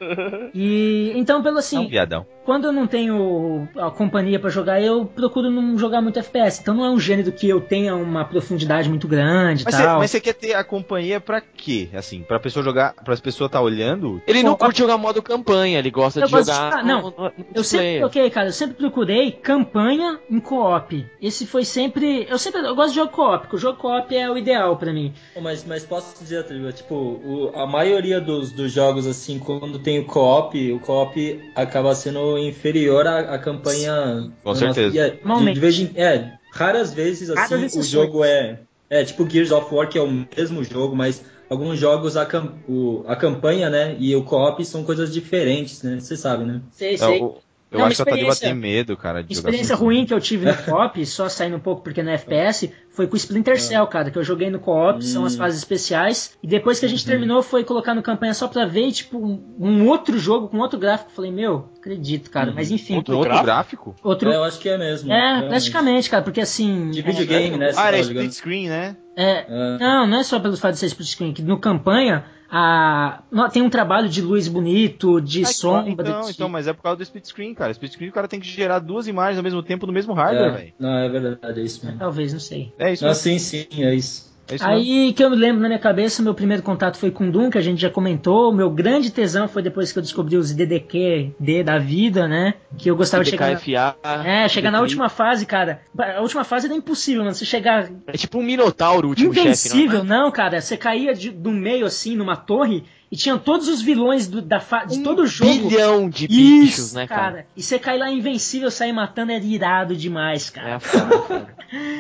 Speaker 1: E então, pelo
Speaker 4: É um
Speaker 1: assim,
Speaker 4: viadão.
Speaker 1: quando eu não tenho a companhia pra jogar, eu procuro não jogar muito F P S. Então não é um gênero que eu tenha uma profundidade muito grande e
Speaker 4: Mas
Speaker 1: tal.
Speaker 4: você quer ter a companhia pra quê? Assim, pra pessoa jogar, pra pessoa tá olhando?
Speaker 11: Ele não
Speaker 1: Co-op.
Speaker 11: curte jogar modo campanha, ele gosta
Speaker 1: Eu
Speaker 11: de
Speaker 1: gosto de
Speaker 11: jogar
Speaker 1: jogar- não,
Speaker 11: no, no, no
Speaker 1: Eu sempre
Speaker 11: multiplayer.
Speaker 1: procurei, cara, eu sempre procurei campanha em co-op. Esse foi sempre. Eu sempre. Eu gosto de jogo co-op, porque o jogo co-op é o ideal pra mim.
Speaker 5: Mas, mas posso dizer, Tribo, tipo, o- a maioria dos, dos jogos, assim, quando tem o co-op, o co-op acaba sendo inferior à, à campanha.
Speaker 4: Com
Speaker 5: normal.
Speaker 4: certeza.
Speaker 5: E é, de,
Speaker 1: Normalmente.
Speaker 5: de vez em, é, raras vezes,
Speaker 1: Raras
Speaker 5: assim, o
Speaker 1: exceções.
Speaker 5: jogo é. É, tipo Gears of War, que é o mesmo jogo, mas alguns jogos a, cam, o, a campanha, né, e o co-op são coisas diferentes, né? Você sabe, né?
Speaker 1: Sei,
Speaker 4: É,
Speaker 1: sei.
Speaker 4: o- eu
Speaker 1: Não,
Speaker 4: acho que a Taliba
Speaker 1: experiência-
Speaker 4: tem medo, cara, de jogar
Speaker 1: Experiência
Speaker 4: sozinho.
Speaker 1: ruim que eu tive no co-op, só saindo um pouco porque no F P S, foi com o Splinter Cell, cara, que eu joguei no co-op, são as
Speaker 5: Hum.
Speaker 1: fases especiais, e depois que a gente
Speaker 5: Uhum.
Speaker 1: terminou foi colocar no campanha só pra ver, e, tipo, um, um outro jogo com outro gráfico, falei, meu, acredito, cara,
Speaker 5: Uhum.
Speaker 1: mas enfim.
Speaker 6: Outro
Speaker 4: Outro
Speaker 6: gráfico?
Speaker 4: gráfico?
Speaker 1: Outro...
Speaker 5: É, eu acho que é mesmo.
Speaker 1: É,
Speaker 5: realmente.
Speaker 1: praticamente, cara, porque assim...
Speaker 5: De
Speaker 1: é-
Speaker 5: videogame, né? você
Speaker 4: Ah, era
Speaker 5: tava
Speaker 4: split
Speaker 5: jogando.
Speaker 4: screen, né?
Speaker 1: É,
Speaker 5: É.
Speaker 1: não, não é só pelo fato de ser split screen, que no campanha a, no- tem um trabalho de luz bonito, de
Speaker 4: Ah,
Speaker 1: sombra.
Speaker 4: Então,
Speaker 1: de...
Speaker 4: então, mas é por causa do split screen, cara. Split screen o cara tem que gerar duas imagens ao mesmo tempo no mesmo hardware,
Speaker 5: É,
Speaker 4: velho.
Speaker 5: não, é verdade, é isso mesmo.
Speaker 1: Talvez, não sei.
Speaker 4: É isso
Speaker 5: Não,
Speaker 4: mesmo.
Speaker 5: sim, sim, é isso.
Speaker 4: É isso mesmo.
Speaker 1: Aí que eu me lembro na minha cabeça, meu primeiro contato foi com Doom, que a gente já comentou. Meu grande tesão foi depois que eu descobri os D D Q D da vida, né? Que eu gostava de chegar. Na...
Speaker 11: D K F A.
Speaker 1: É, chegar na
Speaker 11: D K I.
Speaker 1: última fase, cara. A última fase era impossível, mano. Você chegar
Speaker 11: É tipo um Minotauro, o último chefe,
Speaker 1: invencível,
Speaker 11: não?
Speaker 1: não, cara. Você caía de, do meio assim numa torre e tinha todos os vilões do, da fa... de todo o jogo.
Speaker 11: Um bilhão de
Speaker 1: Isso,
Speaker 11: bichos, né, cara?
Speaker 1: cara? E você cair lá invencível, sair matando era irado demais, cara.
Speaker 11: É foda, foda.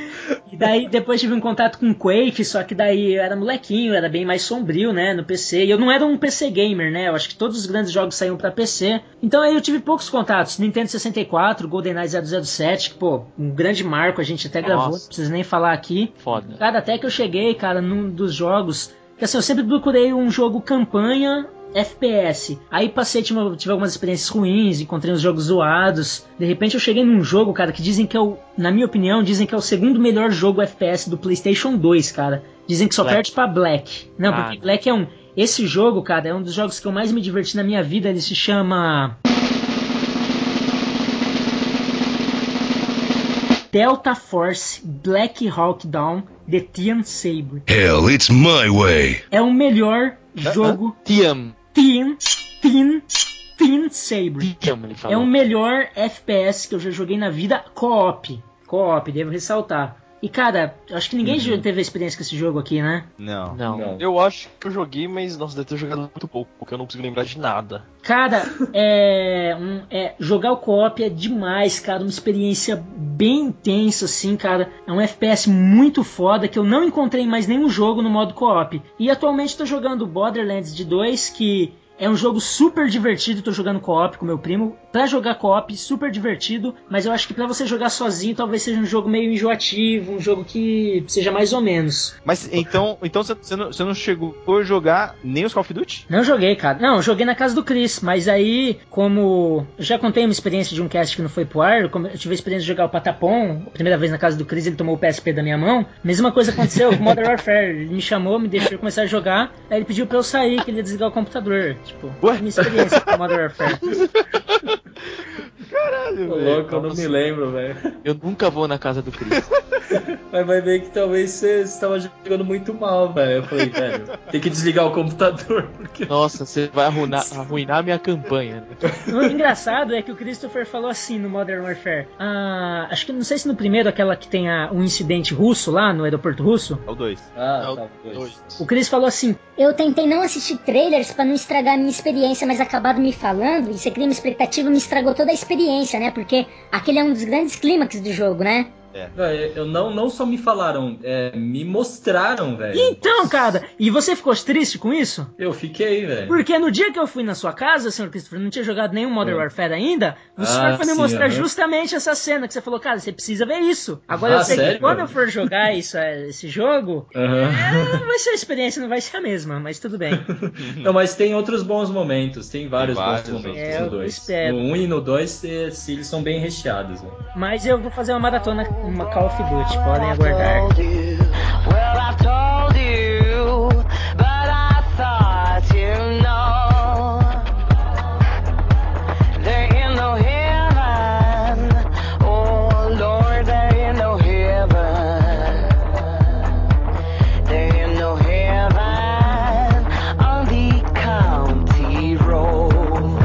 Speaker 1: E daí depois tive um contato com Quake, só que daí eu era molequinho, era bem mais sombrio, né, no P C. E eu não era um P C gamer, né? Eu acho que todos os grandes jogos saíam pra P C. Então aí eu tive poucos contatos. Nintendo sessenta e quatro, GoldenEye zero zero sete, que, pô, um grande marco, a gente até gravou,
Speaker 11: Nossa.
Speaker 1: não preciso nem falar aqui.
Speaker 11: Foda.
Speaker 1: Cara, até que eu cheguei, cara, num dos jogos... Que assim, eu sempre procurei um jogo campanha F P S. Aí passei, tive, tive algumas experiências ruins, encontrei uns jogos zoados. De repente eu cheguei num jogo, cara, que dizem que é o... Na minha opinião, dizem que é o segundo melhor jogo F P S do PlayStation dois, cara. Dizem que só
Speaker 11: Black.
Speaker 1: perde pra Black. Não,
Speaker 11: Ah,
Speaker 1: porque
Speaker 11: não.
Speaker 1: Black é um... Esse jogo, cara, é um dos jogos que eu mais me diverti na minha vida. Ele se chama... Delta Force Black Hawk Down The Tian Sabre.
Speaker 9: Hell, it's my way.
Speaker 1: É o melhor jogo
Speaker 11: Tiam.
Speaker 1: Tian Tian Tian Sabre.
Speaker 11: Tiam, ele
Speaker 1: É
Speaker 11: falou.
Speaker 1: o melhor F P S que eu já joguei na vida co-op. Co-op, devo ressaltar. E cara, acho que ninguém já teve experiência com esse jogo aqui, né?
Speaker 4: Não.
Speaker 11: Não.
Speaker 5: Não.
Speaker 6: Eu acho que eu joguei, mas nossa, deve ter jogado muito pouco, porque eu não consigo lembrar de nada.
Speaker 1: Cara, é, um, é jogar o co-op é demais, cara. Uma experiência bem intensa, assim, cara. É um F P S muito foda que eu não encontrei em mais nenhum jogo no modo co-op. E atualmente tô jogando Borderlands de dois, que é um jogo super divertido. Tô jogando co-op com meu primo. Pra jogar co-op, super divertido. Mas eu acho que pra você jogar sozinho, talvez seja um jogo meio enjoativo. Um jogo que seja mais ou menos.
Speaker 4: Mas então, então você, você não, você não chegou a jogar nem os Call of Duty?
Speaker 1: Não joguei, cara. Não, eu joguei na casa do Chris, mas aí, como eu já contei uma experiência de um cast que não foi pro ar, como eu tive a experiência de jogar o Patapom, a primeira vez na casa do Chris, ele tomou o P S P da minha mão. Mesma coisa aconteceu com Modern Warfare. Ele me chamou, me deixou começar a jogar, aí ele pediu pra eu sair, que ele ia desligar o computador. Tipo,
Speaker 11: Ué?
Speaker 1: minha experiência com Modern Warfare.
Speaker 4: Caralho,
Speaker 5: Ô, louco, eu não me lembro, velho.
Speaker 11: Eu nunca vou na casa do Chris.
Speaker 5: Mas vai ver que talvez você estava jogando muito mal, velho. Eu falei, velho, tem que desligar o computador, porque...
Speaker 11: Nossa, você vai arruinar, arruinar a minha campanha, né?
Speaker 1: O engraçado é que o Christopher falou assim no Modern Warfare. Ah, acho que não sei se no primeiro, aquela que tem a, um incidente russo lá no aeroporto russo.
Speaker 4: É o dois.
Speaker 5: Ah,
Speaker 6: É
Speaker 5: tá,
Speaker 6: o
Speaker 5: dois.
Speaker 6: dois.
Speaker 1: O Chris falou assim:
Speaker 12: Eu tentei não assistir trailers pra não estragar a minha experiência, mas acabaram me falando, e você cria uma expectativa, me estragou toda a experiência, né? Porque aquele é um dos grandes clímax do jogo, né?
Speaker 5: É, eu não, não só me falaram, é, me mostraram, velho.
Speaker 1: então, cara, e você ficou triste com isso?
Speaker 5: Eu fiquei, velho.
Speaker 1: Porque no dia que eu fui na sua casa, senhor Christopher, não tinha jogado nenhum Modern
Speaker 5: É.
Speaker 1: Warfare ainda, o
Speaker 5: Ah,
Speaker 1: senhor foi me
Speaker 5: sim,
Speaker 1: mostrar
Speaker 5: aham.
Speaker 1: justamente essa cena que você falou, cara, você precisa ver isso. Agora
Speaker 5: Ah,
Speaker 1: eu sei
Speaker 5: sério,
Speaker 1: que quando
Speaker 5: velho?
Speaker 1: eu for jogar isso, é, esse jogo,
Speaker 5: Aham.
Speaker 1: é, vai ser a experiência, não vai ser a mesma, mas tudo bem.
Speaker 5: Não, mas tem outros bons momentos, tem vários,
Speaker 4: Tem vários,
Speaker 5: bons momentos
Speaker 1: é,
Speaker 5: no
Speaker 1: eu
Speaker 5: dois.
Speaker 1: espero.
Speaker 5: No um e no dois, eles são bem recheados, velho.
Speaker 1: Mas eu vou fazer uma maratona uma Call of Duty, podem aguardar.
Speaker 13: Well, I told you, but I thought you know. There ain't no heaven, oh Lord, there ain't no heaven. There ain't no heaven on the county road.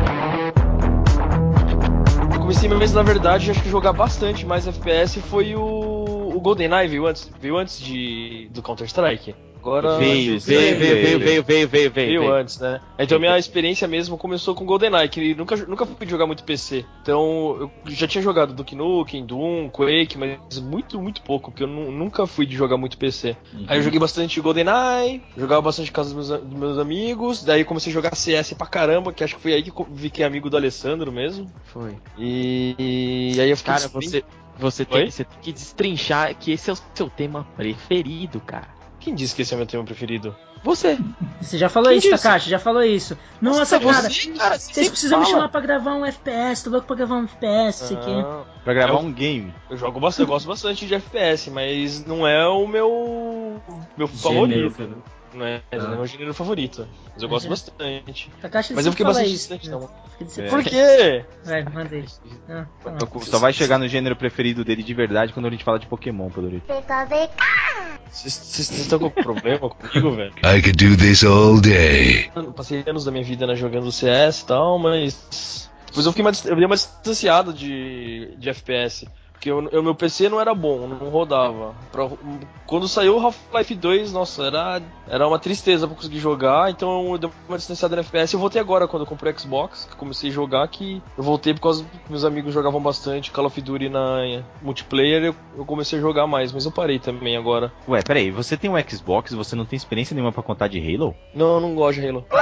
Speaker 6: Eu comecei mas na verdade acho que jogar bastante mais F P S foi o, o GoldenEye, veio antes, veio antes de, do Counter-Strike. Agora
Speaker 11: veio, veio, veio, veio, veio, veio, veio,
Speaker 6: veio antes, né? Então minha experiência mesmo começou com GoldenEye, que nunca, nunca fui jogar muito P C. Então eu já tinha jogado Duke Nukem, Doom, Quake, mas muito, muito pouco, porque eu nunca fui de jogar muito P C. Uhum. Aí eu joguei bastante GoldenEye, jogava bastante em casa dos meus, dos meus amigos, daí comecei a jogar C S pra caramba, que acho que foi aí que eu fiquei amigo do Alessandro mesmo.
Speaker 11: Foi.
Speaker 6: E, e aí eu fiquei...
Speaker 11: Cara, você, você, tem, você tem que destrinchar que esse é o seu tema preferido, cara.
Speaker 6: Quem disse que esse é meu tema preferido?
Speaker 11: Você.
Speaker 1: Você já falou
Speaker 6: Quem
Speaker 1: isso,
Speaker 6: disse?
Speaker 1: Takashi, já falou isso. Nossa, cara,
Speaker 6: você, cara,
Speaker 1: vocês precisam me chamar pra gravar um F P S, tô louco pra gravar um F P S, isso aqui.
Speaker 4: Pra gravar
Speaker 6: eu,
Speaker 4: um game.
Speaker 6: Eu jogo bastante, eu gosto bastante de F P S, mas não é o meu meu favorito.
Speaker 5: Gênero.
Speaker 6: Não é, ah. não é o gênero favorito. Mas eu gosto uhum. bastante.
Speaker 1: Takashi,
Speaker 6: mas eu fiquei bastante
Speaker 1: isso.
Speaker 6: distante, não.
Speaker 1: É.
Speaker 6: Por quê?
Speaker 1: Vai, manda aí. Ah,
Speaker 4: Só vai chegar no gênero preferido dele de verdade quando a gente fala de Pokémon, Pedrito.
Speaker 6: Vocês estão com problema comigo, velho?
Speaker 9: I could do this all day.
Speaker 6: Eu passei anos da minha vida né, jogando C S e tal, mas depois eu fiquei mais, eu dei uma distanciada de, de F P S. Porque o meu P C não era bom, não rodava. Pra, quando saiu o Half-Life dois, nossa, era, era uma tristeza pra conseguir jogar, então eu dei uma distanciada no F P S. Eu voltei agora, quando eu comprei o Xbox, que comecei a jogar, que eu voltei por causa que meus amigos jogavam bastante Call of Duty na multiplayer, eu, eu comecei a jogar mais, mas eu parei também agora.
Speaker 4: Ué, peraí, você tem um Xbox e você não tem experiência nenhuma pra contar de Halo?
Speaker 6: Não, eu não gosto de Halo.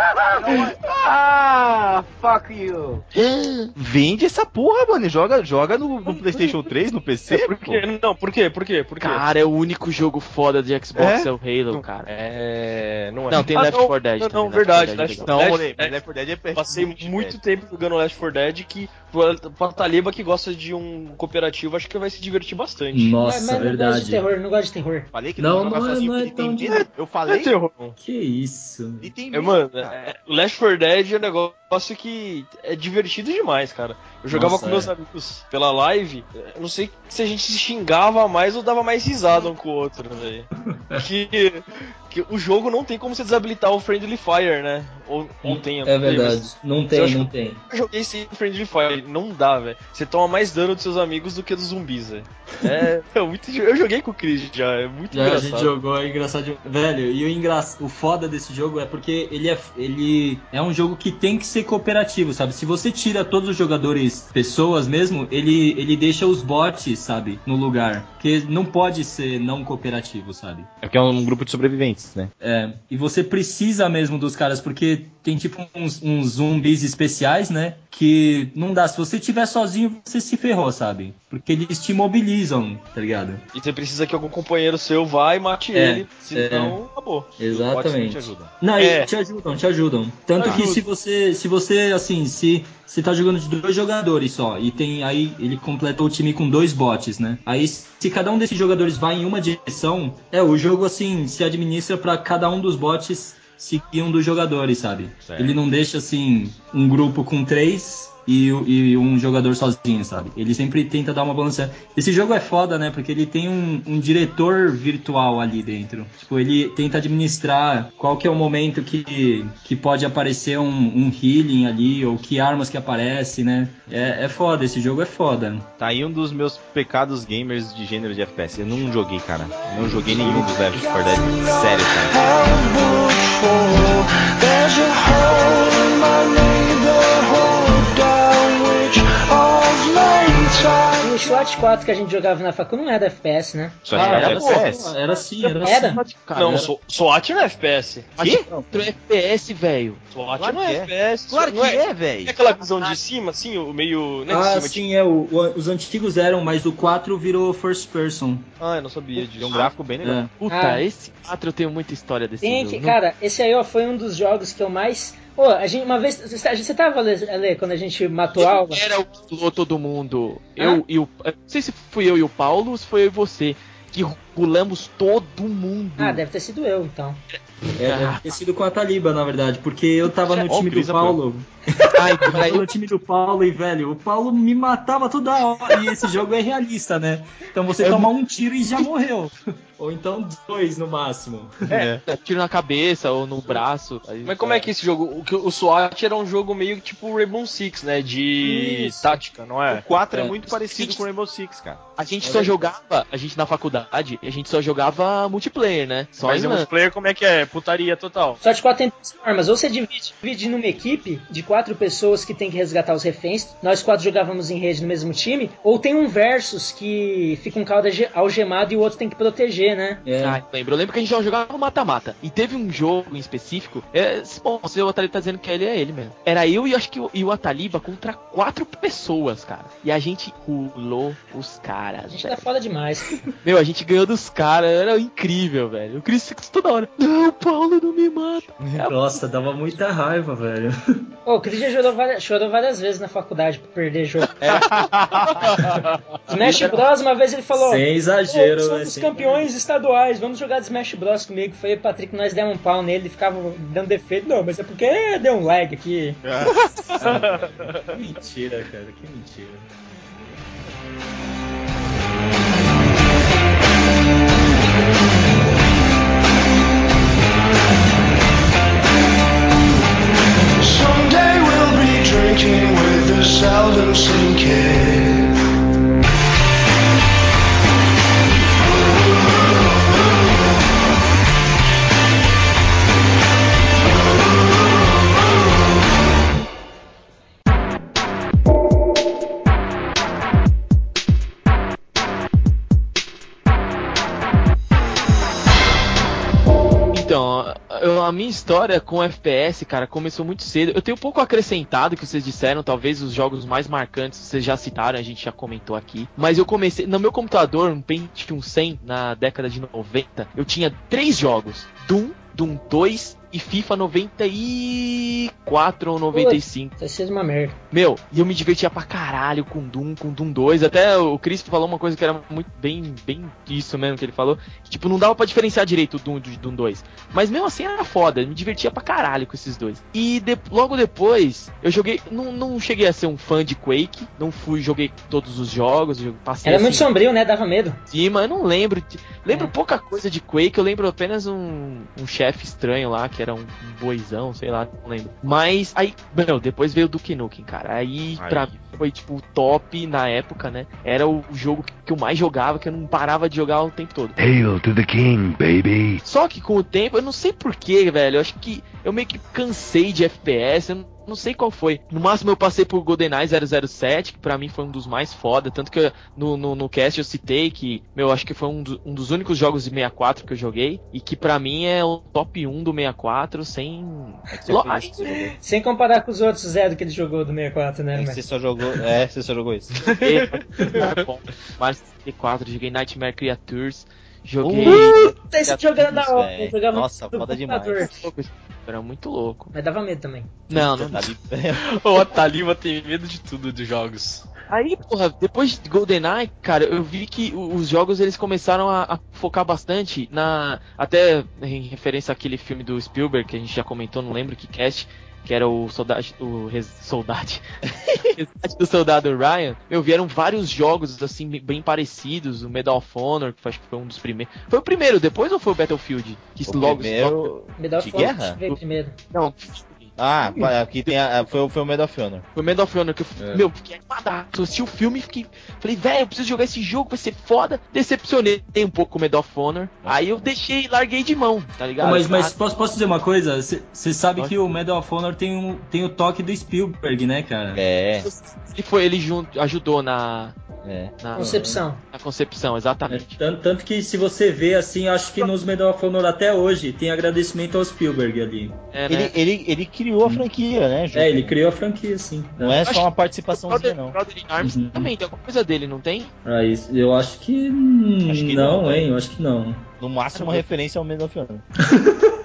Speaker 13: Ah, fuck you.
Speaker 4: Vende essa porra, mano, joga, joga no, no PlayStation três, no P C?
Speaker 6: É, por quê? Não, por quê? Por quê? Por quê?
Speaker 11: Cara, é o único jogo foda de Xbox é, é o Halo,
Speaker 6: não,
Speaker 11: cara.
Speaker 6: É... Não é.
Speaker 11: Não, tem ah, Left four Dead.
Speaker 6: Não,
Speaker 11: também,
Speaker 6: não verdade.
Speaker 11: Left
Speaker 6: Left, Left,
Speaker 4: Left,
Speaker 6: Left,
Speaker 4: Left four Dead é
Speaker 6: Passei muito, muito tempo jogando Left four Dead que pra Taliba que gosta de um cooperativo, acho que vai se divertir bastante.
Speaker 5: Nossa,
Speaker 1: mas, mas
Speaker 5: verdade.
Speaker 1: Não gosto de terror, não gosto de terror.
Speaker 4: Falei que
Speaker 5: não,
Speaker 4: não,
Speaker 5: não,
Speaker 4: sozinho,
Speaker 5: não é
Speaker 4: ele
Speaker 5: tão
Speaker 4: tem medo. Eu falei.
Speaker 6: É terror.
Speaker 5: Que isso?
Speaker 4: Ele tem
Speaker 6: é,
Speaker 4: medo,
Speaker 6: mano, é, Left four Dead é um negócio que é divertido demais, cara. Eu jogava
Speaker 5: Nossa,
Speaker 6: com meus
Speaker 5: é.
Speaker 6: amigos pela live, eu não sei se a gente se xingava mais ou dava mais risada um com o outro, velho. que, que o jogo não tem como você desabilitar o Friendly Fire, né? Ou, ou tem.
Speaker 5: É verdade, não tem, não tem.
Speaker 6: Eu joguei sem Friendly Fire, não dá, velho. Você toma mais dano dos seus amigos do que dos zumbis, velho. É, é muito. Eu joguei com o Chris já, é muito
Speaker 5: já,
Speaker 6: engraçado.
Speaker 5: A gente jogou, é engraçado. Velho, e o, engra... o foda desse jogo é porque ele é, ele é um jogo que tem que ser cooperativo, sabe? Se você tira todos os jogadores, pessoas mesmo, ele, ele deixa os bots, sabe, no lugar. Porque não pode ser não cooperativo, sabe?
Speaker 4: É porque é um grupo de sobreviventes, né?
Speaker 5: É, e você precisa mesmo dos caras, porque tem tipo uns, uns zumbis especiais, né? Que não dá, se você estiver sozinho, você se ferrou, sabe? Porque eles te mobilizam, tá ligado?
Speaker 6: E você precisa que algum companheiro seu vá e mate
Speaker 5: é,
Speaker 6: ele, senão
Speaker 5: é,
Speaker 6: acabou.
Speaker 5: Exatamente.
Speaker 6: Te ajudam.
Speaker 5: Não,
Speaker 6: é.
Speaker 5: te ajudam, te ajudam. Tanto
Speaker 6: Ajuda.
Speaker 5: que se você, se você, assim, se você tá jogando de dois jogadores só, e tem aí, ele completou o time com dois bots, né? Aí, se cada um desses jogadores vai em uma direção, é, o jogo, assim, se administra pra cada um dos bots seguir um dos jogadores, sabe? Certo. Ele não deixa, assim, um grupo com três e, e um jogador sozinho, sabe? Ele sempre tenta dar uma balança. Esse jogo é foda, né? Porque ele tem um, um diretor virtual ali dentro. Tipo, ele tenta administrar qual que é o momento que, que pode aparecer um, um healing ali, ou que armas que aparecem, né? É, é foda, esse jogo é foda.
Speaker 4: Tá aí um dos meus pecados gamers de gênero de F P S. Eu não joguei, cara. Não joguei nenhum dos Left four Dead. Sério, cara.
Speaker 13: There's a hole in my neighborhood down which all's laid.
Speaker 1: O SWAT quatro que a gente jogava na facu não era F P S, né?
Speaker 4: SWAT ah,
Speaker 5: era,
Speaker 4: era F P S?
Speaker 5: Era sim, era,
Speaker 1: era?
Speaker 5: sim.
Speaker 6: Cara, não, era... SWAT não é F P S.
Speaker 11: Que? Não, é F P S, velho.
Speaker 6: SWAT claro não é, é F P S.
Speaker 4: Claro que é, é velho.
Speaker 6: É aquela visão de cima, assim, o meio... Né,
Speaker 5: ah,
Speaker 6: de cima,
Speaker 5: sim,
Speaker 6: de...
Speaker 5: é. O, o, os antigos eram, mas o quatro virou first person.
Speaker 6: Ah, eu não sabia disso.
Speaker 4: Tem um gráfico bem legal.
Speaker 11: É. Puta,
Speaker 1: ah.
Speaker 11: esse quatro eu tenho muita história desse
Speaker 1: Tem
Speaker 11: jogo.
Speaker 1: que, cara, esse aí ó, foi um dos jogos que eu mais Pô, a gente, uma vez, você, você tava, Ale, quando a gente matou a aula?
Speaker 11: Era o que pulou todo mundo. Eu e o... Não sei se fui eu e o Paulo ou se foi eu e você. Que pulamos todo mundo.
Speaker 1: Ah, deve ter sido eu, então.
Speaker 5: É, deve ter sido com a Taliba, na verdade, porque eu tava no
Speaker 11: Ó,
Speaker 5: time do
Speaker 11: Cris,
Speaker 5: Paulo.
Speaker 11: Ai,
Speaker 5: Eu tava no time do Paulo e, velho, o Paulo me matava toda hora. E esse jogo é realista, né? Então você toma um tiro e já morreu. Ou então dois no máximo.
Speaker 11: É, tiro na cabeça ou no braço. Aí,
Speaker 6: Mas como é que esse jogo... O, que- o SWAT era um jogo meio tipo Rainbow Six, né? De
Speaker 4: Isso.
Speaker 6: tática, não é?
Speaker 4: O quatro é,
Speaker 11: É.
Speaker 4: muito parecido com Rainbow Six, cara.
Speaker 11: A gente só jogava, a gente na faculdade, a gente só jogava multiplayer, né? Só
Speaker 6: Mas
Speaker 11: em
Speaker 6: o
Speaker 11: LAN.
Speaker 6: multiplayer como é que é? Putaria total.
Speaker 1: Só de quatro tem duas formas. Ou você divide, divide numa equipe de quatro pessoas que tem que resgatar os reféns. Nós quatro jogávamos em rede no mesmo time. Ou tem um versus que fica um cara algemado e o outro tem que proteger, né?
Speaker 5: É.
Speaker 11: Ah, eu lembro. Eu lembro que a gente já jogava mata-mata. E teve um jogo em específico. É, bom, se o Ataliba tá dizendo que ele é ele mesmo. Era eu e acho que o, e o Ataliba contra quatro pessoas, cara. E a gente pulou os caras.
Speaker 1: A gente
Speaker 11: velho.
Speaker 1: tá foda demais.
Speaker 11: Meu, a gente ganhou dos caras. Era incrível, velho. O Chris fica toda hora. Não, Paulo, não me mata.
Speaker 5: Nossa, dava muita raiva, velho.
Speaker 1: Pô, o Cris já chorou várias, chorou várias vezes na faculdade pra perder jogo. Smash Bros, uma vez ele falou:
Speaker 5: Sem exagero,
Speaker 1: "Pô,
Speaker 5: né?
Speaker 1: somos
Speaker 5: Sem
Speaker 1: campeões estaduais, vamos jogar de Smash Bros comigo." Foi o Patrick, nós demos um pau nele, ele ficava dando defeito. Não, mas é porque deu um lag aqui.
Speaker 5: Que mentira, cara, que mentira.
Speaker 13: Someday we'll be drinking with the seldom seen kid.
Speaker 11: Então, eu- a minha história com F P S, cara, começou muito cedo. Eu tenho um pouco acrescentado que vocês disseram, talvez os jogos mais marcantes vocês já citaram, a gente já comentou aqui. Mas eu comecei, no meu computador, um Pentium cem, na década de noventa, eu tinha três jogos: Doom, Doom dois e FIFA noventa e quatro ou noventa e cinco.
Speaker 1: Vai ser uma merda.
Speaker 11: Meu, e eu me divertia pra caralho com Doom, com Doom dois. Até o Chris falou uma coisa que era muito bem, bem isso mesmo que ele falou. Que, tipo, não dava pra diferenciar direito o Doom do Doom dois. Mas mesmo assim era foda, eu me divertia pra caralho com esses dois. E de, logo depois, eu joguei. Não, não cheguei a ser um fã de Quake. Não fui, joguei todos os jogos. Passei
Speaker 1: Era
Speaker 11: assim,
Speaker 1: muito sombrio, né? Dava medo.
Speaker 11: Sim, mas eu não lembro. de- Lembro
Speaker 1: É.
Speaker 11: pouca coisa de Quake, eu lembro apenas um, um chefe estranho lá, que era um, um boizão, sei lá, não lembro. Mas aí, meu, depois veio o Duke Nukem, cara. Aí,
Speaker 4: Aí.
Speaker 11: pra mim, foi tipo o top na época, né? Era o jogo que, que eu mais jogava, que eu não parava de jogar o tempo todo.
Speaker 9: Hail to the king, baby.
Speaker 11: Só que com o tempo, eu não sei porquê, velho. Eu acho que eu meio que cansei de F P S. Eu não, não sei qual foi. No máximo eu passei por GoldenEye zero zero sete, que pra mim foi um dos mais foda. Tanto que eu- no, no, no cast eu citei que, meu, acho que foi um, do- um dos únicos jogos de sessenta e quatro que eu joguei. E que pra mim é o top um do sessenta e quatro, sem.
Speaker 4: É que você
Speaker 11: Lo-
Speaker 4: foi isso que você jogou.
Speaker 1: Sem comparar com os outros zero que ele jogou do sessenta e quatro, né?
Speaker 4: É que
Speaker 1: mas-
Speaker 4: você só jogou. É, você só jogou isso.
Speaker 11: Joguei Mario sessenta e quatro, joguei Nightmare Creatures, joguei.
Speaker 1: Puta, esse jogo era da hora. Eu
Speaker 4: velho.
Speaker 1: jogava
Speaker 4: Nossa,
Speaker 1: no
Speaker 4: foda demais.
Speaker 1: computador.
Speaker 11: Era muito louco.
Speaker 1: Mas dava medo também.
Speaker 11: Não, não
Speaker 4: Tá ali-
Speaker 6: O Ataliba tem medo de tudo dos jogos.
Speaker 11: Aí, porra, depois de GoldenEye, cara, eu vi que o- os jogos eles começaram a, a focar bastante na. Até em referência àquele filme do Spielberg que a gente já comentou, não lembro que cast, que era o soldado. O res, soldade. Resgate do soldado Ryan. Meu, vieram vários jogos assim, bem parecidos. O Medal of Honor, que acho que foi um dos primeiros. Foi o primeiro, depois ou foi o Battlefield? Que
Speaker 4: O
Speaker 11: logo,
Speaker 4: primeiro
Speaker 1: Medal of
Speaker 4: de
Speaker 1: Honor
Speaker 4: guerra?
Speaker 1: veio primeiro.
Speaker 11: Não,
Speaker 4: Ah, aqui tem a, foi, o- foi o Medal of Honor.
Speaker 11: foi o Medal of Honor que eu,
Speaker 5: É.
Speaker 11: meu, fiquei animadaço. Eu assisti o filme e fiquei. Falei, velho, eu preciso jogar esse jogo, vai ser foda. Decepcionei um pouco com o Medal of Honor. Aí eu deixei, larguei de mão, tá ligado?
Speaker 5: Pô, mas, mas
Speaker 11: Ah,
Speaker 5: posso, posso dizer uma coisa? Você sabe
Speaker 11: Pode.
Speaker 5: que o Medal of Honor tem, um, tem o toque do Spielberg, né, cara?
Speaker 4: É,
Speaker 11: ele foi, ele junto, ajudou na,
Speaker 4: é.
Speaker 11: na,
Speaker 1: Concepção.
Speaker 11: na concepção,
Speaker 5: É,
Speaker 11: exatamente.
Speaker 5: tanto, tanto que se você vê assim, acho que nos Medal of Honor até hoje tem agradecimento ao Spielberg ali.
Speaker 11: É,
Speaker 4: Ele,
Speaker 11: né?
Speaker 4: ele, ele criou a franquia, né? junto.
Speaker 5: É, ele criou a franquia, sim.
Speaker 4: Não é só
Speaker 11: Acho
Speaker 4: uma
Speaker 11: que
Speaker 4: participaçãozinha,
Speaker 11: Brother,
Speaker 4: não.
Speaker 11: Brother in Arms
Speaker 5: Uhum.
Speaker 11: também, tem alguma coisa dele, não tem?
Speaker 5: Ah, isso, eu acho que, hum,
Speaker 4: Acho que
Speaker 5: não,
Speaker 4: não,
Speaker 5: hein?
Speaker 4: velho.
Speaker 5: Eu acho que não.
Speaker 4: No máximo, uma referência ao Medal of Honor.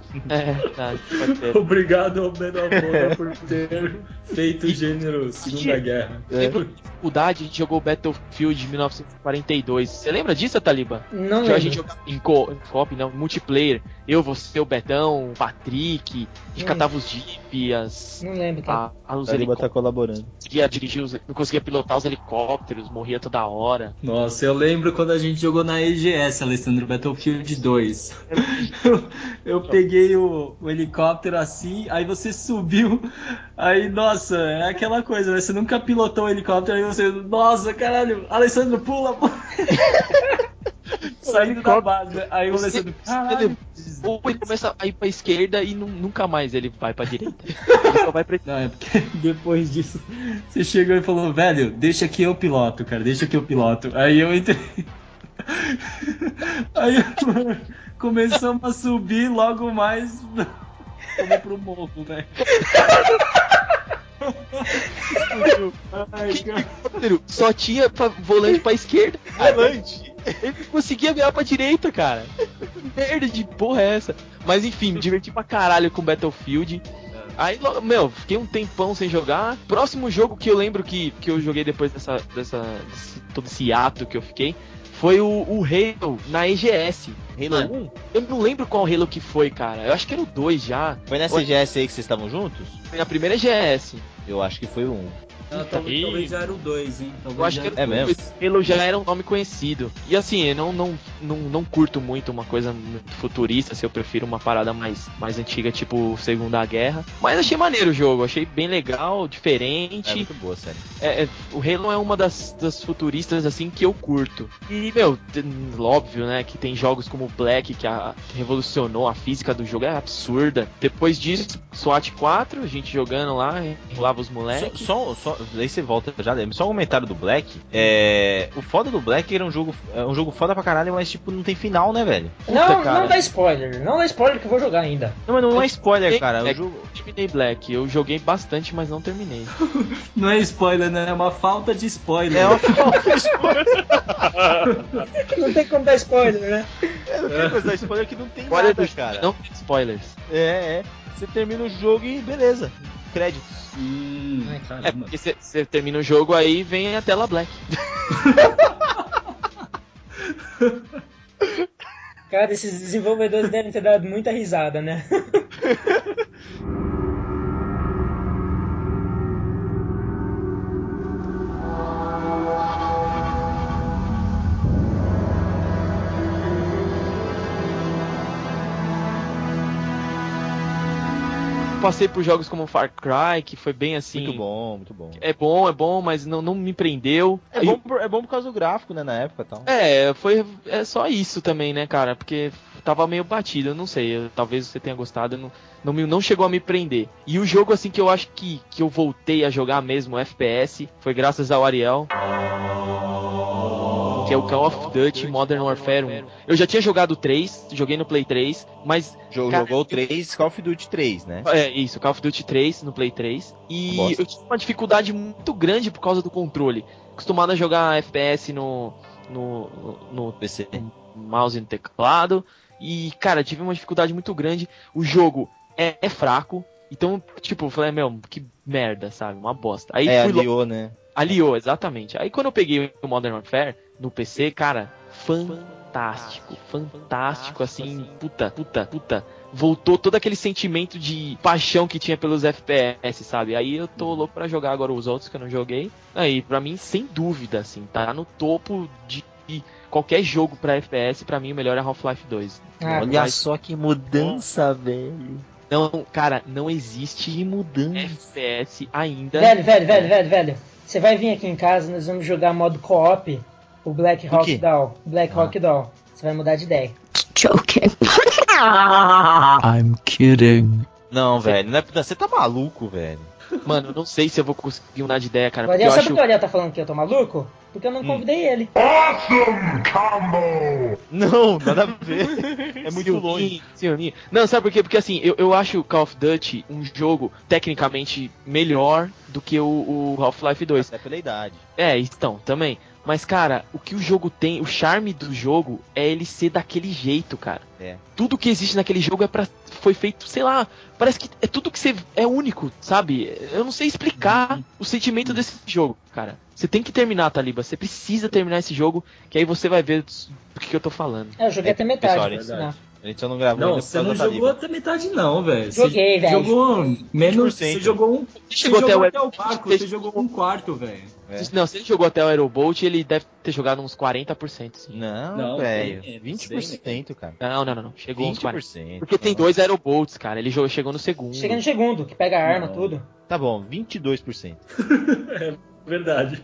Speaker 11: É, tá, pode ser.
Speaker 5: Obrigado ao Medal of Honor por ter feito o gênero Segunda Guerra.
Speaker 11: Lembra de dificuldade, a gente jogou Battlefield mil novecentos e quarenta e dois. Você lembra disso, Taliba?
Speaker 1: Não
Speaker 11: Já
Speaker 1: lembro.
Speaker 11: a gente jogava em co- em co-op, não, multiplayer. Eu, você, o Betão, o Patrick, a gente
Speaker 1: Hum.
Speaker 11: catava os jeep, as...
Speaker 1: Não lembro, tá?
Speaker 11: A, a, os
Speaker 4: Taliba tá
Speaker 11: helicópteros.
Speaker 4: colaborando.
Speaker 11: Não conseguia dirigir os, não conseguia pilotar os helicópteros, morria toda hora.
Speaker 5: Nossa, eu lembro quando a gente jogou na E G S, Alessandro, Battlefield dois. Eu, eu peguei o, o helicóptero assim, aí você subiu, aí, nossa, é aquela coisa, né? Você nunca pilotou um helicóptero, aí você, nossa, caralho, Alessandro, pula, pula. Saindo da base, né? Aí o
Speaker 11: Você-
Speaker 5: Alessandro,
Speaker 11: você
Speaker 5: caralho.
Speaker 11: lembra? Ou ele começa a ir pra esquerda e nu- nunca mais ele vai pra direita. Ele só vai pra
Speaker 5: Não, é porque depois disso você chegou e falou, velho, deixa que eu piloto, cara, deixa que eu piloto. Aí eu entrei. Aí mano, começamos a subir logo mais. Fomos pro morro, velho. Ai, cara.
Speaker 11: helicóptero só tinha pra, volante pra esquerda. Volante? Ele não conseguia virar pra direita, cara. Que merda de porra é essa? Mas enfim, me diverti pra caralho com Battlefield. Aí, lo- meu, fiquei um tempão sem jogar. Próximo jogo que eu lembro que, que eu joguei depois dessa, dessa desse- todo esse ato que eu fiquei foi o, o Halo na E G S.
Speaker 4: Halo
Speaker 11: Mano,
Speaker 4: um?
Speaker 11: Eu não lembro qual Halo que foi, cara. Eu acho que era o dois já.
Speaker 4: Foi nessa
Speaker 11: Ou-
Speaker 4: E G S aí que vocês estavam juntos?
Speaker 11: Foi na primeira E G S.
Speaker 4: Eu acho que foi o um.
Speaker 5: Ah, talvez, talvez já era o dois, hein? Talvez
Speaker 11: Eu acho
Speaker 5: já
Speaker 11: que
Speaker 5: era
Speaker 11: era
Speaker 5: o
Speaker 4: É
Speaker 5: dois.
Speaker 4: mesmo?
Speaker 11: Halo já era um nome conhecido. E assim, eu não, não, não, não curto muito uma coisa muito futurista, assim, eu prefiro uma parada mais, mais antiga, tipo Segunda Guerra. Mas achei maneiro o jogo, achei bem legal,
Speaker 4: É
Speaker 11: diferente.
Speaker 4: muito boa, sério.
Speaker 11: É, é, o Halo é uma das, das futuristas assim que eu curto. E, meu, tem- óbvio, né, que tem jogos como Black que, a, que revolucionou a física do jogo, é absurda. Depois disso, SWAT quatro, a gente jogando lá, enrolava os
Speaker 4: Só,
Speaker 11: moleques.
Speaker 4: só, só, aí você volta já, lembra? Só um comentário do Black. É, o foda do Black era um jogo, é um jogo foda pra caralho, mas tipo, não tem final, né, velho?
Speaker 1: Não,
Speaker 11: cara.
Speaker 1: não dá spoiler. Não dá spoiler que eu vou jogar ainda.
Speaker 4: Não, mas não é spoiler, cara.
Speaker 11: É,
Speaker 4: O jogo.
Speaker 11: terminei Black, eu joguei bastante, mas não terminei.
Speaker 5: Não é spoiler, né? É uma falta de spoiler.
Speaker 4: É uma falta de spoiler.
Speaker 1: Não tem como dar spoiler, né?
Speaker 4: É, não tem coisa spoiler que não tem
Speaker 11: Spoiler
Speaker 4: nada,
Speaker 11: do-
Speaker 4: cara.
Speaker 11: Não tem spoilers.
Speaker 4: É, é. Você termina o jogo e beleza. Créditos.
Speaker 5: Hum,
Speaker 1: Ai,
Speaker 5: caramba.
Speaker 11: É porque você termina o jogo aí vem a tela Black.
Speaker 1: Cara, esses desenvolvedores devem ter dado muita risada, né?
Speaker 11: Passei por jogos como Far Cry, que foi bem assim.
Speaker 4: Muito bom, muito bom.
Speaker 11: É bom, é bom, mas não, não me prendeu.
Speaker 4: É
Speaker 11: Aí-
Speaker 4: bom, por, é bom por causa do gráfico, né, na época e tal.
Speaker 11: É, foi é só isso também, né, cara? Porque tava meio batido, eu não sei. eu- talvez você tenha gostado, não, não, me- não chegou a me prender. E o jogo, assim, que eu acho que, que eu voltei a jogar mesmo, F P S, foi graças ao Ariel. Que é o Call of Duty Modern Warfare um. Eu já tinha jogado o três, joguei no Play três, mas.
Speaker 4: Jogou,
Speaker 11: cara,
Speaker 4: jogou o três, Call of Duty três, né?
Speaker 11: É, isso, Call of Duty três no Play três. E
Speaker 4: Bosta.
Speaker 11: eu tive uma dificuldade muito grande por causa do controle. Acostumado a jogar F P S no, no, no,
Speaker 4: P C.
Speaker 11: no mouse e no teclado. E, cara, tive uma dificuldade muito grande. O jogo é, é fraco. Então, tipo, eu falei, meu, que merda, sabe? Uma bosta. Aí
Speaker 4: É,
Speaker 11: fui lo-
Speaker 4: aliou, né?
Speaker 11: Aliou, exatamente. Aí quando eu peguei o Modern Warfare no P C, cara, fantástico, fantástico, assim, puta, puta, puta. Voltou todo aquele sentimento de paixão que tinha pelos F P S, sabe? Aí eu tô louco pra jogar agora os outros que eu não joguei. Aí, pra mim, sem dúvida, assim, tá no topo de qualquer jogo pra F P S, pra mim o melhor é Half-Life dois.
Speaker 1: Ah,
Speaker 4: Olha
Speaker 11: mas-
Speaker 4: só que mudança, velho.
Speaker 11: Não, cara, não existe
Speaker 4: Mudança.
Speaker 11: F P S ainda.
Speaker 1: Velho, velho, velho, velho, velho. Você vai vir aqui em casa, nós vamos jogar modo co-op, o Black
Speaker 4: Do
Speaker 1: Hawk
Speaker 4: quê?
Speaker 1: Down. Black
Speaker 4: Ah.
Speaker 1: Hawk Down. Você vai mudar de ideia.
Speaker 12: Joking.
Speaker 8: I'm kidding.
Speaker 4: Não, velho, não é, você tá maluco, velho.
Speaker 11: Mano, eu não sei se eu vou conseguir mudar de ideia, cara.
Speaker 1: O
Speaker 11: Porque
Speaker 1: Ariel,
Speaker 11: eu
Speaker 1: sabe
Speaker 11: acho.
Speaker 1: por que o Ariel tá falando que eu tô maluco? Porque eu não
Speaker 4: Hum.
Speaker 1: convidei ele.
Speaker 4: Não, nada a ver. É muito
Speaker 11: Silvinho,
Speaker 4: longe.
Speaker 11: Silvinho. Não, sabe por quê? Porque assim, eu, eu acho o Call of Duty um jogo tecnicamente melhor do que o, o Half-Life dois.
Speaker 4: Até pela idade.
Speaker 11: É, então, também. Mas, cara, o que o jogo tem, o charme do jogo é ele ser daquele jeito, cara.
Speaker 4: É.
Speaker 11: Tudo que existe naquele jogo é pra, foi feito, sei lá, parece que é tudo que você é único, sabe? Eu não sei explicar uhum. o sentimento desse jogo, cara. Você tem que terminar, Taliba, você precisa terminar esse jogo, que aí você vai ver do que, que eu tô falando.
Speaker 1: É, eu joguei é, até metade,
Speaker 4: pessoal,
Speaker 1: pra ensinar.
Speaker 4: A gente só não gravou
Speaker 5: Não,
Speaker 4: ainda
Speaker 5: você não jogou até metade não, velho.
Speaker 1: Joguei, velho.
Speaker 5: Jogou menos, você jogou um, você
Speaker 11: chegou,
Speaker 5: jogou
Speaker 11: até,
Speaker 5: até o barco, você jogou um quarto, velho.
Speaker 11: É. Não, se ele jogou até o Aerobolt, ele deve ter jogado uns quarenta por cento, sim.
Speaker 4: Não, velho, vinte por cento, cara.
Speaker 11: Não, não, não, não. Chegou
Speaker 4: vinte por cento,
Speaker 11: uns quarenta por cento. Porque tem dois Aerobolts, cara, ele jogou, chegou no segundo.
Speaker 1: Chega no segundo, que pega a arma, não. tudo.
Speaker 4: Tá bom, vinte e dois por cento.
Speaker 5: É verdade.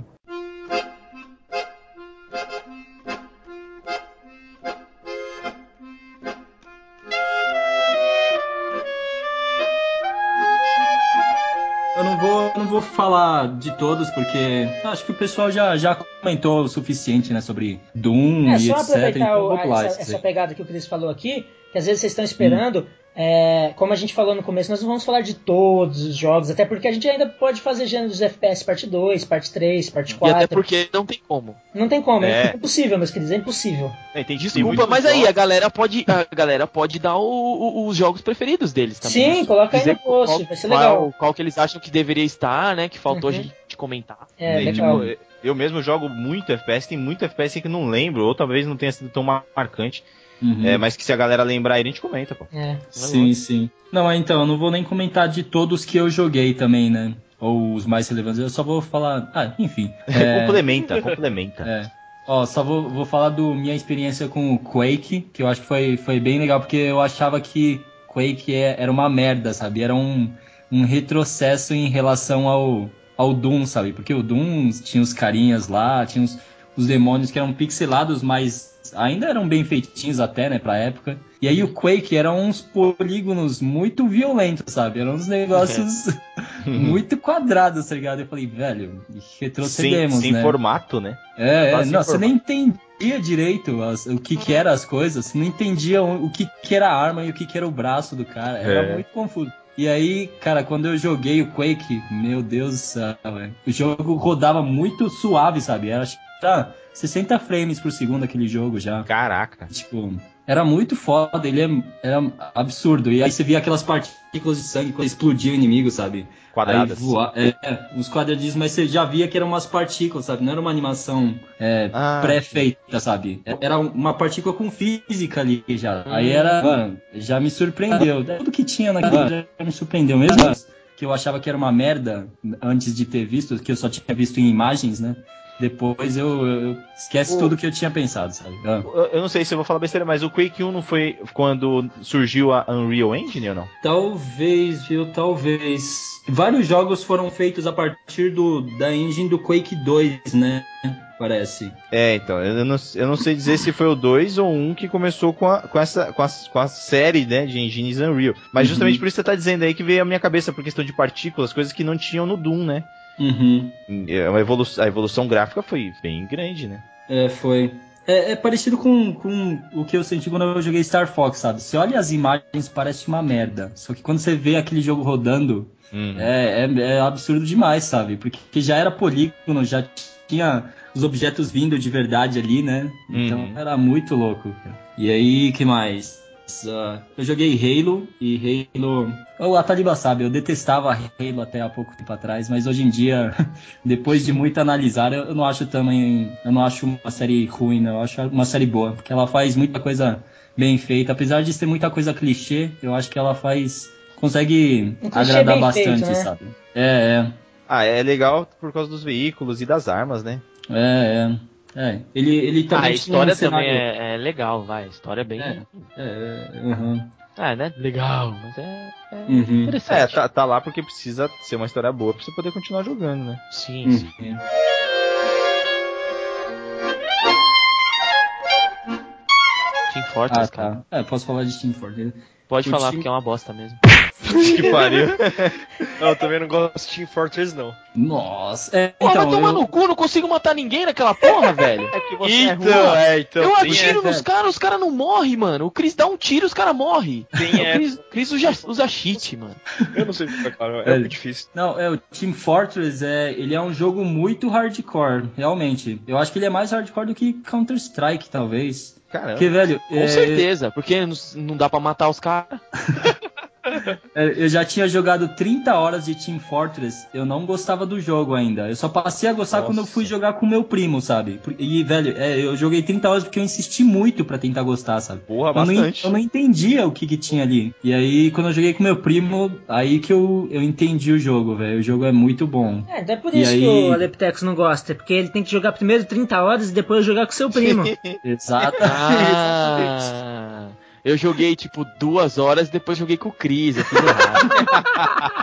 Speaker 5: Eu não vou, não vou falar de todos, porque acho que o pessoal já, já comentou o suficiente, né, sobre Doom
Speaker 1: é,
Speaker 5: e
Speaker 1: só
Speaker 5: etcétera.
Speaker 1: Aproveitar
Speaker 5: então
Speaker 1: o,
Speaker 5: vou pular
Speaker 1: essa, essa pegada que o Chris falou aqui, que às vezes vocês estão esperando, hum. é, como a gente falou no começo, nós não vamos falar de todos os jogos, até porque a gente ainda pode fazer gêneros F P S parte dois, parte três, parte quatro.
Speaker 11: E até porque não tem como.
Speaker 1: Não tem como, é,
Speaker 11: é.
Speaker 1: é impossível, meus queridos, é impossível.
Speaker 11: É, tem Desculpa, mas aí a galera pode, a galera pode dar o, o, os jogos preferidos deles também.
Speaker 1: Sim, coloca aí no post,
Speaker 11: qual,
Speaker 1: vai ser
Speaker 11: qual,
Speaker 1: legal.
Speaker 11: Qual que eles acham que deveria estar, né, que faltou uhum. a gente comentar.
Speaker 1: É, legal.
Speaker 4: Tipo, eu mesmo jogo muito F P S, tem muito F P S que eu não lembro, ou talvez não tenha sido tão marcante. Uhum. É, mas que se a galera lembrar aí, a gente comenta, pô.
Speaker 1: É.
Speaker 5: Sim, sim. Não, então, eu não vou nem comentar de todos que eu joguei também, né? Ou os mais relevantes, eu só vou falar... Ah, enfim.
Speaker 4: É... complementa, complementa.
Speaker 5: É. Ó, só vou, vou falar do minha experiência com o Quake, que eu acho que foi, foi bem legal, porque eu achava que Quake era uma merda, sabe? Era um, um retrocesso em relação ao, ao Doom, sabe? Porque o Doom tinha os carinhas lá, tinha os, os demônios que eram pixelados, mas ainda eram bem feitinhos até, né, pra época. E aí o Quake eram uns polígonos muito violentos, sabe? Eram uns negócios muito quadrados, tá ligado? Eu falei, velho, retrocedemos,
Speaker 4: sem, sem
Speaker 5: né?
Speaker 4: Sem formato, né?
Speaker 5: É, é não, você nem entendia direito as, o que que eram as coisas, você não entendia o, o que que era a arma e o que que era o braço do cara, era é. muito confuso. E aí, cara, quando eu joguei o Quake, meu Deus do céu, velho, o jogo rodava muito suave, sabe? Era, acho que era sessenta frames por segundo aquele jogo já.
Speaker 4: Caraca.
Speaker 5: Tipo, era muito foda, ele é, era absurdo. E aí você via aquelas partículas de sangue quando explodia o inimigo, sabe?
Speaker 4: Quadradas.
Speaker 5: Aí voa, é, uns quadradinhos, mas você já via que eram umas partículas, sabe? Não era uma animação é, ah, pré-feita, sabe? Era uma partícula com física ali já. Hum. Aí era, mano, já me surpreendeu. Tudo que tinha naquele já me surpreendeu mesmo. Que eu achava que era uma merda antes de ter visto, que eu só tinha visto em imagens, né? Depois eu, eu esquece o... tudo que eu tinha pensado, sabe? Ah.
Speaker 4: Eu não sei se eu vou falar besteira, mas o Quake um não foi quando surgiu a Unreal Engine ou não?
Speaker 5: Talvez, viu? Talvez. Vários jogos foram feitos a partir do, da engine do Quake dois, né? Parece.
Speaker 4: É, então, eu não, eu não sei dizer se foi o dois ou um que começou com a, com essa, com a, com a série, né, de engines Unreal. Mas justamente uhum. por isso que você tá dizendo aí que veio a minha cabeça, por questão de partículas, coisas que não tinham no Doom, né?
Speaker 5: Uhum.
Speaker 4: A, evolução, a evolução gráfica foi bem grande, né?
Speaker 5: É, foi. É, é parecido com, com o que eu senti quando eu joguei Star Fox, sabe? Você olha as imagens, parece uma merda. Só que quando você vê aquele jogo rodando, uhum. é, é, é absurdo demais, sabe? Porque já era polígono, já tinha os objetos vindo de verdade ali, né? Então uhum. era muito louco. E aí, que mais? Uh, eu joguei Halo e Halo... Oh, a Taliba sabe, eu detestava Halo até há pouco tempo atrás, mas hoje em dia, depois de muito analisar, eu, eu não acho também... Eu não acho uma série ruim, não. Eu acho uma série boa, porque ela faz muita coisa bem feita. Apesar de ser muita coisa clichê, eu acho que ela faz... Consegue um agradar bastante, feito, né? Sabe? É, é.
Speaker 4: Ah, é legal por causa dos veículos e das armas, né?
Speaker 5: É, é. É, ele, ele também
Speaker 11: ah, a história
Speaker 5: um cenário...
Speaker 11: também é, é legal, vai. A história é bem...
Speaker 5: É, é, uhum.
Speaker 11: é né? Legal, mas é, é
Speaker 5: uhum.
Speaker 11: interessante.
Speaker 4: É, tá, tá lá porque precisa ser uma história boa pra você poder continuar jogando, né?
Speaker 11: Sim,
Speaker 5: uhum.
Speaker 11: sim. Team Fortress,
Speaker 5: ah, tá.
Speaker 11: cara.
Speaker 5: É, posso falar de Team Fortress.
Speaker 11: Pode
Speaker 5: o
Speaker 11: falar,
Speaker 5: Team...
Speaker 11: porque é uma bosta mesmo.
Speaker 6: Que pariu. Não, eu também não gosto de Team Fortress, não.
Speaker 5: Nossa. É,
Speaker 11: Porra,
Speaker 5: então,
Speaker 11: vai tomar
Speaker 5: eu...
Speaker 11: no cu, não consigo matar ninguém naquela porra, velho.
Speaker 4: É que você
Speaker 6: Então,
Speaker 4: é ruim.
Speaker 6: é, então.
Speaker 11: Eu
Speaker 6: tem
Speaker 11: atiro
Speaker 6: essa.
Speaker 11: nos caras, os caras não morrem, mano. O Chris dá um tiro, os caras morrem.
Speaker 6: Tem
Speaker 11: O
Speaker 6: essa.
Speaker 11: Chris, Chris usa, usa cheat, mano.
Speaker 6: Eu não sei explicar, cara. É,
Speaker 5: É.
Speaker 6: muito difícil.
Speaker 5: Não, é, o Team Fortress, é, ele é um jogo muito hardcore, realmente. Eu acho que ele é mais hardcore do que Counter-Strike, talvez.
Speaker 4: Caramba.
Speaker 5: Porque, velho...
Speaker 11: Com
Speaker 5: é,
Speaker 11: certeza, porque não, não dá pra matar os caras.
Speaker 5: é, eu já tinha jogado trinta horas de Team Fortress, eu não gostava do jogo ainda. Eu só passei a gostar
Speaker 4: Nossa.
Speaker 5: quando eu fui jogar com meu primo, sabe? E, velho, é, eu joguei trinta horas porque eu insisti muito pra tentar gostar, sabe?
Speaker 4: Porra,
Speaker 5: Eu não,
Speaker 4: bastante.
Speaker 5: eu não entendia o que que tinha ali. E aí, quando eu joguei com meu primo, aí que eu, eu entendi o jogo, velho. O jogo é muito bom.
Speaker 1: É, então é por
Speaker 5: E
Speaker 1: isso
Speaker 5: aí-
Speaker 1: que o Adeptex não gosta, porque ele tem que jogar primeiro trinta horas e depois jogar com seu primo.
Speaker 5: Exato.
Speaker 11: Ah, eu joguei tipo duas horas e depois joguei com o Chris, eu fiz errado.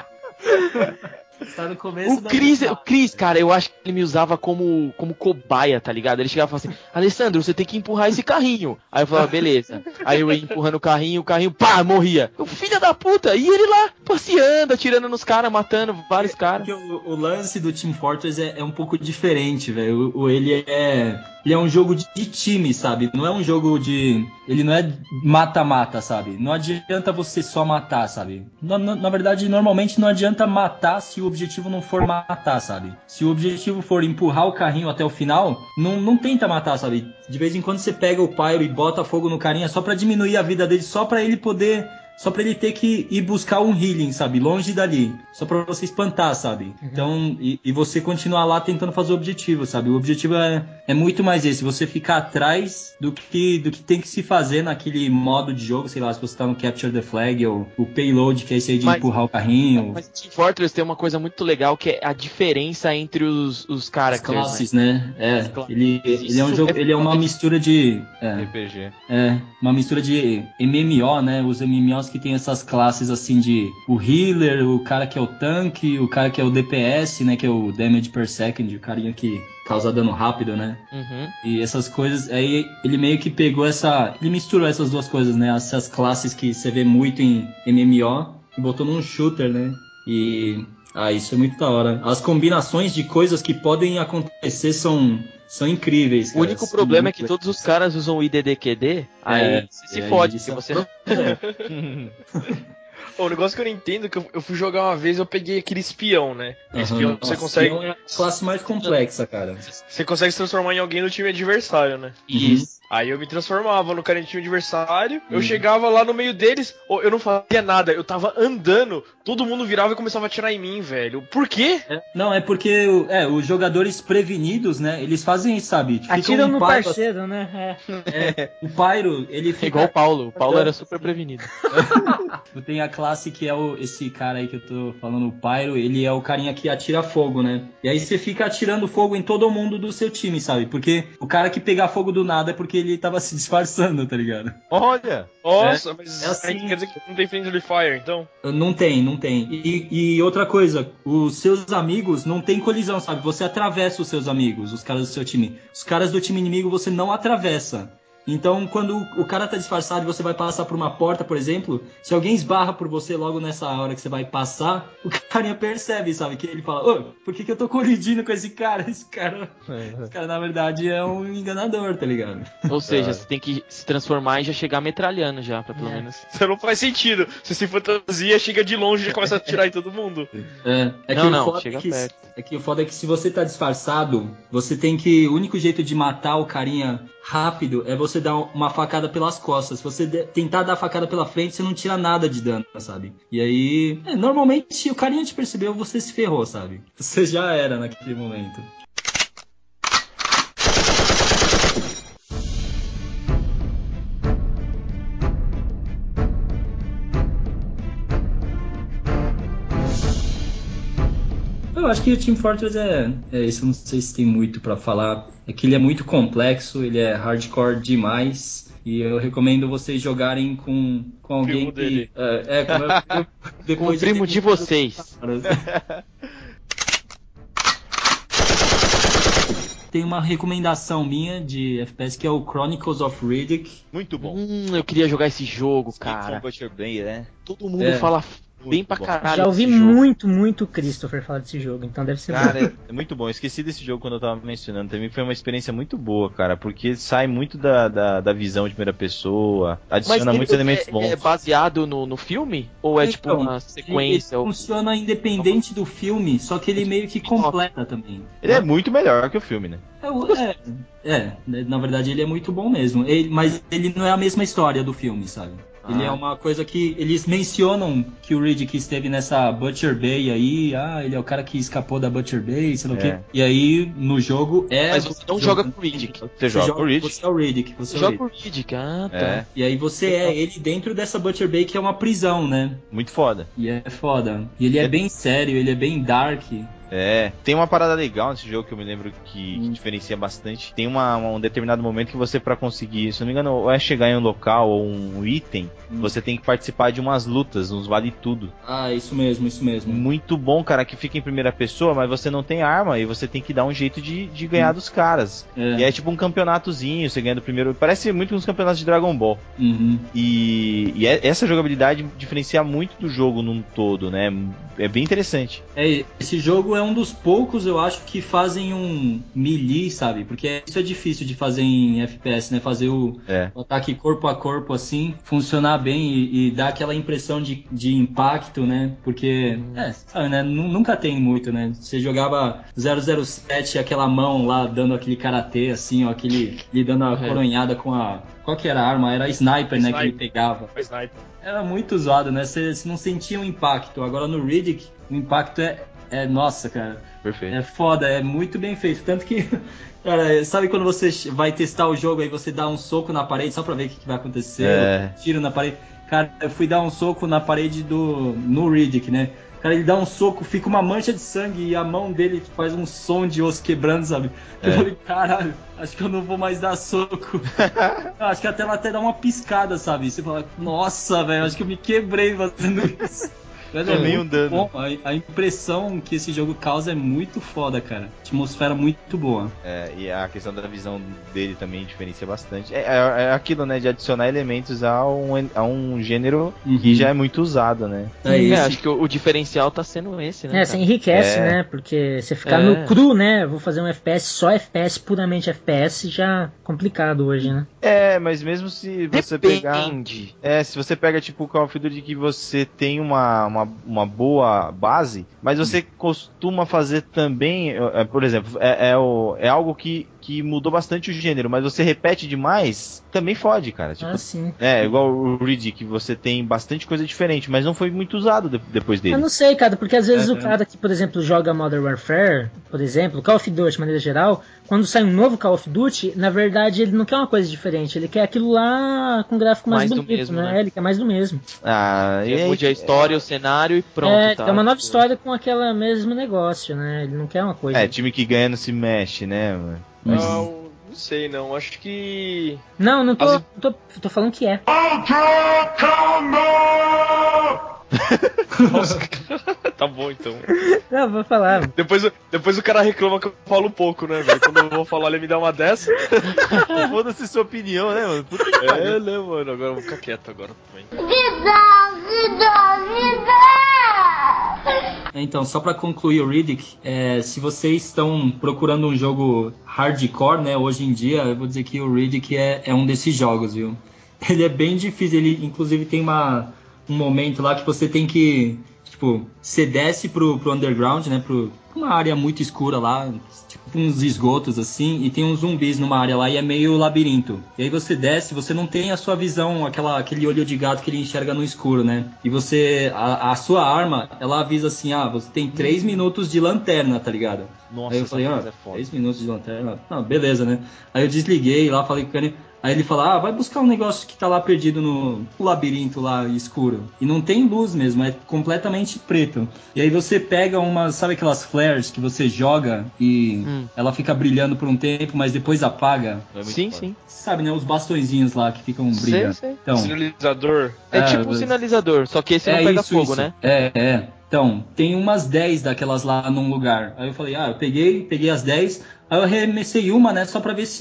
Speaker 5: Tá no começo
Speaker 11: O
Speaker 5: da
Speaker 11: Chris,
Speaker 5: vida.
Speaker 11: o Chris, cara, eu acho que ele me usava como, como cobaia, tá ligado? Ele chegava e falava assim, Alessandro, você tem que empurrar esse carrinho. Aí eu falava, beleza. Aí eu ia empurrando o carrinho, o carrinho, pá, morria. Eu, filho da puta, e ele lá, passeando, atirando nos caras, matando vários caras.
Speaker 5: Porque o, o lance do Team Fortress é, é um pouco diferente, velho. O, o- ele é. Ele é um jogo de, de time, sabe? Não é um jogo de. Ele não é mata-mata, sabe? Não adianta você só matar, sabe? Na, na, na verdade, normalmente não adianta matar se o objetivo não for matar, sabe? Se o objetivo for empurrar o carrinho até o final, não, não tenta matar, sabe? De vez em quando você pega o Pyro e bota fogo no carinha só pra diminuir a vida dele, só pra ele poder. Só pra ele ter que ir buscar um healing, sabe? Longe dali. Só pra você espantar, sabe? Então, e, e você continuar lá tentando fazer o objetivo, sabe? O objetivo é, é muito mais esse. Você ficar atrás do que, do que tem que se fazer naquele modo de jogo. Sei lá, se você tá no Capture the Flag ou o Payload, que é esse aí de
Speaker 11: Mas-
Speaker 5: empurrar o carrinho.
Speaker 11: Mas Team Fortress tem uma coisa muito legal que é a diferença entre os, os
Speaker 5: As
Speaker 11: characters,
Speaker 5: classes,
Speaker 11: né?
Speaker 5: né?
Speaker 11: As
Speaker 5: É.
Speaker 11: classes.
Speaker 5: Ele, ele é um
Speaker 11: Isso
Speaker 5: jogo.
Speaker 11: é
Speaker 5: Ele é uma mistura de. É.
Speaker 4: R P G.
Speaker 5: É, uma mistura de M M O, né? Os M M Os que tem essas classes assim de o healer, o cara que é o tanque, o cara que é o D P S, né? Que é o damage per second, o carinha que causa dano rápido, né?
Speaker 11: Uhum.
Speaker 5: E essas coisas, aí ele meio que pegou essa, ele misturou essas duas coisas, né? Essas classes que você vê muito em M M O e botou num shooter, né? E ah, isso é muito da hora. As combinações de coisas que podem acontecer são são incríveis,
Speaker 11: O
Speaker 5: cara.
Speaker 11: único
Speaker 5: São
Speaker 11: problema é
Speaker 5: muito
Speaker 11: que todos os caras usam o I D D Q D, aí
Speaker 5: É,
Speaker 11: você se
Speaker 5: e aí
Speaker 11: fode,
Speaker 5: isso
Speaker 11: porque
Speaker 5: é-
Speaker 11: você...
Speaker 6: Ô, o negócio que eu não entendo é que eu, eu fui jogar uma vez eu peguei aquele espião, né?
Speaker 5: Aham.
Speaker 6: Espião você
Speaker 5: Nossa,
Speaker 6: consegue.
Speaker 5: espião é a classe mais complexa, cara.
Speaker 6: Você consegue se transformar em alguém do time adversário, né?
Speaker 11: Isso.
Speaker 6: Aí eu me transformava no cara do time adversário, eu
Speaker 5: Uhum.
Speaker 6: chegava lá no meio deles, ô, eu não fazia nada, eu tava andando, todo mundo virava e começava a atirar em mim, velho. Por quê?
Speaker 5: É, não, é porque o- é, os jogadores prevenidos, né? Eles fazem isso, sabe? Ficam
Speaker 1: Atira
Speaker 5: um
Speaker 1: no
Speaker 5: pyro-
Speaker 1: parceiro, né? É.
Speaker 5: É, o Pyro, ele
Speaker 11: É
Speaker 5: fica.
Speaker 11: igual o Paulo, o Paulo era super prevenido.
Speaker 5: Tem a classe que é o, esse cara aí que eu tô falando, o Pyro, ele é o carinha que atira fogo, né? E aí você fica atirando fogo em todo mundo do seu time, sabe? Porque o cara que pegar fogo do nada é porque ele tava se disfarçando, tá ligado?
Speaker 4: Olha!
Speaker 6: Nossa, mas
Speaker 5: é assim.
Speaker 6: aí quer dizer que não tem friendly fire, então?
Speaker 5: Não tem, não tem. E, e outra coisa, os seus amigos não tem colisão, sabe? Você atravessa os seus amigos, os caras do seu time. Os caras do time inimigo você não atravessa. Então, quando o cara tá disfarçado e você vai passar por uma porta, por exemplo, se alguém esbarra por você logo nessa hora que você vai passar, o carinha percebe, sabe? Que ele fala, ô, por que que eu tô colidindo com esse cara? Esse cara, esse cara na verdade, é um enganador, tá ligado?
Speaker 11: Ou seja, você tem que se transformar e já chegar metralhando já, pra pelo menos...
Speaker 6: Isso não faz sentido. Você se fantasia, chega de longe e já começa a atirar em todo mundo.
Speaker 5: É, é que
Speaker 11: Não,
Speaker 5: o
Speaker 11: não,
Speaker 5: foda
Speaker 11: chega
Speaker 5: é que,
Speaker 11: perto.
Speaker 5: é que o foda é que se você tá disfarçado, você tem que. O único jeito de matar o carinha rápido é você dar uma facada pelas costas. Se você de- tentar dar a facada pela frente, você não tira nada de dano, sabe? E aí, é, normalmente, se o carinha te percebeu, você se ferrou, sabe? Você já era naquele momento. Eu acho que o Team Fortress é, é isso, eu não sei se tem muito pra falar. É que ele é muito complexo, ele é hardcore demais. E eu recomendo vocês jogarem com, com alguém
Speaker 6: Primo dele.
Speaker 5: que. É, é como eu, eu, depois
Speaker 11: Com o primo
Speaker 5: ter
Speaker 11: de
Speaker 5: jogado
Speaker 11: vocês.
Speaker 5: horas. Tem uma recomendação minha de F P S que é o Chronicles of Riddick.
Speaker 4: Muito bom.
Speaker 11: Hum, eu queria jogar esse jogo,
Speaker 4: Escape
Speaker 11: cara.
Speaker 4: from Butcher Blade, né?
Speaker 11: Todo mundo
Speaker 5: É.
Speaker 11: fala bem pra caralho.
Speaker 1: Já ouvi
Speaker 11: esse jogo.
Speaker 1: muito, muito o Christopher falar desse jogo, então deve ser
Speaker 4: Cara,
Speaker 1: bom.
Speaker 4: é, é muito bom. Eu esqueci desse jogo quando eu tava mencionando. Também foi uma experiência muito boa, cara, porque sai muito da, da, da visão de primeira pessoa, adiciona
Speaker 11: Mas
Speaker 4: muitos
Speaker 11: ele
Speaker 4: elementos
Speaker 11: é,
Speaker 4: bons.
Speaker 11: é baseado no, no filme? Ou é tipo
Speaker 14: Então,
Speaker 11: uma sequência?
Speaker 14: Ele
Speaker 11: ou...
Speaker 14: funciona independente do filme, só que ele meio que completa também.
Speaker 4: Ele é muito melhor que o filme, né?
Speaker 14: É, é, é, na verdade ele é muito bom mesmo. Ele, mas ele não é a mesma história do filme, sabe? Ele
Speaker 11: Ah.
Speaker 14: é uma coisa que eles mencionam que o Riddick esteve nessa Butcher Bay aí, ah, ele é o cara que escapou da Butcher Bay, sei lá o
Speaker 4: É.
Speaker 14: quê. E aí no jogo é.
Speaker 11: Mas você não joga com o Riddick.
Speaker 4: Você joga com o Riddick.
Speaker 14: Você é o Riddick. Você,
Speaker 11: Você
Speaker 14: é o
Speaker 11: joga com o
Speaker 14: Riddick.
Speaker 11: Riddick, ah, tá.
Speaker 4: É.
Speaker 14: E aí você é ele dentro dessa Butcher Bay que é uma prisão, né?
Speaker 4: Muito foda.
Speaker 14: E é foda. E ele é,
Speaker 4: É.
Speaker 14: bem sério, ele é bem dark.
Speaker 4: É, tem uma parada legal nesse jogo que eu me lembro que, que diferencia bastante. Tem uma, um determinado momento que você, pra conseguir, se não me engano, ou é chegar em um local ou um item,
Speaker 14: Hum.
Speaker 4: você tem que participar de umas lutas, uns vale tudo.
Speaker 14: Ah, isso mesmo, isso mesmo.
Speaker 4: Muito bom, cara, que fica em primeira pessoa, mas você não tem arma e você tem que dar um jeito de, de ganhar dos caras.
Speaker 14: É.
Speaker 4: E é tipo um campeonatozinho, você ganha do primeiro. Parece muito uns campeonatos de Dragon Ball.
Speaker 14: Uhum.
Speaker 4: E, e é- essa jogabilidade diferencia muito do jogo num todo, né? É bem interessante.
Speaker 14: É, esse jogo é um dos poucos, eu acho, que fazem um melee, sabe? Porque isso é difícil de fazer em F P S, né? Fazer o,
Speaker 4: É.
Speaker 14: o ataque corpo a corpo, assim, funcionar bem e, e dar aquela impressão de, de impacto, né? Porque, é, sabe, né? Nu- Nunca tem muito, né? Você jogava zero zero sete, aquela mão lá, dando aquele karatê, assim, ó, aquele, ele dando a
Speaker 11: É.
Speaker 14: coronhada com a... Qual que era a arma? Era a sniper, né? Que ele
Speaker 6: Sniper.
Speaker 14: pegava.
Speaker 6: Foi sniper.
Speaker 14: Era muito zoado, né? Você você não sentia o impacto. Agora no Riddick, o impacto é, é nossa, cara.
Speaker 4: Perfeito.
Speaker 14: É foda, é muito bem feito. Tanto que, cara, sabe quando você vai testar o jogo aí você dá um soco na parede só pra ver o que, que vai acontecer?
Speaker 4: É.
Speaker 14: Um tiro na parede. Cara, eu fui dar um soco na parede do. No Riddick, né? Cara, ele dá um soco, fica uma mancha de sangue e a mão dele faz um som de osso quebrando, sabe? Eu
Speaker 4: É.
Speaker 14: falei, caralho, acho que eu não vou mais dar soco. Eu acho que a tela até dá uma piscada, sabe? Você fala, nossa, velho, acho que eu me quebrei fazendo isso. Mas é
Speaker 4: Tomei um
Speaker 14: muito
Speaker 4: dano.
Speaker 14: bom, a, a impressão que esse jogo causa é muito foda, cara. Atmosfera muito boa.
Speaker 4: É, e a questão da visão dele também diferencia bastante. É, é- é aquilo, né, de adicionar elementos a um, a um gênero
Speaker 14: Uhum.
Speaker 4: que já é muito usado, né?
Speaker 14: É
Speaker 11: É,
Speaker 14: isso.
Speaker 11: acho que o, o diferencial tá sendo esse, né?
Speaker 1: É,
Speaker 11: cara?
Speaker 1: você enriquece,
Speaker 4: É.
Speaker 1: né? Porque você ficar
Speaker 11: É.
Speaker 1: no cru, né? Vou fazer um F P S, só F P S, puramente F P S, já complicado hoje, né?
Speaker 4: É, mas mesmo se você pegar...
Speaker 11: Depende.
Speaker 4: É, se você pega tipo o Call of Duty que você tem uma, uma, uma boa base, mas você costuma fazer também, é, por exemplo, é, é, o, é algo que, que mudou bastante o gênero, mas você repete demais, também fode, cara. Tipo,
Speaker 1: Ah, sim.
Speaker 4: é, igual o Riddick, que você tem bastante coisa diferente, mas não foi muito usado de- depois dele.
Speaker 1: Eu não sei, cara, porque às vezes
Speaker 14: É,
Speaker 1: o
Speaker 14: é.
Speaker 1: cara que, por exemplo, joga Modern Warfare, por exemplo, Call of Duty de maneira geral, quando sai um novo Call of Duty, na verdade ele não quer uma coisa diferente, ele quer aquilo lá com gráfico mais,
Speaker 11: Mais do
Speaker 1: bonito,
Speaker 11: mesmo,
Speaker 1: né?
Speaker 11: né?
Speaker 1: Ele quer mais do mesmo.
Speaker 4: Ah, e aí-
Speaker 11: Mude a história, o cenário e pronto.
Speaker 1: é,
Speaker 11: tá?
Speaker 1: é uma nova
Speaker 11: Tipo,
Speaker 1: história com aquele mesmo negócio, né? Ele não quer uma coisa.
Speaker 4: É, time que ganha não se mexe, né? mano?
Speaker 14: Mas-
Speaker 6: Não, não sei não. Acho que.
Speaker 1: Não, não tô,
Speaker 6: As-
Speaker 1: tô, tô falando que é.
Speaker 6: Nossa, tá bom então.
Speaker 1: Não, vou falar.
Speaker 6: Depois, o- depois o cara reclama que eu falo pouco, né, velho? Quando eu vou falar, ele me dá uma dessa.
Speaker 4: Foda-se sua opinião, né, mano? Puta que
Speaker 6: É,
Speaker 4: pariu.
Speaker 6: né, mano? Agora eu vou ficar quieto agora também.
Speaker 14: Então, só pra concluir o Riddick, é, se vocês estão procurando um jogo hardcore, né, hoje em dia, eu vou dizer que o Riddick é, é um desses jogos, viu? Ele é bem difícil, ele inclusive tem uma, um momento lá que você tem que, tipo, você desce pro, pro underground, né, pro uma área muito escura lá, tipo uns esgotos assim, e tem uns zumbis numa área lá e é meio labirinto. E aí você desce, você não tem a sua visão, aquela, aquele olho de gato que ele enxerga no escuro, né? E você, a, a sua arma, ela avisa assim, ah, você tem três minutos de lanterna, tá ligado?
Speaker 4: Nossa,
Speaker 14: Aí eu
Speaker 4: essa
Speaker 14: falei, ah,
Speaker 4: coisa é foda.
Speaker 14: três minutos de lanterna, não, beleza, né? Aí eu desliguei lá, falei com o cara, aí ele fala, ah, vai buscar um negócio que tá lá perdido no, no labirinto lá escuro. E não tem luz mesmo, é completamente preto. E aí você pega umas, sabe aquelas flares que você joga e
Speaker 11: Hum.
Speaker 14: ela fica brilhando por um tempo, mas depois apaga?
Speaker 4: É muito
Speaker 11: Sim,
Speaker 4: foda.
Speaker 11: sim.
Speaker 14: Sabe, né? Os bastõezinhos lá que ficam
Speaker 11: Sei,
Speaker 14: brilhando.
Speaker 11: sei.
Speaker 14: Então,
Speaker 6: Sinalizador.
Speaker 11: É,
Speaker 14: É,
Speaker 11: tipo um
Speaker 14: mas-
Speaker 11: sinalizador, só que esse não
Speaker 14: é
Speaker 11: pega
Speaker 14: isso,
Speaker 11: fogo,
Speaker 14: isso.
Speaker 11: né?
Speaker 14: É, é. Então, tem umas dez daquelas lá num lugar. Aí eu falei, ah, eu peguei, peguei as dez, aí eu arremessei uma, né, só pra ver se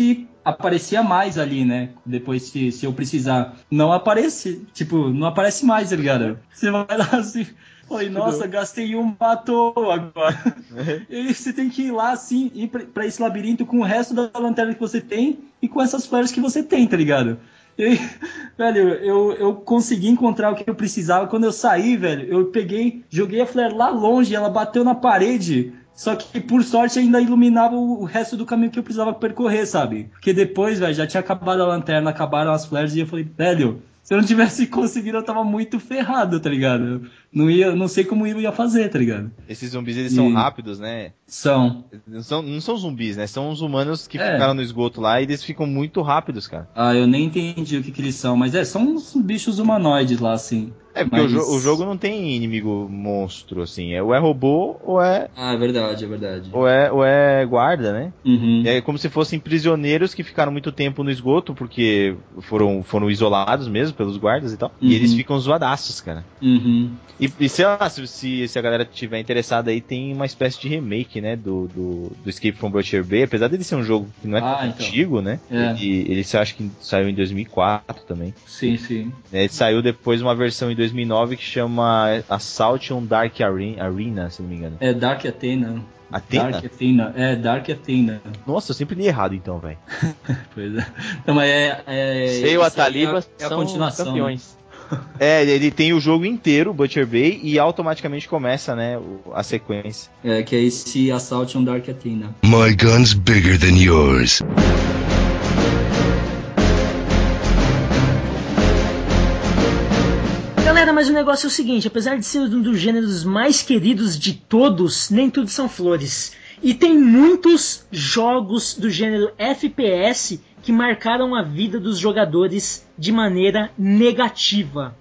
Speaker 14: aparecia mais ali, né? Depois, se, se eu precisar. Não aparece, tipo, não aparece mais, tá ligado? Você vai lá assim, oi, nossa, gastei um à toa agora. E aí você tem que ir lá, assim, ir pra, pra esse labirinto com o resto da lanterna que você tem e com essas flares que você tem, tá ligado? E aí, velho, eu, eu consegui encontrar o que eu precisava. Quando eu saí, velho, eu peguei, joguei a flare lá longe, ela bateu na parede. Só que, por sorte, ainda iluminava o resto do caminho que eu precisava percorrer, sabe? Porque depois, velho, já tinha acabado a lanterna, acabaram as flares e eu falei, velho, se eu não tivesse conseguido, eu tava muito ferrado, tá ligado? Não ia, não sei como eu ia fazer, tá ligado?
Speaker 4: Esses zumbis, eles
Speaker 14: E-
Speaker 4: são rápidos, né?
Speaker 14: São.
Speaker 4: Não são, não são zumbis, né? São os humanos que
Speaker 14: É.
Speaker 4: ficaram no esgoto lá e eles ficam muito rápidos, cara.
Speaker 14: Ah, eu nem entendi o que que eles são, mas é, são uns bichos humanoides lá, assim.
Speaker 4: É, porque
Speaker 14: Mas-
Speaker 4: o, jo- o jogo não tem inimigo monstro, assim. É, ou é robô, ou é,
Speaker 14: Ah, é verdade, é verdade.
Speaker 4: ou é, ou é guarda, né?
Speaker 14: Uhum.
Speaker 4: É como se fossem prisioneiros que ficaram muito tempo no esgoto, porque foram, foram isolados mesmo pelos guardas e tal.
Speaker 14: Uhum.
Speaker 4: E eles ficam zoadaços, cara.
Speaker 14: Uhum.
Speaker 4: E, e sei lá, se, se, se a galera tiver interessada aí, tem uma espécie de remake, né, do, do, do Escape from Butcher Bay, apesar dele ser um jogo que não é
Speaker 14: Ah,
Speaker 4: tão
Speaker 14: então.
Speaker 4: antigo, né,
Speaker 14: É.
Speaker 4: ele, ele se- acho que saiu em dois mil e quatro também.
Speaker 14: Sim, sim.
Speaker 4: Né, ele saiu depois uma versão em dois mil e nove que chama Assault on Dark Are- Arena, se não me engano.
Speaker 14: É Dark Athena.
Speaker 4: Athena?
Speaker 14: Dark Athena, é Dark Athena.
Speaker 4: Nossa, eu sempre li errado então, velho.
Speaker 14: Pois é. Não, mas é. é
Speaker 11: Sei, o
Speaker 14: isso aí
Speaker 11: Ataliba
Speaker 14: é, é a
Speaker 11: são
Speaker 14: continuação.
Speaker 11: campeões.
Speaker 4: É, ele tem o jogo inteiro, Butcher Bay, e automaticamente começa, né, o- a sequência.
Speaker 14: É, que é esse Assault on Dark Athena.
Speaker 9: My gun's bigger than yours.
Speaker 1: Galera, mas o negócio é o seguinte, apesar de ser um dos gêneros mais queridos de todos, nem tudo são flores. E tem muitos jogos do gênero F P S que marcaram a vida dos jogadores de maneira negativa.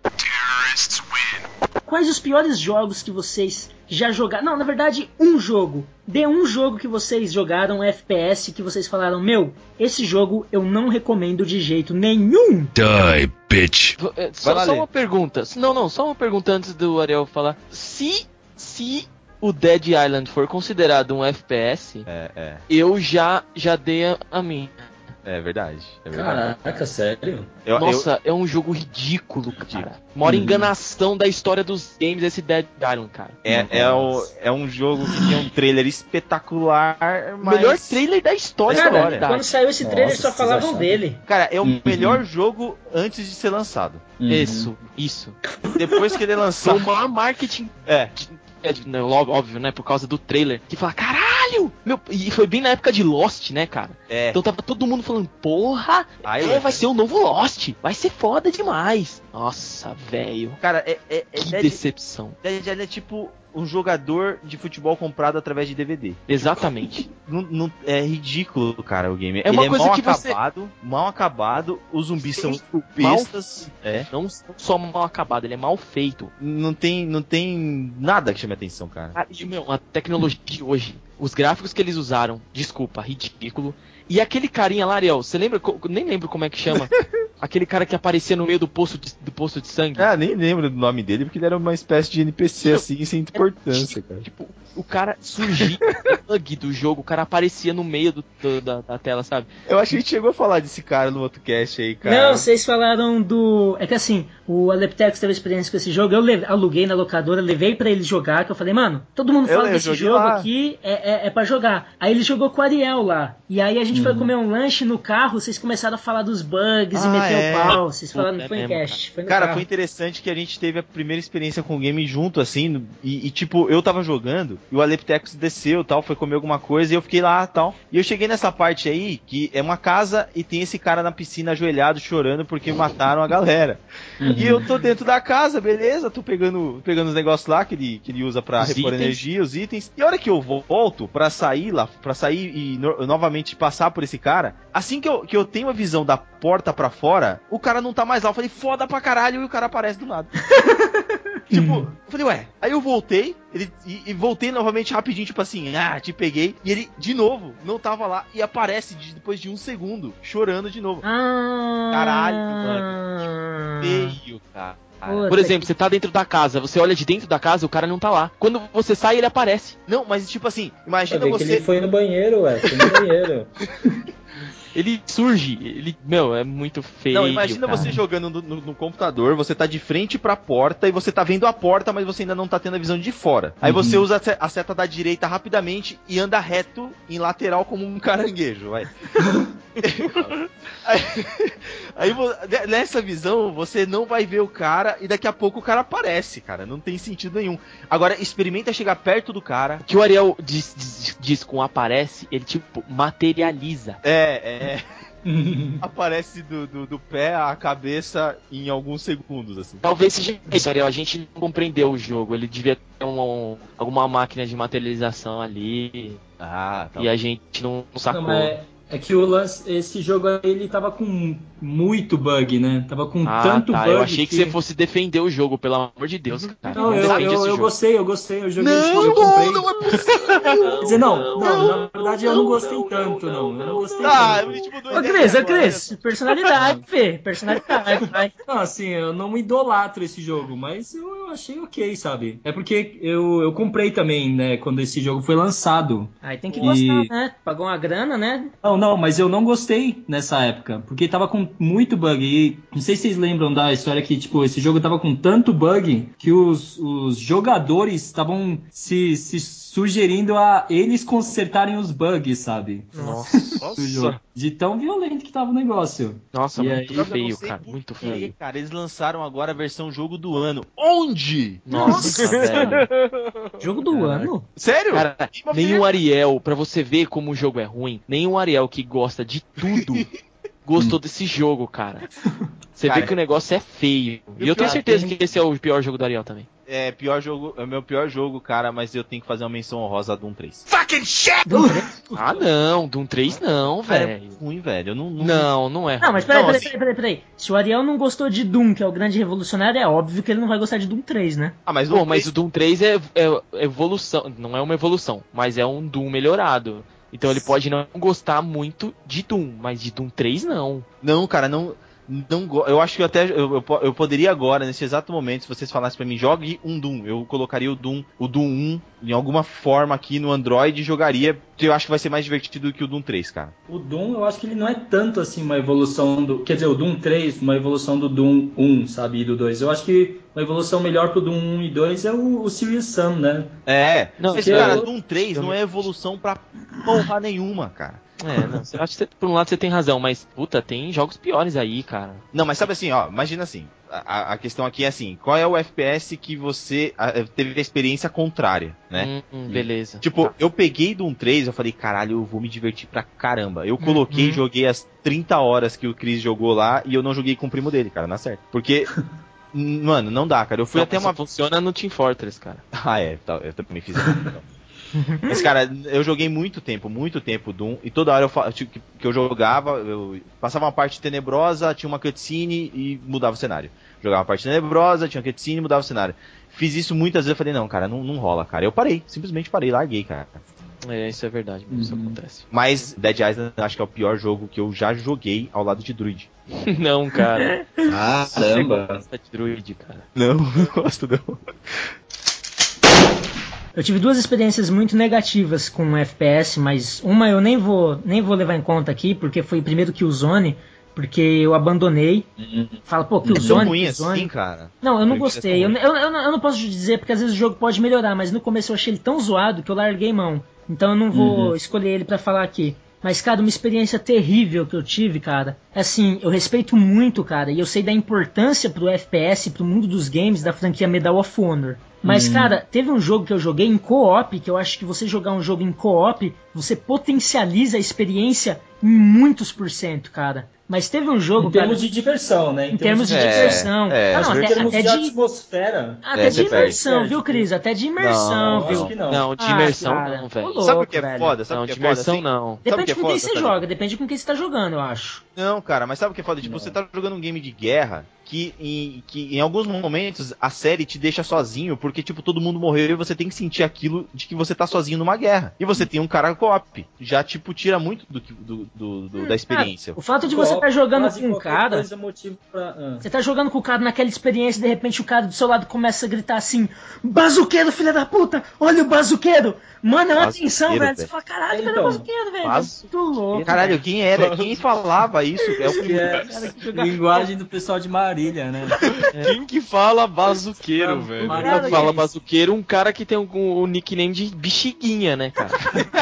Speaker 1: Quais os piores jogos que vocês já jogaram? Não, na verdade, um jogo. Dê um jogo que vocês jogaram F P S que vocês falaram, meu, esse jogo eu não recomendo de jeito nenhum.
Speaker 9: Die, bitch.
Speaker 11: É, Só, só uma pergunta. Não, não, só uma pergunta antes do Ariel falar. Se, se o Dead Island for considerado um F P S,
Speaker 4: É, é.
Speaker 11: eu já, já dei a, a minha.
Speaker 4: É verdade. É verdade.
Speaker 14: Caraca, sério?
Speaker 4: Eu-
Speaker 11: Nossa, é um jogo ridículo, cara. Maior
Speaker 14: Uhum.
Speaker 11: enganação da história dos games esse Dead Island, cara.
Speaker 4: É, é, o, é um jogo que tem um trailer espetacular, mas...
Speaker 11: Melhor trailer da história,
Speaker 1: Cara,
Speaker 11: da verdade.
Speaker 1: quando saiu esse trailer
Speaker 14: Nossa,
Speaker 1: só
Speaker 14: vocês
Speaker 1: falavam
Speaker 14: acharam?
Speaker 1: dele.
Speaker 4: Cara, é o
Speaker 14: Uhum.
Speaker 4: melhor jogo antes de ser lançado.
Speaker 14: Uhum.
Speaker 11: Isso, isso.
Speaker 4: Depois que ele é
Speaker 11: Foi
Speaker 4: lançado...
Speaker 11: o maior marketing.
Speaker 4: É,
Speaker 11: É, de- né, ó- óbvio, né? Por causa do trailer. Que fala, caralho! Meu, e foi bem na época de Lost, né, cara?
Speaker 4: é.
Speaker 11: Então tava todo mundo falando, porra,
Speaker 4: Aí,
Speaker 11: é, vai ser o novo Lost. Vai ser foda demais. Nossa, velho.
Speaker 4: Cara, é, é, é
Speaker 11: Que
Speaker 4: Dead,
Speaker 11: decepção.
Speaker 4: Dead Island é tipo um jogador de futebol comprado através de D V D.
Speaker 11: Exatamente.
Speaker 4: Não, não- é ridículo, cara, o game.
Speaker 11: É uma
Speaker 4: Ele
Speaker 11: coisa
Speaker 4: é mal
Speaker 11: que você-
Speaker 4: acabado, mal acabado, os zumbis são
Speaker 11: Mal-
Speaker 4: bestas. É.
Speaker 11: Não só mal acabado, ele é mal feito.
Speaker 4: Não tem, não tem nada que chame atenção, cara.
Speaker 11: Cara, e, meu, a tecnologia de hoje, os gráficos que eles usaram, desculpa, ridículo. E aquele carinha lá, Ariel, você lembra? co- Nem lembro como é que chama. Aquele cara que aparecia no meio do poço de, do poço de sangue.
Speaker 4: Ah, nem lembro do nome dele, porque ele era uma espécie de N P C assim, sem importância, cara.
Speaker 11: Tipo, o cara surgia no bug do jogo, o cara aparecia no meio do, do- da, da tela, sabe?
Speaker 4: Eu acho que a gente chegou a falar desse cara no outro cast aí, cara.
Speaker 1: Não, vocês falaram do... É que assim, o Aleptex teve experiência com esse jogo, eu leve- aluguei na locadora, levei pra ele jogar, que eu falei, mano, todo mundo
Speaker 4: Eu-
Speaker 1: fala
Speaker 4: eu
Speaker 1: desse
Speaker 4: joguei
Speaker 1: jogo
Speaker 4: lá.
Speaker 1: aqui, é, é, é pra jogar. Aí ele jogou com o Ariel lá, e aí a gente
Speaker 4: Uhum.
Speaker 1: foi comer um lanche no carro, vocês começaram a falar dos bugs
Speaker 4: Ah,
Speaker 1: e meter
Speaker 4: é.
Speaker 1: o pau, vocês falaram,
Speaker 11: Puta,
Speaker 1: não foi
Speaker 11: é
Speaker 1: em
Speaker 11: mesmo,
Speaker 1: cast, foi no
Speaker 4: Cara,
Speaker 1: carro.
Speaker 4: foi interessante que a gente teve a primeira experiência com o game junto, assim, no- e, e, tipo, eu tava jogando, e o Aleptex desceu e tal, foi comer alguma coisa, e eu fiquei lá e tal. E eu cheguei nessa parte aí, que é uma casa, e tem esse cara na piscina ajoelhado, chorando, porque mataram a galera. E eu tô dentro da casa, beleza, tô pegando, pegando os negócios lá, que ele, que ele usa pra
Speaker 11: Os
Speaker 4: repor
Speaker 11: itens.
Speaker 4: energia, os itens. E a hora que eu volto pra sair lá, pra sair e no- novamente passar por esse cara, assim que eu, que eu tenho a visão da porta pra fora, o cara não tá mais lá. Eu falei, foda pra caralho, e o cara aparece do nada. Tipo, eu falei, ué. Aí eu voltei, ele, e, e voltei novamente rapidinho, tipo assim, ah, te peguei. E ele, de novo, não tava lá e aparece de- depois de um segundo, chorando de novo.
Speaker 1: Ah,
Speaker 4: Caralho, mano. Que feio, cara.
Speaker 1: Puta
Speaker 11: Por exemplo,
Speaker 1: que-
Speaker 11: você tá dentro da casa, você olha de dentro da casa, o cara não tá lá. Quando você sai, ele aparece.
Speaker 4: Não, mas tipo assim,
Speaker 14: Pra
Speaker 4: imagina
Speaker 14: ver que
Speaker 4: você.
Speaker 14: ele foi no banheiro, ué. Foi no banheiro.
Speaker 11: Ele surge, ele, meu, é muito feio.
Speaker 4: Não, imagina
Speaker 11: cara.
Speaker 4: você jogando no, no, no computador, você tá de frente pra porta e você tá vendo a porta, mas você ainda não tá tendo a visão de fora. Aí
Speaker 14: Uhum.
Speaker 4: você usa a se- a seta da direita rapidamente e anda reto em lateral como um caranguejo, vai. aí, aí vo- nessa visão você não vai ver o cara e daqui a pouco o cara aparece, cara. Não tem sentido nenhum. Agora, experimenta chegar perto do cara.
Speaker 11: Que o Ariel diz, diz, diz com aparece, ele tipo materializa.
Speaker 4: É, é. Aparece do, do, do pé à cabeça em alguns segundos, assim.
Speaker 11: Talvez seja isso, Ariel. A gente não compreendeu o jogo. Ele devia ter um, um, alguma máquina de materialização ali.
Speaker 4: Ah, tá.
Speaker 11: E a gente não, não sacou.
Speaker 14: Não, mas é, é que o lance, esse jogo aí, ele tava com muito bug, né? Tava com
Speaker 11: Ah,
Speaker 14: tanto
Speaker 11: tá.
Speaker 14: bug.
Speaker 11: Eu achei que... que você fosse defender o jogo, pelo amor de Deus, cara.
Speaker 14: Não, eu,
Speaker 11: defende
Speaker 14: eu,
Speaker 11: esse
Speaker 14: eu
Speaker 11: jogo.
Speaker 14: gostei, eu gostei. Eu joguei
Speaker 4: Não,
Speaker 14: esse jogo, eu comprei.
Speaker 4: não é possível.
Speaker 14: Quer dizer, não, não, na verdade eu não gostei tanto, não. Eu não gostei
Speaker 4: Ah,
Speaker 14: tanto.
Speaker 4: eu tipo do
Speaker 1: Ô, Cris, ô, Cris, personalidade, Fê, personalidade, vai.
Speaker 14: Não, assim, eu não idolatro esse jogo, mas eu, eu achei ok, sabe? É porque eu, eu comprei também, né, quando esse jogo foi lançado.
Speaker 1: Aí tem que
Speaker 14: E-
Speaker 1: gostar, né? Pagou uma grana, né?
Speaker 14: Não, não, mas eu não gostei nessa época, porque tava com muito bug. E não sei se vocês lembram da história que, tipo, esse jogo tava com tanto bug que os, os jogadores estavam se, se sugerindo a eles consertarem os bugs, sabe?
Speaker 11: Nossa.
Speaker 14: Do jogo. De tão violento que tava o negócio.
Speaker 11: Nossa,
Speaker 14: E
Speaker 11: muito
Speaker 14: aí-
Speaker 11: feio,
Speaker 4: Eu não sei
Speaker 11: cara.
Speaker 4: por
Speaker 11: Muito
Speaker 4: quê,
Speaker 11: feio.
Speaker 4: cara, eles lançaram agora a versão jogo do ano. Onde?
Speaker 11: Nossa, velho.
Speaker 1: Jogo do
Speaker 14: Caraca.
Speaker 1: ano?
Speaker 4: Sério?
Speaker 11: Cara,
Speaker 4: Game of
Speaker 11: nenhum
Speaker 4: Year.
Speaker 11: Ariel, pra você ver como o jogo é ruim, nenhum Ariel que gosta de tudo gostou desse jogo, cara. Você
Speaker 4: Cara,
Speaker 11: vê que o negócio é feio. E eu tenho
Speaker 4: pior-
Speaker 11: certeza
Speaker 14: tem-
Speaker 11: que esse é o pior jogo do Ariel também.
Speaker 4: É, pior jogo, é o meu pior jogo, cara, mas eu tenho que fazer uma menção honrosa a Doom três.
Speaker 1: Doom três?
Speaker 11: Ah, não, Doom três não,
Speaker 4: Cara, é
Speaker 11: velho.
Speaker 4: ruim, velho. Eu não, não...
Speaker 11: Não, não é.
Speaker 1: Não, mas peraí,
Speaker 4: Não,
Speaker 1: peraí,
Speaker 4: assim-
Speaker 1: peraí, peraí, peraí. Se o Ariel não gostou de Doom, que é o grande revolucionário, é óbvio que ele não vai gostar de Doom três, né?
Speaker 4: Ah, mas
Speaker 11: Pô,
Speaker 4: Doom
Speaker 11: mas
Speaker 4: três...
Speaker 11: o Doom três é, é evolução, não é uma evolução, mas é um Doom melhorado. Então ele pode não gostar muito de Doom, mas de Doom três não.
Speaker 4: Não, cara, não... não go... Eu acho que eu até... Eu, eu, eu poderia agora, nesse exato momento, se vocês falassem pra mim, jogue um Doom. Eu colocaria o Doom, o Doom um em alguma forma aqui no Android e jogaria, porque eu acho que vai ser mais divertido do que o Doom três, cara.
Speaker 14: O Doom, eu acho que ele não é tanto assim uma evolução do... Quer dizer, o Doom três, uma evolução do Doom um, sabe, e do dois. Eu acho que uma evolução melhor pro Doom um e dois é o, o Serious Sam, né?
Speaker 4: É,
Speaker 11: Não,
Speaker 4: mas,
Speaker 14: que
Speaker 4: cara,
Speaker 14: eu-
Speaker 4: Doom três não é evolução pra porra nenhuma, cara.
Speaker 11: É, não, eu acho que você, por um lado você tem razão, mas puta, tem jogos piores aí, cara.
Speaker 4: Não, mas sabe assim, ó, imagina assim, a, a questão aqui é assim, qual é o F P S que você a, teve a experiência contrária, né?
Speaker 11: Hum, hum, beleza.
Speaker 4: Tipo,
Speaker 11: Tá.
Speaker 4: eu peguei Doom três, eu falei, caralho, eu vou me divertir pra caramba. Eu coloquei,
Speaker 1: Uhum.
Speaker 4: joguei as trinta horas que o Chris jogou lá e eu não joguei com o primo dele, cara, na certa. Porque, n- mano, não dá, cara. Eu fui
Speaker 11: Não,
Speaker 4: até
Speaker 11: mas
Speaker 4: uma...
Speaker 11: só funciona no Team Fortress, cara.
Speaker 4: Ah, é, tá, eu também fiz isso. Mas, cara, eu joguei muito tempo, muito tempo Doom, e toda hora eu fa- que que eu jogava, eu passava uma parte tenebrosa, tinha uma cutscene e mudava o cenário. Jogava uma parte tenebrosa, tinha uma cutscene e mudava o cenário. Fiz isso muitas vezes, eu falei, não, cara, não, não rola, cara. Eu parei, simplesmente parei, larguei, cara.
Speaker 11: É, isso é verdade, mesmo, isso
Speaker 14: Uhum.
Speaker 11: acontece.
Speaker 4: Mas Dead Island acho que é o pior jogo que eu já joguei ao lado de Druid.
Speaker 11: Não, cara.
Speaker 14: Caramba!
Speaker 11: Você gosta de Druid, cara.
Speaker 4: Não, não gosto não.
Speaker 1: Eu tive duas experiências muito negativas com F P S, mas uma eu nem vou, nem vou levar em conta aqui, porque foi primeiro que o Zone, porque eu abandonei. Fala, pô, que o
Speaker 4: Tão
Speaker 1: Zone,
Speaker 4: ruim
Speaker 1: Killzone.
Speaker 4: assim, cara.
Speaker 1: Não, eu não
Speaker 4: Pra mim,
Speaker 1: gostei.
Speaker 4: é
Speaker 1: Eu,
Speaker 4: tão
Speaker 1: eu, eu, não- eu não posso te dizer, porque às vezes o jogo pode melhorar, mas no começo eu achei ele tão zoado que eu larguei mão. Então eu não vou
Speaker 14: Uhum.
Speaker 1: escolher ele pra falar aqui. Mas, cara, uma experiência terrível que eu tive, cara. Assim, eu respeito muito, cara, e eu sei da importância pro F P S, pro mundo dos games da franquia Medal of Honor. Mas,
Speaker 14: Hum.
Speaker 1: cara, teve um jogo que eu joguei em co-op, que eu acho que você jogar um jogo em co-op, você potencializa a experiência em muitos por cento, cara. Mas teve um jogo,
Speaker 14: Em termos
Speaker 1: cara,
Speaker 14: de diversão, né?
Speaker 1: em termos de
Speaker 4: É,
Speaker 1: diversão.
Speaker 4: é,
Speaker 1: Ah,
Speaker 4: às
Speaker 1: não,
Speaker 4: vezes-
Speaker 1: até,
Speaker 14: Em termos
Speaker 1: até
Speaker 14: de
Speaker 1: de,
Speaker 14: atmosfera.
Speaker 1: até
Speaker 4: É,
Speaker 1: de
Speaker 4: você perde,
Speaker 1: imersão,
Speaker 14: perde,
Speaker 1: viu,
Speaker 14: viu?
Speaker 1: Cris? Até de imersão,
Speaker 4: Não,
Speaker 14: eu
Speaker 1: viu?
Speaker 14: acho que não.
Speaker 11: Não, de
Speaker 1: Ah,
Speaker 11: imersão
Speaker 1: cara,
Speaker 11: não,
Speaker 1: ô,
Speaker 11: velho.
Speaker 1: louco,
Speaker 4: Sabe o que é
Speaker 1: velho.
Speaker 4: foda? Sabe
Speaker 11: Não,
Speaker 4: o que
Speaker 11: de
Speaker 4: é foda?
Speaker 11: imersão
Speaker 4: Assim?
Speaker 11: não.
Speaker 4: Sabe o que
Speaker 1: Depende
Speaker 4: é
Speaker 1: com
Speaker 4: foda,
Speaker 1: quem você
Speaker 4: Thalita?
Speaker 1: joga, depende com quem você tá jogando, eu acho.
Speaker 4: Não, cara, mas sabe o que é foda? Tipo,
Speaker 14: Não.
Speaker 4: você tá jogando um game de guerra que em, que em alguns momentos a série te deixa sozinho, porque, tipo, todo mundo morreu e você tem que sentir aquilo de que você tá sozinho numa guerra. E você tem um cara co-op. Já, tipo, tira muito do que. Do, do, do- da experiência.
Speaker 1: Cara, o fato de você estar tá jogando
Speaker 14: Quase
Speaker 1: com um
Speaker 14: qualquer
Speaker 1: cara.
Speaker 14: coisa é motivo pra... ah.
Speaker 1: Você tá jogando com o cara naquela experiência e de repente o cara do seu lado começa a gritar assim: bazuqueiro, filha da puta! Olha o bazuqueiro! Mano, é uma
Speaker 4: Bazuqueiro,
Speaker 1: atenção, velho.
Speaker 4: velho.
Speaker 1: Você fala, caralho,
Speaker 14: Então,
Speaker 1: cadê o bazuqueiro, velho?
Speaker 4: bazu-
Speaker 1: Muito louco.
Speaker 4: Caralho, quem era? Quem falava isso? É o
Speaker 14: Que é
Speaker 1: Cara, que joga-
Speaker 14: linguagem do pessoal de Marília, né?
Speaker 6: Quem que fala bazuqueiro,
Speaker 14: Pra-
Speaker 6: velho?
Speaker 14: Marília
Speaker 1: Cara,
Speaker 11: Fala
Speaker 1: que-
Speaker 11: bazuqueiro, um cara que tem o um, um nickname de bexiguinha, né, cara?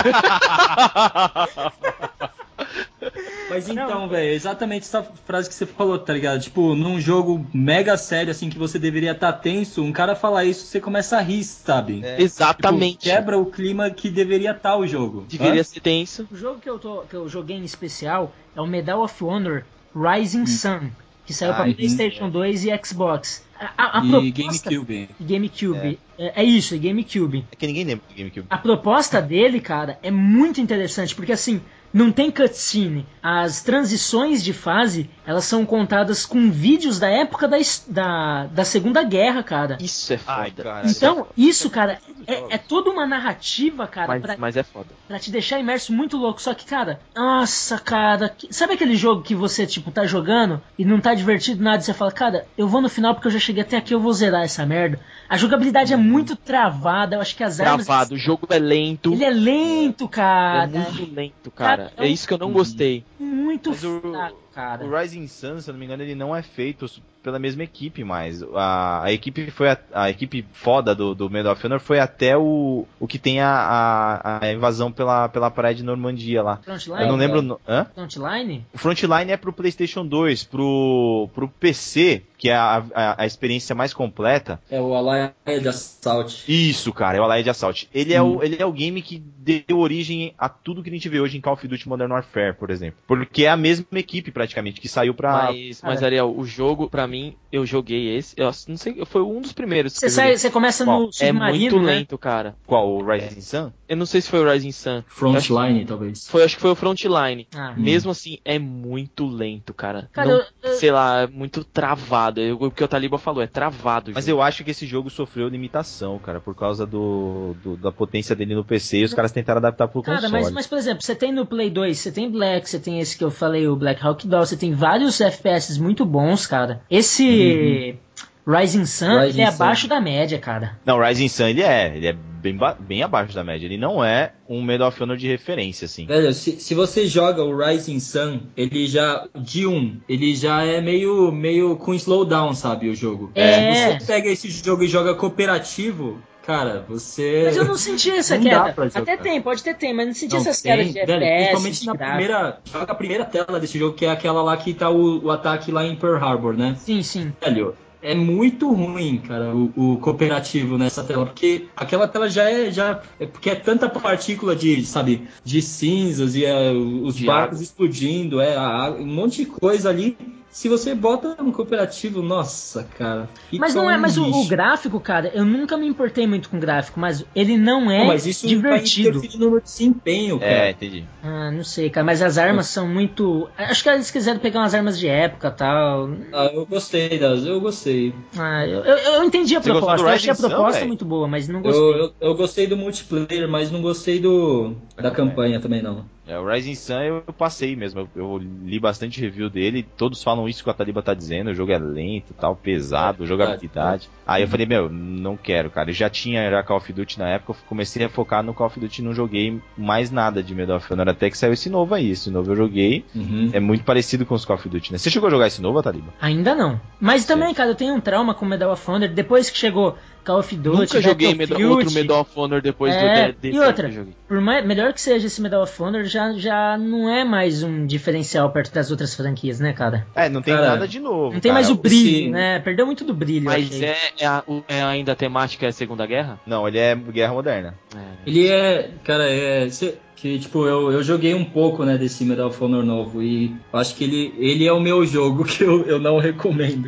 Speaker 14: Mas então, velho, exatamente essa frase que você falou, tá ligado? Tipo, num jogo mega sério, assim, que você deveria estar tenso, um cara falar isso, você começa a rir, sabe?
Speaker 4: É.
Speaker 11: Exatamente.
Speaker 14: Tipo, quebra o clima que deveria estar o jogo.
Speaker 11: Deveria
Speaker 14: Hã?
Speaker 11: ser tenso.
Speaker 1: O jogo que eu, tô, que eu joguei em especial é o Medal of Honor Rising Sun, que saiu pra
Speaker 4: Ah,
Speaker 1: PlayStation dois e Xbox. A, a, a
Speaker 14: E
Speaker 1: proposta...
Speaker 14: GameCube.
Speaker 1: E GameCube. É. É isso, e GameCube.
Speaker 4: É que ninguém lembra do GameCube.
Speaker 1: A proposta dele, cara, é muito interessante, porque assim, não tem cutscene. As transições de fase, elas são contadas com vídeos da época da, his- da, da Segunda Guerra, cara.
Speaker 11: Isso é foda.
Speaker 4: Ai, caralho.
Speaker 1: Então, isso, cara, é, é toda uma narrativa, cara,
Speaker 11: mas,
Speaker 1: pra,
Speaker 11: mas é foda.
Speaker 1: pra te deixar imerso muito louco. Só que, cara, nossa, cara, que- sabe aquele jogo que você, tipo, tá jogando e não tá divertido nada e você fala, cara, eu vou no final porque eu já cheguei até aqui, eu vou zerar essa merda. A jogabilidade é muito travada, eu acho que as armas...
Speaker 11: Travado, o jogo é lento.
Speaker 1: Ele é lento, cara.
Speaker 11: É muito lento, cara.
Speaker 1: Cara, é
Speaker 11: É
Speaker 1: um-
Speaker 11: isso que eu não gostei.
Speaker 1: Muito
Speaker 4: Mas o-
Speaker 1: fraco, cara.
Speaker 4: O Rising Sun, se eu não me engano, ele não é feito pela mesma equipe mais. A, a equipe foi a, a equipe foda do, do Medal of Honor foi até o, o que tem a, a, a invasão pela, pela praia de Normandia lá.
Speaker 1: Frontline?
Speaker 4: Eu não lembro. No, hã?
Speaker 1: Frontline?
Speaker 4: O Frontline é pro PlayStation dois, pro, pro P C, que é a, a, a experiência mais completa.
Speaker 14: É o Allied Assault.
Speaker 4: Isso, cara, é o Allied Assault. Ele, hum. é o, ele é o game que deu origem a tudo que a gente vê hoje em Call of Duty Modern Warfare, por exemplo. Porque é a mesma equipe, praticamente, que saiu pra...
Speaker 11: Mas, mas Ariel, o jogo, pra mim, eu joguei esse, eu não sei, foi um dos primeiros.
Speaker 1: Você, sai, você começa
Speaker 4: Qual?
Speaker 1: no submarino,
Speaker 11: É muito
Speaker 1: né?
Speaker 11: lento, cara.
Speaker 4: Qual, o Rising Sun?
Speaker 11: Eu não sei se foi o Rising Sun.
Speaker 14: Frontline,
Speaker 11: acho,
Speaker 14: talvez.
Speaker 11: Foi, acho que foi o Frontline.
Speaker 1: Ah.
Speaker 11: Mesmo assim, é muito lento, cara.
Speaker 1: Cara,
Speaker 11: não,
Speaker 1: eu- eu-
Speaker 11: sei lá, é muito travado. Eu- O que o Taliba falou, é travado. o
Speaker 4: Mas
Speaker 11: jogo.
Speaker 4: eu acho que esse jogo sofreu limitação, cara, por causa do, do- da potência dele no P C e os caras tentaram adaptar pro
Speaker 1: Cara,
Speaker 4: console.
Speaker 1: mas, mas por exemplo, você tem no Play dois, você tem Black, você tem esse que eu falei, o Black Hawk Down, você tem vários F P S muito bons, cara. Esse Rising Sun,
Speaker 14: Rising
Speaker 1: ele é
Speaker 14: Sun.
Speaker 1: abaixo da média, cara.
Speaker 4: Não, o Rising Sun ele é, ele é bem, ba- bem abaixo da média. Ele não é um Medal of Honor de referência, assim.
Speaker 14: Velho, se, se você joga o Rising Sun, ele já, de um, ele já é meio, meio com slowdown, sabe, o jogo.
Speaker 1: É.
Speaker 14: Se você pega esse jogo e joga cooperativo, cara, você...
Speaker 1: Mas eu não senti essa
Speaker 14: Não dá
Speaker 1: queda.
Speaker 14: pra jogar.
Speaker 1: Até tem, pode ter tem, mas não senti
Speaker 14: Não,
Speaker 1: essas
Speaker 14: tem,
Speaker 1: quedas de
Speaker 14: velho,
Speaker 1: F P S.
Speaker 14: principalmente
Speaker 1: de
Speaker 14: na
Speaker 1: gráfico.
Speaker 14: primeira, joga a primeira tela desse jogo, que é aquela lá que tá o, o ataque lá em Pearl Harbor, né?
Speaker 1: Sim, sim.
Speaker 14: Velho, é muito ruim, cara, o, o cooperativo nessa tela, porque aquela tela já é, já, é porque é tanta partícula de, sabe, de cinzas e é, os
Speaker 11: De
Speaker 14: barcos
Speaker 11: água.
Speaker 14: explodindo, é, a água, um monte de coisa ali. Se você bota no cooperativo, nossa, cara. fica
Speaker 1: Mas não é,
Speaker 14: um
Speaker 1: mas o, o
Speaker 14: lixo.
Speaker 1: gráfico, cara, eu nunca me importei muito com o gráfico, mas ele não é
Speaker 14: Não, mas isso
Speaker 1: divertido.
Speaker 14: vai interferir no desempenho, cara.
Speaker 4: É, entendi.
Speaker 1: Ah, não sei, cara, mas as armas são muito. Acho que eles quiseram pegar umas armas de época e tal.
Speaker 14: Ah, eu gostei das, eu gostei.
Speaker 1: Ah, eu, eu, eu entendi a
Speaker 4: Você gostou
Speaker 1: proposta.
Speaker 4: do
Speaker 1: Eu achei a
Speaker 4: Rising Sun,
Speaker 1: proposta
Speaker 4: véi?
Speaker 1: muito boa, mas não gostei.
Speaker 14: Eu, eu, eu gostei do multiplayer, mas não gostei do da campanha também, não.
Speaker 4: É, o Rising Sun eu, eu passei mesmo, eu, eu li bastante review dele, todos falam isso que a Taliba tá dizendo, o jogo é lento, tal, pesado,
Speaker 14: É,
Speaker 4: jogabilidade. Aí eu falei, meu, não quero, cara. Eu já tinha já Call of Duty na época, eu comecei a focar no Call of Duty e não joguei mais nada de Medal of Honor, até que saiu esse novo aí. Esse novo eu joguei,
Speaker 14: Uhum.
Speaker 4: é muito parecido com os Call of Duty, né? Você chegou a jogar esse novo, Taliba?
Speaker 1: Ainda não. Mas também, cara, eu tenho um trauma com Medal of Honor. Depois que chegou Call of Duty,
Speaker 11: Nunca joguei Medal,
Speaker 1: Battlefield,
Speaker 11: outro Medal of Honor depois
Speaker 1: É,
Speaker 11: do desse
Speaker 1: e
Speaker 11: aí
Speaker 1: outra,
Speaker 11: que eu joguei.
Speaker 1: por mais, melhor que seja esse Medal of Honor, já, já não é mais um diferencial perto das outras franquias, né, cara?
Speaker 4: É, não tem
Speaker 14: Cara,
Speaker 4: nada de novo.
Speaker 1: Não tem
Speaker 4: cara.
Speaker 1: mais o brilho,
Speaker 14: esse-
Speaker 1: né? Perdeu muito do brilho. eu
Speaker 11: Mas
Speaker 1: achei.
Speaker 11: é, é, a- o- é ainda a temática é a Segunda Guerra?
Speaker 4: Não, ele é Guerra Moderna.
Speaker 11: É.
Speaker 14: Ele é, cara, é cê- que tipo eu, eu joguei um pouco, né, desse Medal of Honor novo e acho que ele, ele é o meu jogo que eu, eu não recomendo, cara.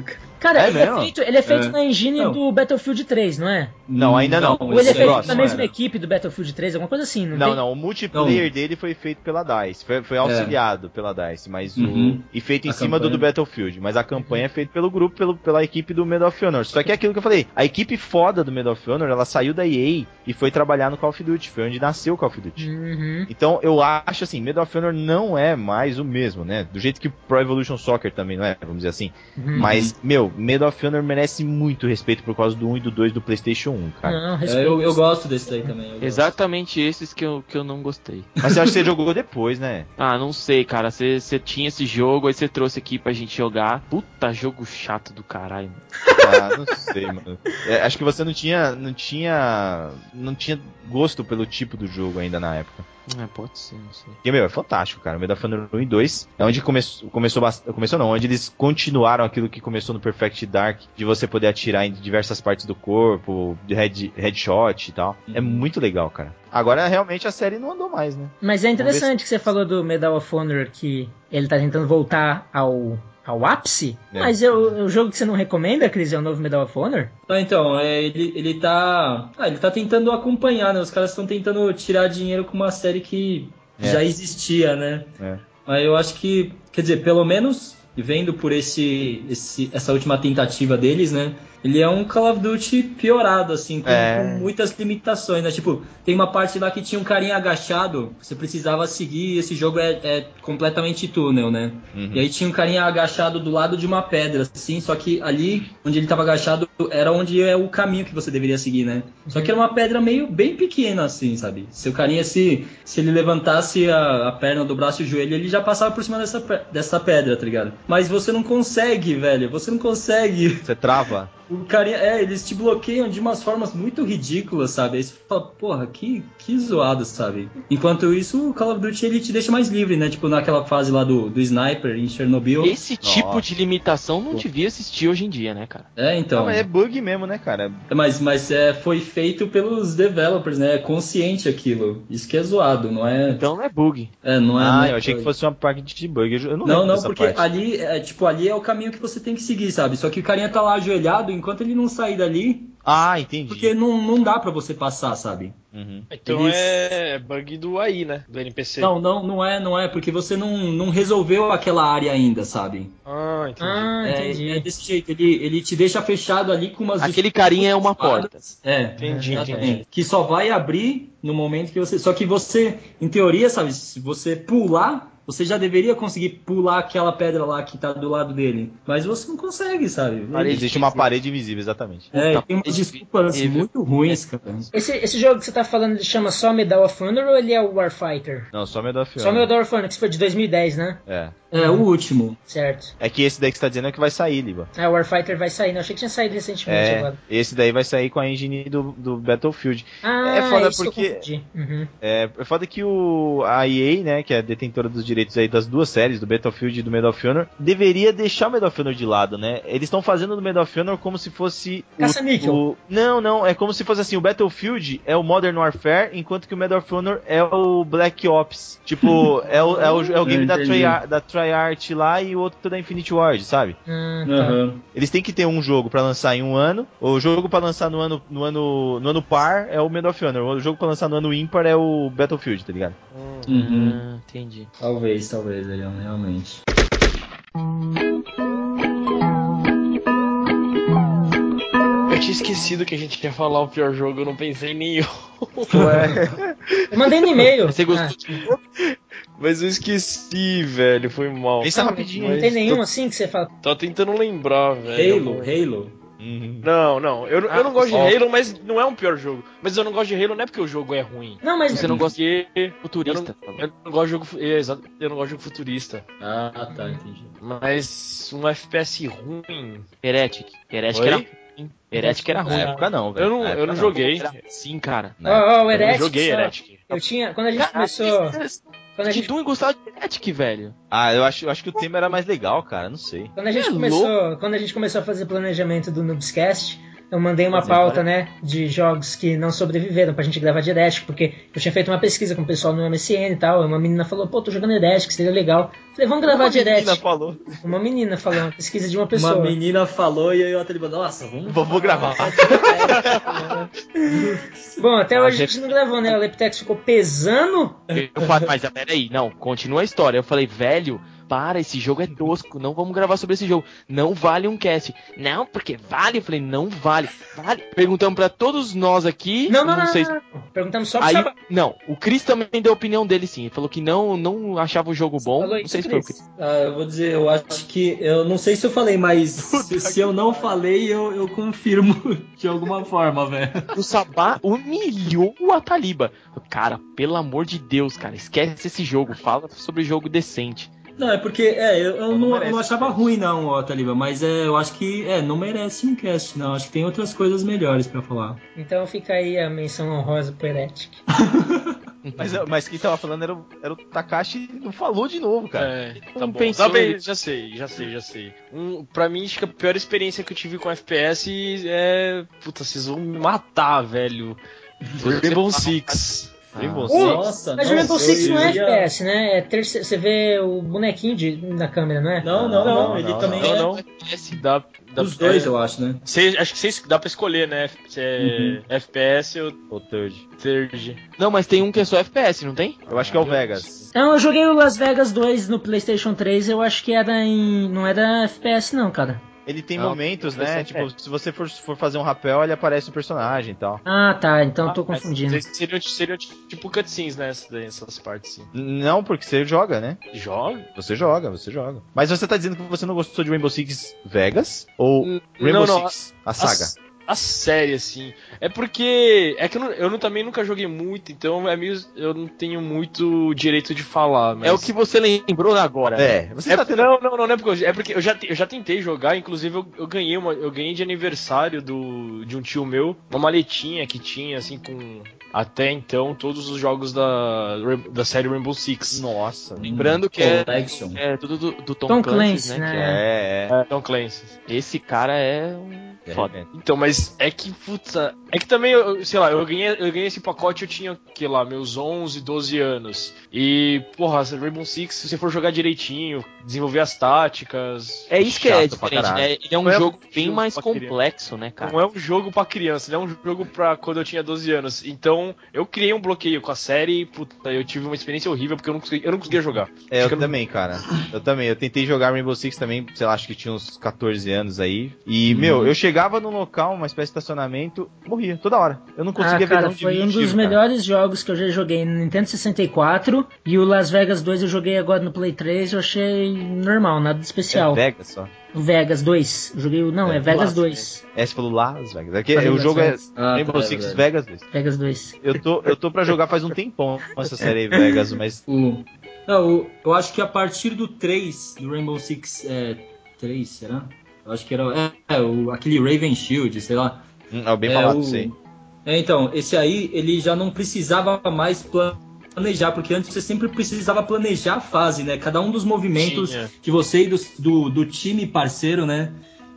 Speaker 1: Cara,
Speaker 4: É
Speaker 1: ele,
Speaker 4: mesmo?
Speaker 1: é feito, ele é feito
Speaker 14: É.
Speaker 1: na engine
Speaker 14: Não.
Speaker 1: do Battlefield três, não é?
Speaker 4: Não, ainda não.
Speaker 14: Não,
Speaker 1: Ou ele é
Speaker 14: esse
Speaker 1: feito
Speaker 14: próximo,
Speaker 1: da mesma
Speaker 14: é.
Speaker 1: equipe do Battlefield três, alguma coisa assim, não,
Speaker 4: Não,
Speaker 1: tem?
Speaker 4: não, o multiplayer
Speaker 14: Não.
Speaker 4: dele foi feito pela DICE, foi, foi auxiliado pela DICE, mas
Speaker 14: Uhum.
Speaker 4: o... e feito em
Speaker 14: A
Speaker 4: cima do, do
Speaker 14: campanha.
Speaker 4: Battlefield, mas a campanha é feita pelo grupo, pelo, pela equipe do Medal of Honor. Só que é aquilo que eu falei, a equipe foda do Medal of Honor, ela saiu da E A e foi trabalhar no Call of Duty, foi onde nasceu o Call of Duty.
Speaker 1: Uhum.
Speaker 4: Então eu acho assim, Medal of Honor não é mais o mesmo, né? Do jeito que Pro Evolution Soccer também não é, vamos dizer assim.
Speaker 1: Uhum.
Speaker 4: Mas, meu, Medal of Honor merece muito respeito por causa do um e do dois do PlayStation um, cara.
Speaker 1: Não,
Speaker 14: É,
Speaker 1: respeito.
Speaker 14: eu, eu gosto desse daí também. eu gosto.
Speaker 11: Exatamente esses que eu, que eu não gostei.
Speaker 4: Mas você acha que você jogou depois, né?
Speaker 11: Ah, não sei, cara. Você tinha esse jogo, aí você trouxe aqui pra gente jogar. Puta jogo chato do caralho.
Speaker 4: Ah, não sei, mano. É, acho que você não tinha, não tinha, não tinha gosto pelo tipo do jogo ainda na época.
Speaker 11: É, pode ser, não sei.
Speaker 4: Porque, meu, é fantástico, cara. O Medal of Honor um e dois é onde começou, começou, bast- começou não, onde eles continuaram aquilo que começou no Perfect Dark, de você poder atirar em diversas partes do corpo, de head, headshot e tal. É muito legal, cara. Agora, realmente, a série não andou mais, né?
Speaker 1: Mas é
Speaker 4: Vamos ver
Speaker 1: interessante que você falou do Medal of Honor, que ele tá tentando voltar ao, ao ápice,
Speaker 4: É.
Speaker 1: mas é o, o jogo que você não recomenda, Cris, é o novo Medal of Honor?
Speaker 14: Ah, então, é, ele, ele tá. Ah, ele tá tentando acompanhar, né? Os caras estão tentando tirar dinheiro com uma série que
Speaker 4: É.
Speaker 14: já existia, né?
Speaker 4: É.
Speaker 14: Mas eu acho que, quer dizer, pelo menos vendo por esse, esse essa última tentativa deles, né? Ele é um Call of Duty piorado, assim, com,
Speaker 4: É.
Speaker 14: com muitas limitações, né? Tipo, tem uma parte lá que tinha um carinha agachado, você precisava seguir, esse jogo é, é completamente túnel, né?
Speaker 4: Uhum.
Speaker 14: E aí tinha um carinha agachado do lado de uma pedra, assim, só que ali, onde ele tava agachado, era onde é o caminho que você deveria seguir, né? Só que era uma pedra meio, bem pequena, assim, sabe? Se o carinha, se, se ele levantasse a, a perna do braço e o joelho, ele já passava por cima dessa, pe- dessa pedra, tá ligado? Mas você não consegue, velho, você não consegue.
Speaker 4: Você trava?
Speaker 14: O carinha, é, eles te bloqueiam de umas formas muito ridículas, sabe? Aí você fala, porra, que, que zoado, sabe? Enquanto isso, o Call of Duty ele te deixa mais livre, né? Tipo, naquela fase lá do, do Sniper em Chernobyl.
Speaker 11: Esse tipo
Speaker 4: Nossa.
Speaker 11: de limitação não devia existir hoje em dia, né, cara?
Speaker 14: É, então.
Speaker 4: Não, mas é bug mesmo, né, cara?
Speaker 14: Mas, mas é, foi feito pelos developers, né? É consciente aquilo. Isso que é zoado, não é.
Speaker 11: Então não é bug.
Speaker 14: É, não é.
Speaker 4: Ah,
Speaker 14: não é
Speaker 4: eu achei que fosse uma parte de bug. Eu não
Speaker 14: Não,
Speaker 4: lembro
Speaker 14: não,
Speaker 4: dessa
Speaker 14: porque
Speaker 4: parte.
Speaker 14: ali é, tipo, ali é o caminho que você tem que seguir, sabe? Só que o carinha tá lá ajoelhado, enquanto ele não sair dali,
Speaker 4: Ah, entendi.
Speaker 14: porque não, não dá pra você passar, sabe?
Speaker 4: Uhum.
Speaker 6: Então
Speaker 14: Eles-
Speaker 6: é bug do A I, né? Do N P C.
Speaker 14: Não, não, não é, não é, porque você não, não resolveu aquela área ainda, sabe?
Speaker 6: Ah, entendi.
Speaker 1: Ah,
Speaker 14: É,
Speaker 1: entendi.
Speaker 14: é desse jeito, ele, ele te deixa fechado ali com umas...
Speaker 11: Aquele carinha é uma porta.
Speaker 14: É,
Speaker 6: Entendi,
Speaker 14: exatamente.
Speaker 6: entendi.
Speaker 14: Que só vai abrir no momento que você... Só que você, em teoria, sabe, se você pular, você já deveria conseguir pular aquela pedra lá que tá do lado dele. Mas você não consegue, sabe?
Speaker 4: Existe uma parede invisível, exatamente.
Speaker 14: É,
Speaker 11: Puta,
Speaker 14: tem umas
Speaker 11: parede
Speaker 14: desculpas
Speaker 11: invisível.
Speaker 14: muito ruins, cara.
Speaker 1: Esse, esse jogo que você tá falando, ele chama só Medal of Honor ou ele é o Warfighter?
Speaker 4: Não, só Medal of
Speaker 1: Só
Speaker 4: Honor.
Speaker 1: Medal of Honor, que foi de dois mil e dez, né?
Speaker 4: É.
Speaker 14: É, o último.
Speaker 1: Certo.
Speaker 4: É que esse daí que você tá dizendo é o que vai sair, Liba.
Speaker 1: Ah, o Warfighter vai sair, não. Achei que tinha saído recentemente
Speaker 4: É,
Speaker 1: agora.
Speaker 4: esse daí vai sair com a engine do, do Battlefield.
Speaker 1: Ah,
Speaker 4: é foda
Speaker 1: isso que eu
Speaker 4: porque
Speaker 1: confundi. Uhum.
Speaker 4: é, é foda que o a E A, né, que é a detentora dos direitos aí das duas séries, do Battlefield e do Medal of Honor, deveria deixar o Medal of Honor de lado, né? Eles estão fazendo do Medal of Honor como se fosse
Speaker 1: Caça-níquel.
Speaker 4: o, o não, não, é como se fosse assim, o Battlefield é o Modern Warfare, enquanto que o Medal of Honor é o Black Ops. Tipo, é o, é o, é o game
Speaker 14: Eu
Speaker 4: da,
Speaker 14: entendi.
Speaker 4: Treyarch, da Treyarch lá e o outro da Infinity Ward, sabe?
Speaker 1: Ah, tá.
Speaker 14: Aham.
Speaker 4: Eles têm que ter um jogo pra lançar em um ano. O jogo pra lançar no ano, no ano, no ano par é o Medal of Honor. O jogo pra lançar no ano ímpar é o Battlefield, tá ligado?
Speaker 14: Uhum.
Speaker 11: Ah, entendi.
Speaker 14: Talvez, talvez, Elião, realmente.
Speaker 6: Eu tinha esquecido que a gente ia falar o pior jogo, eu não pensei em nenhum.
Speaker 4: Ué.
Speaker 1: Eu mandei no e-mail.
Speaker 11: Você gostou
Speaker 1: Ah,
Speaker 11: de
Speaker 6: Mas eu esqueci, velho, foi mal.
Speaker 4: Pensa
Speaker 1: não,
Speaker 4: rapidinho
Speaker 1: não
Speaker 4: aí.
Speaker 1: tem nenhum
Speaker 6: Tô-
Speaker 1: assim que você fala.
Speaker 6: Tô tentando lembrar, velho.
Speaker 14: Halo, Halo.
Speaker 4: Uhum.
Speaker 6: Não, não, eu,
Speaker 1: Ah,
Speaker 6: eu não gosto de
Speaker 4: ó.
Speaker 6: Halo, mas não é um pior jogo. Mas eu não gosto de Halo não é porque o jogo é ruim.
Speaker 1: Não, mas
Speaker 11: Você não gosta
Speaker 6: Porque eu
Speaker 11: futurista?
Speaker 6: não, eu não gosto de jogo, fu- é, exato, eu não gosto de jogo futurista.
Speaker 14: Ah, tá, entendi.
Speaker 6: Mas um F P S ruim.
Speaker 11: Heretic. Heretic
Speaker 6: Oi?
Speaker 11: era ruim. Heretic era
Speaker 4: Na
Speaker 11: ruim.
Speaker 4: época não, velho.
Speaker 6: Eu não,
Speaker 4: Na
Speaker 6: eu
Speaker 4: época
Speaker 6: não joguei.
Speaker 11: Era- Sim, cara.
Speaker 4: Na
Speaker 1: Ó,
Speaker 4: época.
Speaker 1: ó, o
Speaker 6: Eu não
Speaker 1: Heretic.
Speaker 6: joguei
Speaker 1: só-
Speaker 6: Heretic.
Speaker 1: Eu tinha. Quando a gente
Speaker 11: Cara,
Speaker 1: começou. Quando a
Speaker 11: de
Speaker 1: gente,
Speaker 11: Doom gostava de Heretic, velho.
Speaker 4: Ah, eu acho, eu acho que o tema era mais legal, cara. Não sei.
Speaker 1: quando a gente
Speaker 11: É
Speaker 1: começou. Quando a gente começou a fazer planejamento do Noobscast, eu mandei uma pauta, né, de jogos que não sobreviveram pra gente gravar de Edetic, porque eu tinha feito uma pesquisa com o pessoal no M S N e tal, e uma menina falou, pô, tô jogando Edetic, seria legal. Falei, vamos gravar
Speaker 4: Uma
Speaker 1: de Edetic.
Speaker 4: menina falou.
Speaker 1: Uma menina falou, uma pesquisa de uma pessoa.
Speaker 14: Uma menina falou e aí o Ataliba, nossa, vamos...
Speaker 4: Vou gravar.
Speaker 1: Bom, até hoje a gente não gravou, né? O Leptex ficou pesando.
Speaker 11: Eu falei, mas peraí, não, continua a história. Eu falei, velho, para, esse jogo é tosco, não vamos gravar sobre esse jogo. Não vale um cast. Não, porque vale? Eu falei, não vale. Vale. Perguntamos pra todos nós aqui.
Speaker 1: Não, não,
Speaker 11: não,
Speaker 1: não,
Speaker 11: sei...
Speaker 1: não, não. Perguntamos só pro
Speaker 11: Aí,
Speaker 1: Sabá.
Speaker 11: não, o Chris também deu a opinião dele, sim. Ele falou que não, não achava o jogo bom.
Speaker 1: Falou
Speaker 11: não
Speaker 1: isso,
Speaker 11: sei se foi o
Speaker 1: Chris.
Speaker 11: Chris.
Speaker 14: Ah, eu vou dizer, eu acho que... Eu não sei se eu falei, mas se, se eu não falei, eu, eu confirmo de alguma forma, velho.
Speaker 11: O Sabá humilhou o Ataliba. Cara, pelo amor de Deus, cara, esquece esse jogo. Fala sobre jogo decente.
Speaker 14: Não, é porque, é, eu, eu, não,
Speaker 4: merece
Speaker 14: eu não achava
Speaker 4: cast.
Speaker 14: ruim não, ó, Taliba, mas é, eu acho que, é, não merece um cast, não, acho que tem outras coisas melhores pra falar.
Speaker 1: Então fica aí a menção honrosa pro Heretic.
Speaker 4: Mas, mas quem tava falando era o, era o Takashi, não falou de novo, cara.
Speaker 6: É, tá
Speaker 11: Não
Speaker 6: bom.
Speaker 11: pensou
Speaker 6: Tá bem,
Speaker 11: ele-
Speaker 6: já sei, já sei, já sei. Um, pra mim, acho que a pior experiência que eu tive com F P S é... Puta, vocês vão me matar, velho. Rainbow Six.
Speaker 4: Rainbow
Speaker 1: Oh,
Speaker 4: Six.
Speaker 14: Nossa,
Speaker 1: Mas o
Speaker 14: não,
Speaker 1: Rainbow
Speaker 14: eu-
Speaker 1: Six
Speaker 14: eu
Speaker 1: não é
Speaker 14: ia-
Speaker 1: F P S, né? É terce... Você vê o bonequinho de... na câmera, não é?
Speaker 14: Não, não, não,
Speaker 4: Não,
Speaker 14: ele
Speaker 4: não,
Speaker 14: também
Speaker 6: Não,
Speaker 14: é
Speaker 6: não. Dá, dá,
Speaker 14: os dois,
Speaker 6: é,
Speaker 14: eu acho, né?
Speaker 6: cê- acho que cês, dá pra escolher, né? Se é
Speaker 14: Uhum.
Speaker 6: F P S ou
Speaker 4: O third.
Speaker 6: third.
Speaker 11: Não, mas tem um que é só F P S, não tem?
Speaker 4: Eu acho que é o Vegas.
Speaker 1: Não, eu joguei o Las Vegas dois no PlayStation três, eu acho que era em... não era F P S não, cara.
Speaker 4: Ele tem
Speaker 11: Não,
Speaker 4: momentos,
Speaker 11: não foi
Speaker 4: né?
Speaker 11: sem
Speaker 4: Tipo, se você for, for fazer um rapel, ele aparece o personagem e tal.
Speaker 1: Ah, tá, então eu tô
Speaker 6: Ah, mas
Speaker 1: confundindo.
Speaker 6: cês Seriam, seriam tipo cutscenes, né? Essas, essas partes, sim.
Speaker 4: Não, porque você joga, né?
Speaker 6: Joga?
Speaker 4: Você joga, você joga. Mas você tá dizendo que você não gostou de Rainbow Six Vegas? Ou
Speaker 6: N-
Speaker 4: Rainbow
Speaker 6: não, não,
Speaker 4: Six, a saga?
Speaker 6: A, a série, assim. É porque. É que eu, não, eu não- também nunca joguei muito, então é meio, eu não tenho muito direito de falar. Mas...
Speaker 11: É o que você lembrou agora.
Speaker 4: É, você
Speaker 6: É,
Speaker 4: tá tendo...
Speaker 6: não, não, não, não é porque, eu, é porque eu, já, te- eu já tentei jogar, inclusive eu, eu ganhei uma, eu ganhei de aniversário do, de um tio meu, uma maletinha que tinha, assim, com até então todos os jogos da, da série Rainbow Six.
Speaker 4: Nossa.
Speaker 11: Lembrando que é,
Speaker 14: Collection.
Speaker 11: é tudo do, do Tom,
Speaker 1: Tom
Speaker 11: Clancy,
Speaker 1: Clancy,
Speaker 11: né?
Speaker 1: né?
Speaker 11: que é-
Speaker 4: É, é.
Speaker 6: Tom Clancy.
Speaker 11: Esse cara é um
Speaker 4: É,
Speaker 11: foda.
Speaker 4: é.
Speaker 6: Então, mas é que, puta, é que também, eu, sei lá, eu ganhei, eu ganhei esse pacote, eu tinha, que lá, meus onze, doze anos. E, porra, Rainbow Six, se você for jogar direitinho, desenvolver as táticas...
Speaker 11: É isso que é
Speaker 4: Chato pra
Speaker 11: diferente,
Speaker 4: caralho.
Speaker 11: né? Ele é um
Speaker 6: Não é um
Speaker 11: jogo bem
Speaker 6: jogo
Speaker 11: mais
Speaker 6: pra criança.
Speaker 11: complexo, né, cara?
Speaker 6: Não é um jogo pra criança, ele é um jogo pra quando eu tinha doze anos. Então, eu criei um bloqueio com a série e, puta, eu tive uma experiência horrível porque eu não conseguia, eu não conseguia jogar.
Speaker 4: É, eu
Speaker 6: Acho que
Speaker 4: também, cara. Eu também. Eu tentei jogar Rainbow Six também, sei lá, acho que tinha uns catorze anos aí. E, meu, eu chegava num local, uma espécie de estacionamento, morria, toda hora. Eu não conseguia
Speaker 1: Ah,
Speaker 4: ver de
Speaker 1: cara,
Speaker 4: onde
Speaker 1: foi
Speaker 4: vinha
Speaker 1: um
Speaker 4: o
Speaker 1: dos
Speaker 4: tiro, cara.
Speaker 1: melhores jogos que eu já joguei no Nintendo sessenta e quatro e o Las Vegas dois eu joguei agora no Play três, eu achei normal, nada de especial.
Speaker 4: É Vegas só.
Speaker 1: O Vegas dois, eu joguei o... não, é,
Speaker 4: É,
Speaker 1: Vegas
Speaker 6: Las
Speaker 1: dois.
Speaker 4: É, você falou Las Vegas. É que
Speaker 1: Falei
Speaker 4: o
Speaker 1: Las
Speaker 4: jogo
Speaker 1: Vegas.
Speaker 4: é
Speaker 14: Ah,
Speaker 4: Rainbow
Speaker 14: tá, é
Speaker 4: Six
Speaker 14: verdade.
Speaker 4: Vegas dois.
Speaker 1: Vegas dois.
Speaker 4: Eu tô, eu tô pra jogar faz um tempão essa série aí, Vegas, mas...
Speaker 14: O, não, o- eu acho que a partir do três, do Rainbow Six, é, três, será? Eu acho que era, é, é, o, aquele Raven Shield, sei lá.
Speaker 4: Hum, é bem
Speaker 14: É,
Speaker 4: falado
Speaker 14: o-
Speaker 4: isso aí.
Speaker 14: É, então, esse aí, ele já não precisava mais planejar, porque antes você sempre precisava planejar a fase, né? Cada um dos movimentos
Speaker 6: Sim, é.
Speaker 14: de você e do, do, do time parceiro, né?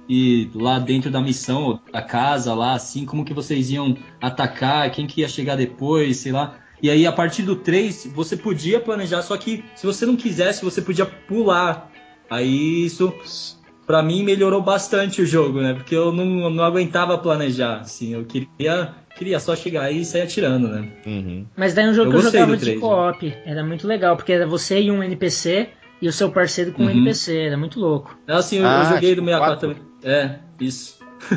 Speaker 14: E lá dentro da missão, ou da casa lá, assim, como que vocês iam atacar, quem que ia chegar depois, sei lá. E aí, a partir do três, você podia planejar, só que se você não quisesse, você podia pular. Aí isso, pra mim, melhorou bastante o jogo, né? Porque eu não, não aguentava planejar, assim. Eu queria, queria só chegar e sair atirando, né?
Speaker 4: Uhum.
Speaker 1: Mas daí é um jogo
Speaker 14: Eu
Speaker 1: que eu
Speaker 14: gostei
Speaker 1: jogava
Speaker 14: do
Speaker 1: de
Speaker 14: três,
Speaker 1: co-op, era muito legal, porque era você e um N P C e o seu parceiro com um
Speaker 14: Uhum.
Speaker 1: N P C, era muito louco.
Speaker 14: É assim, eu,
Speaker 4: Ah,
Speaker 14: eu joguei
Speaker 4: tipo
Speaker 14: do sessenta e quatro
Speaker 4: quatro?
Speaker 14: também. É, isso.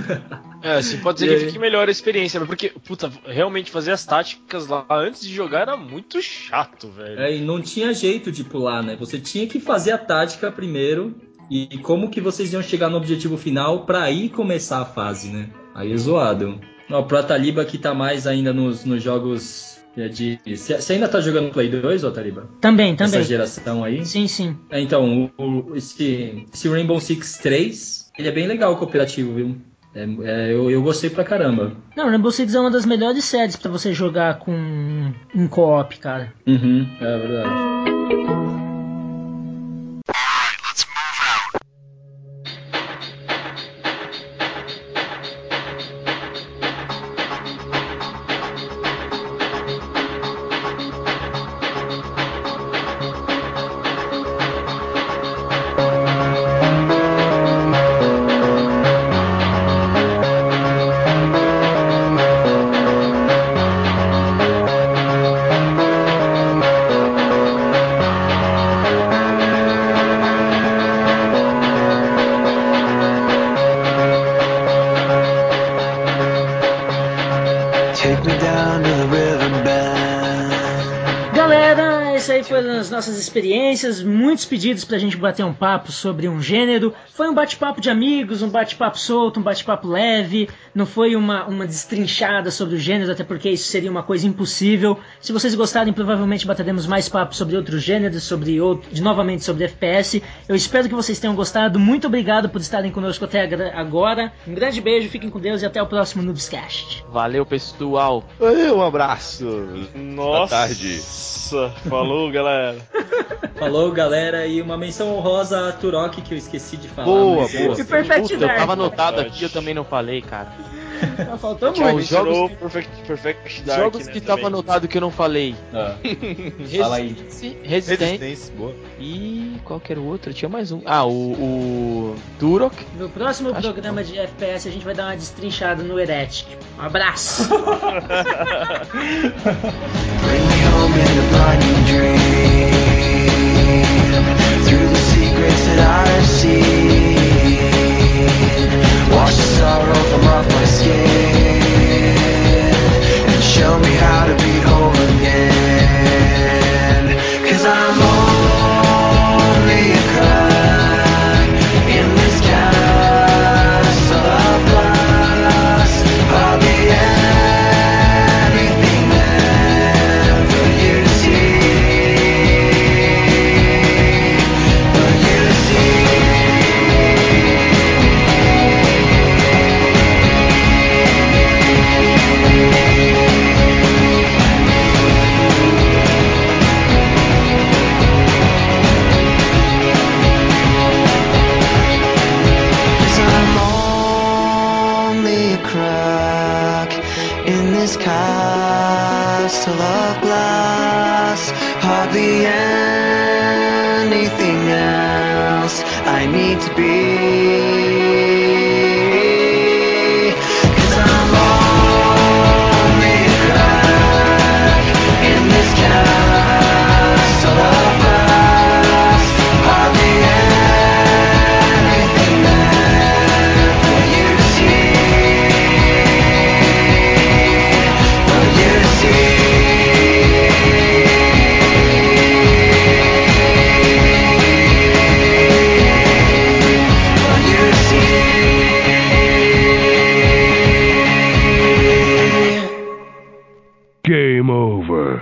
Speaker 6: É, assim, pode ser
Speaker 14: E
Speaker 6: que
Speaker 14: aí?
Speaker 6: fique melhor a experiência, porque, puta, realmente fazer as táticas lá antes de jogar era muito chato, velho.
Speaker 14: É, e não tinha jeito de pular, né? Você tinha que fazer a tática primeiro e como que vocês iam chegar no objetivo final pra aí começar a fase, né? Aí é zoado. Ó, pro Ataliba que tá mais ainda nos, nos jogos de... Você ainda tá jogando Play dois, ô Ataliba?
Speaker 1: Também, também.
Speaker 14: Essa geração aí?
Speaker 1: Sim, sim.
Speaker 14: É, então, o, o- esse, esse Rainbow Six três, ele é bem legal o cooperativo, viu? É, é, eu, eu gostei pra caramba.
Speaker 1: Não, Rainbow Six é uma das melhores séries pra você jogar com em co-op, cara.
Speaker 14: Uhum, é verdade.
Speaker 13: down to the riverbed.
Speaker 1: Galera, essas aí foram as nossas experiências, muitos pedidos pra gente bater um papo sobre um gênero. Foi um bate-papo de amigos, um bate-papo solto, um bate-papo leve, não foi uma, uma destrinchada sobre o gênero, até porque isso seria uma coisa impossível. Se vocês gostarem, provavelmente bateremos mais papo sobre outros gêneros, sobre outro, de, novamente sobre F P S. Eu espero que vocês tenham gostado, muito obrigado por estarem conosco até agora. Um grande beijo, fiquem com Deus e até o próximo Noobscast.
Speaker 11: Valeu, pessoal.
Speaker 4: Um abraço.
Speaker 6: Nossa.
Speaker 4: Boa tarde.
Speaker 6: Falou, galera.
Speaker 14: Falou, galera. E uma menção honrosa a Turok, que eu esqueci de falar.
Speaker 11: Boa,
Speaker 14: mas
Speaker 11: boa.
Speaker 14: eu-
Speaker 1: Perfect
Speaker 11: Puta, eu
Speaker 1: Dark.
Speaker 11: tava anotado aqui, eu também não falei, cara.
Speaker 1: Só faltou
Speaker 11: Tchau,
Speaker 1: muito.
Speaker 11: os jogos,
Speaker 6: Mencionou Perfect, Perfect Dark,
Speaker 11: jogos
Speaker 6: né,
Speaker 11: que
Speaker 6: também.
Speaker 11: tava anotado que eu não falei.
Speaker 14: Ah, fala aí.
Speaker 11: Resistance, Resistance
Speaker 4: Resistência, boa.
Speaker 11: e qual que era o outro? Tinha mais um. Ah, o, o Turok.
Speaker 1: No próximo
Speaker 11: Acho
Speaker 1: programa de F P S a gente vai dar uma destrinchada no Heretic. Um abraço.
Speaker 13: Bring me home in a blinding dream. Through the secrets that I've seen. Wash the sorrow from off my skin. And show me how to be whole again. 'Cause I'm only a crack in this castle of glass. I'll be anything there for you to see, for you to see. Cause I'm only a crack in this castle of glass. Hardly anything else I need to be. Cause I'm only a crack in this castle of glass. Hardly anything there for you to see, for you to see. For you to see.
Speaker 9: Game over.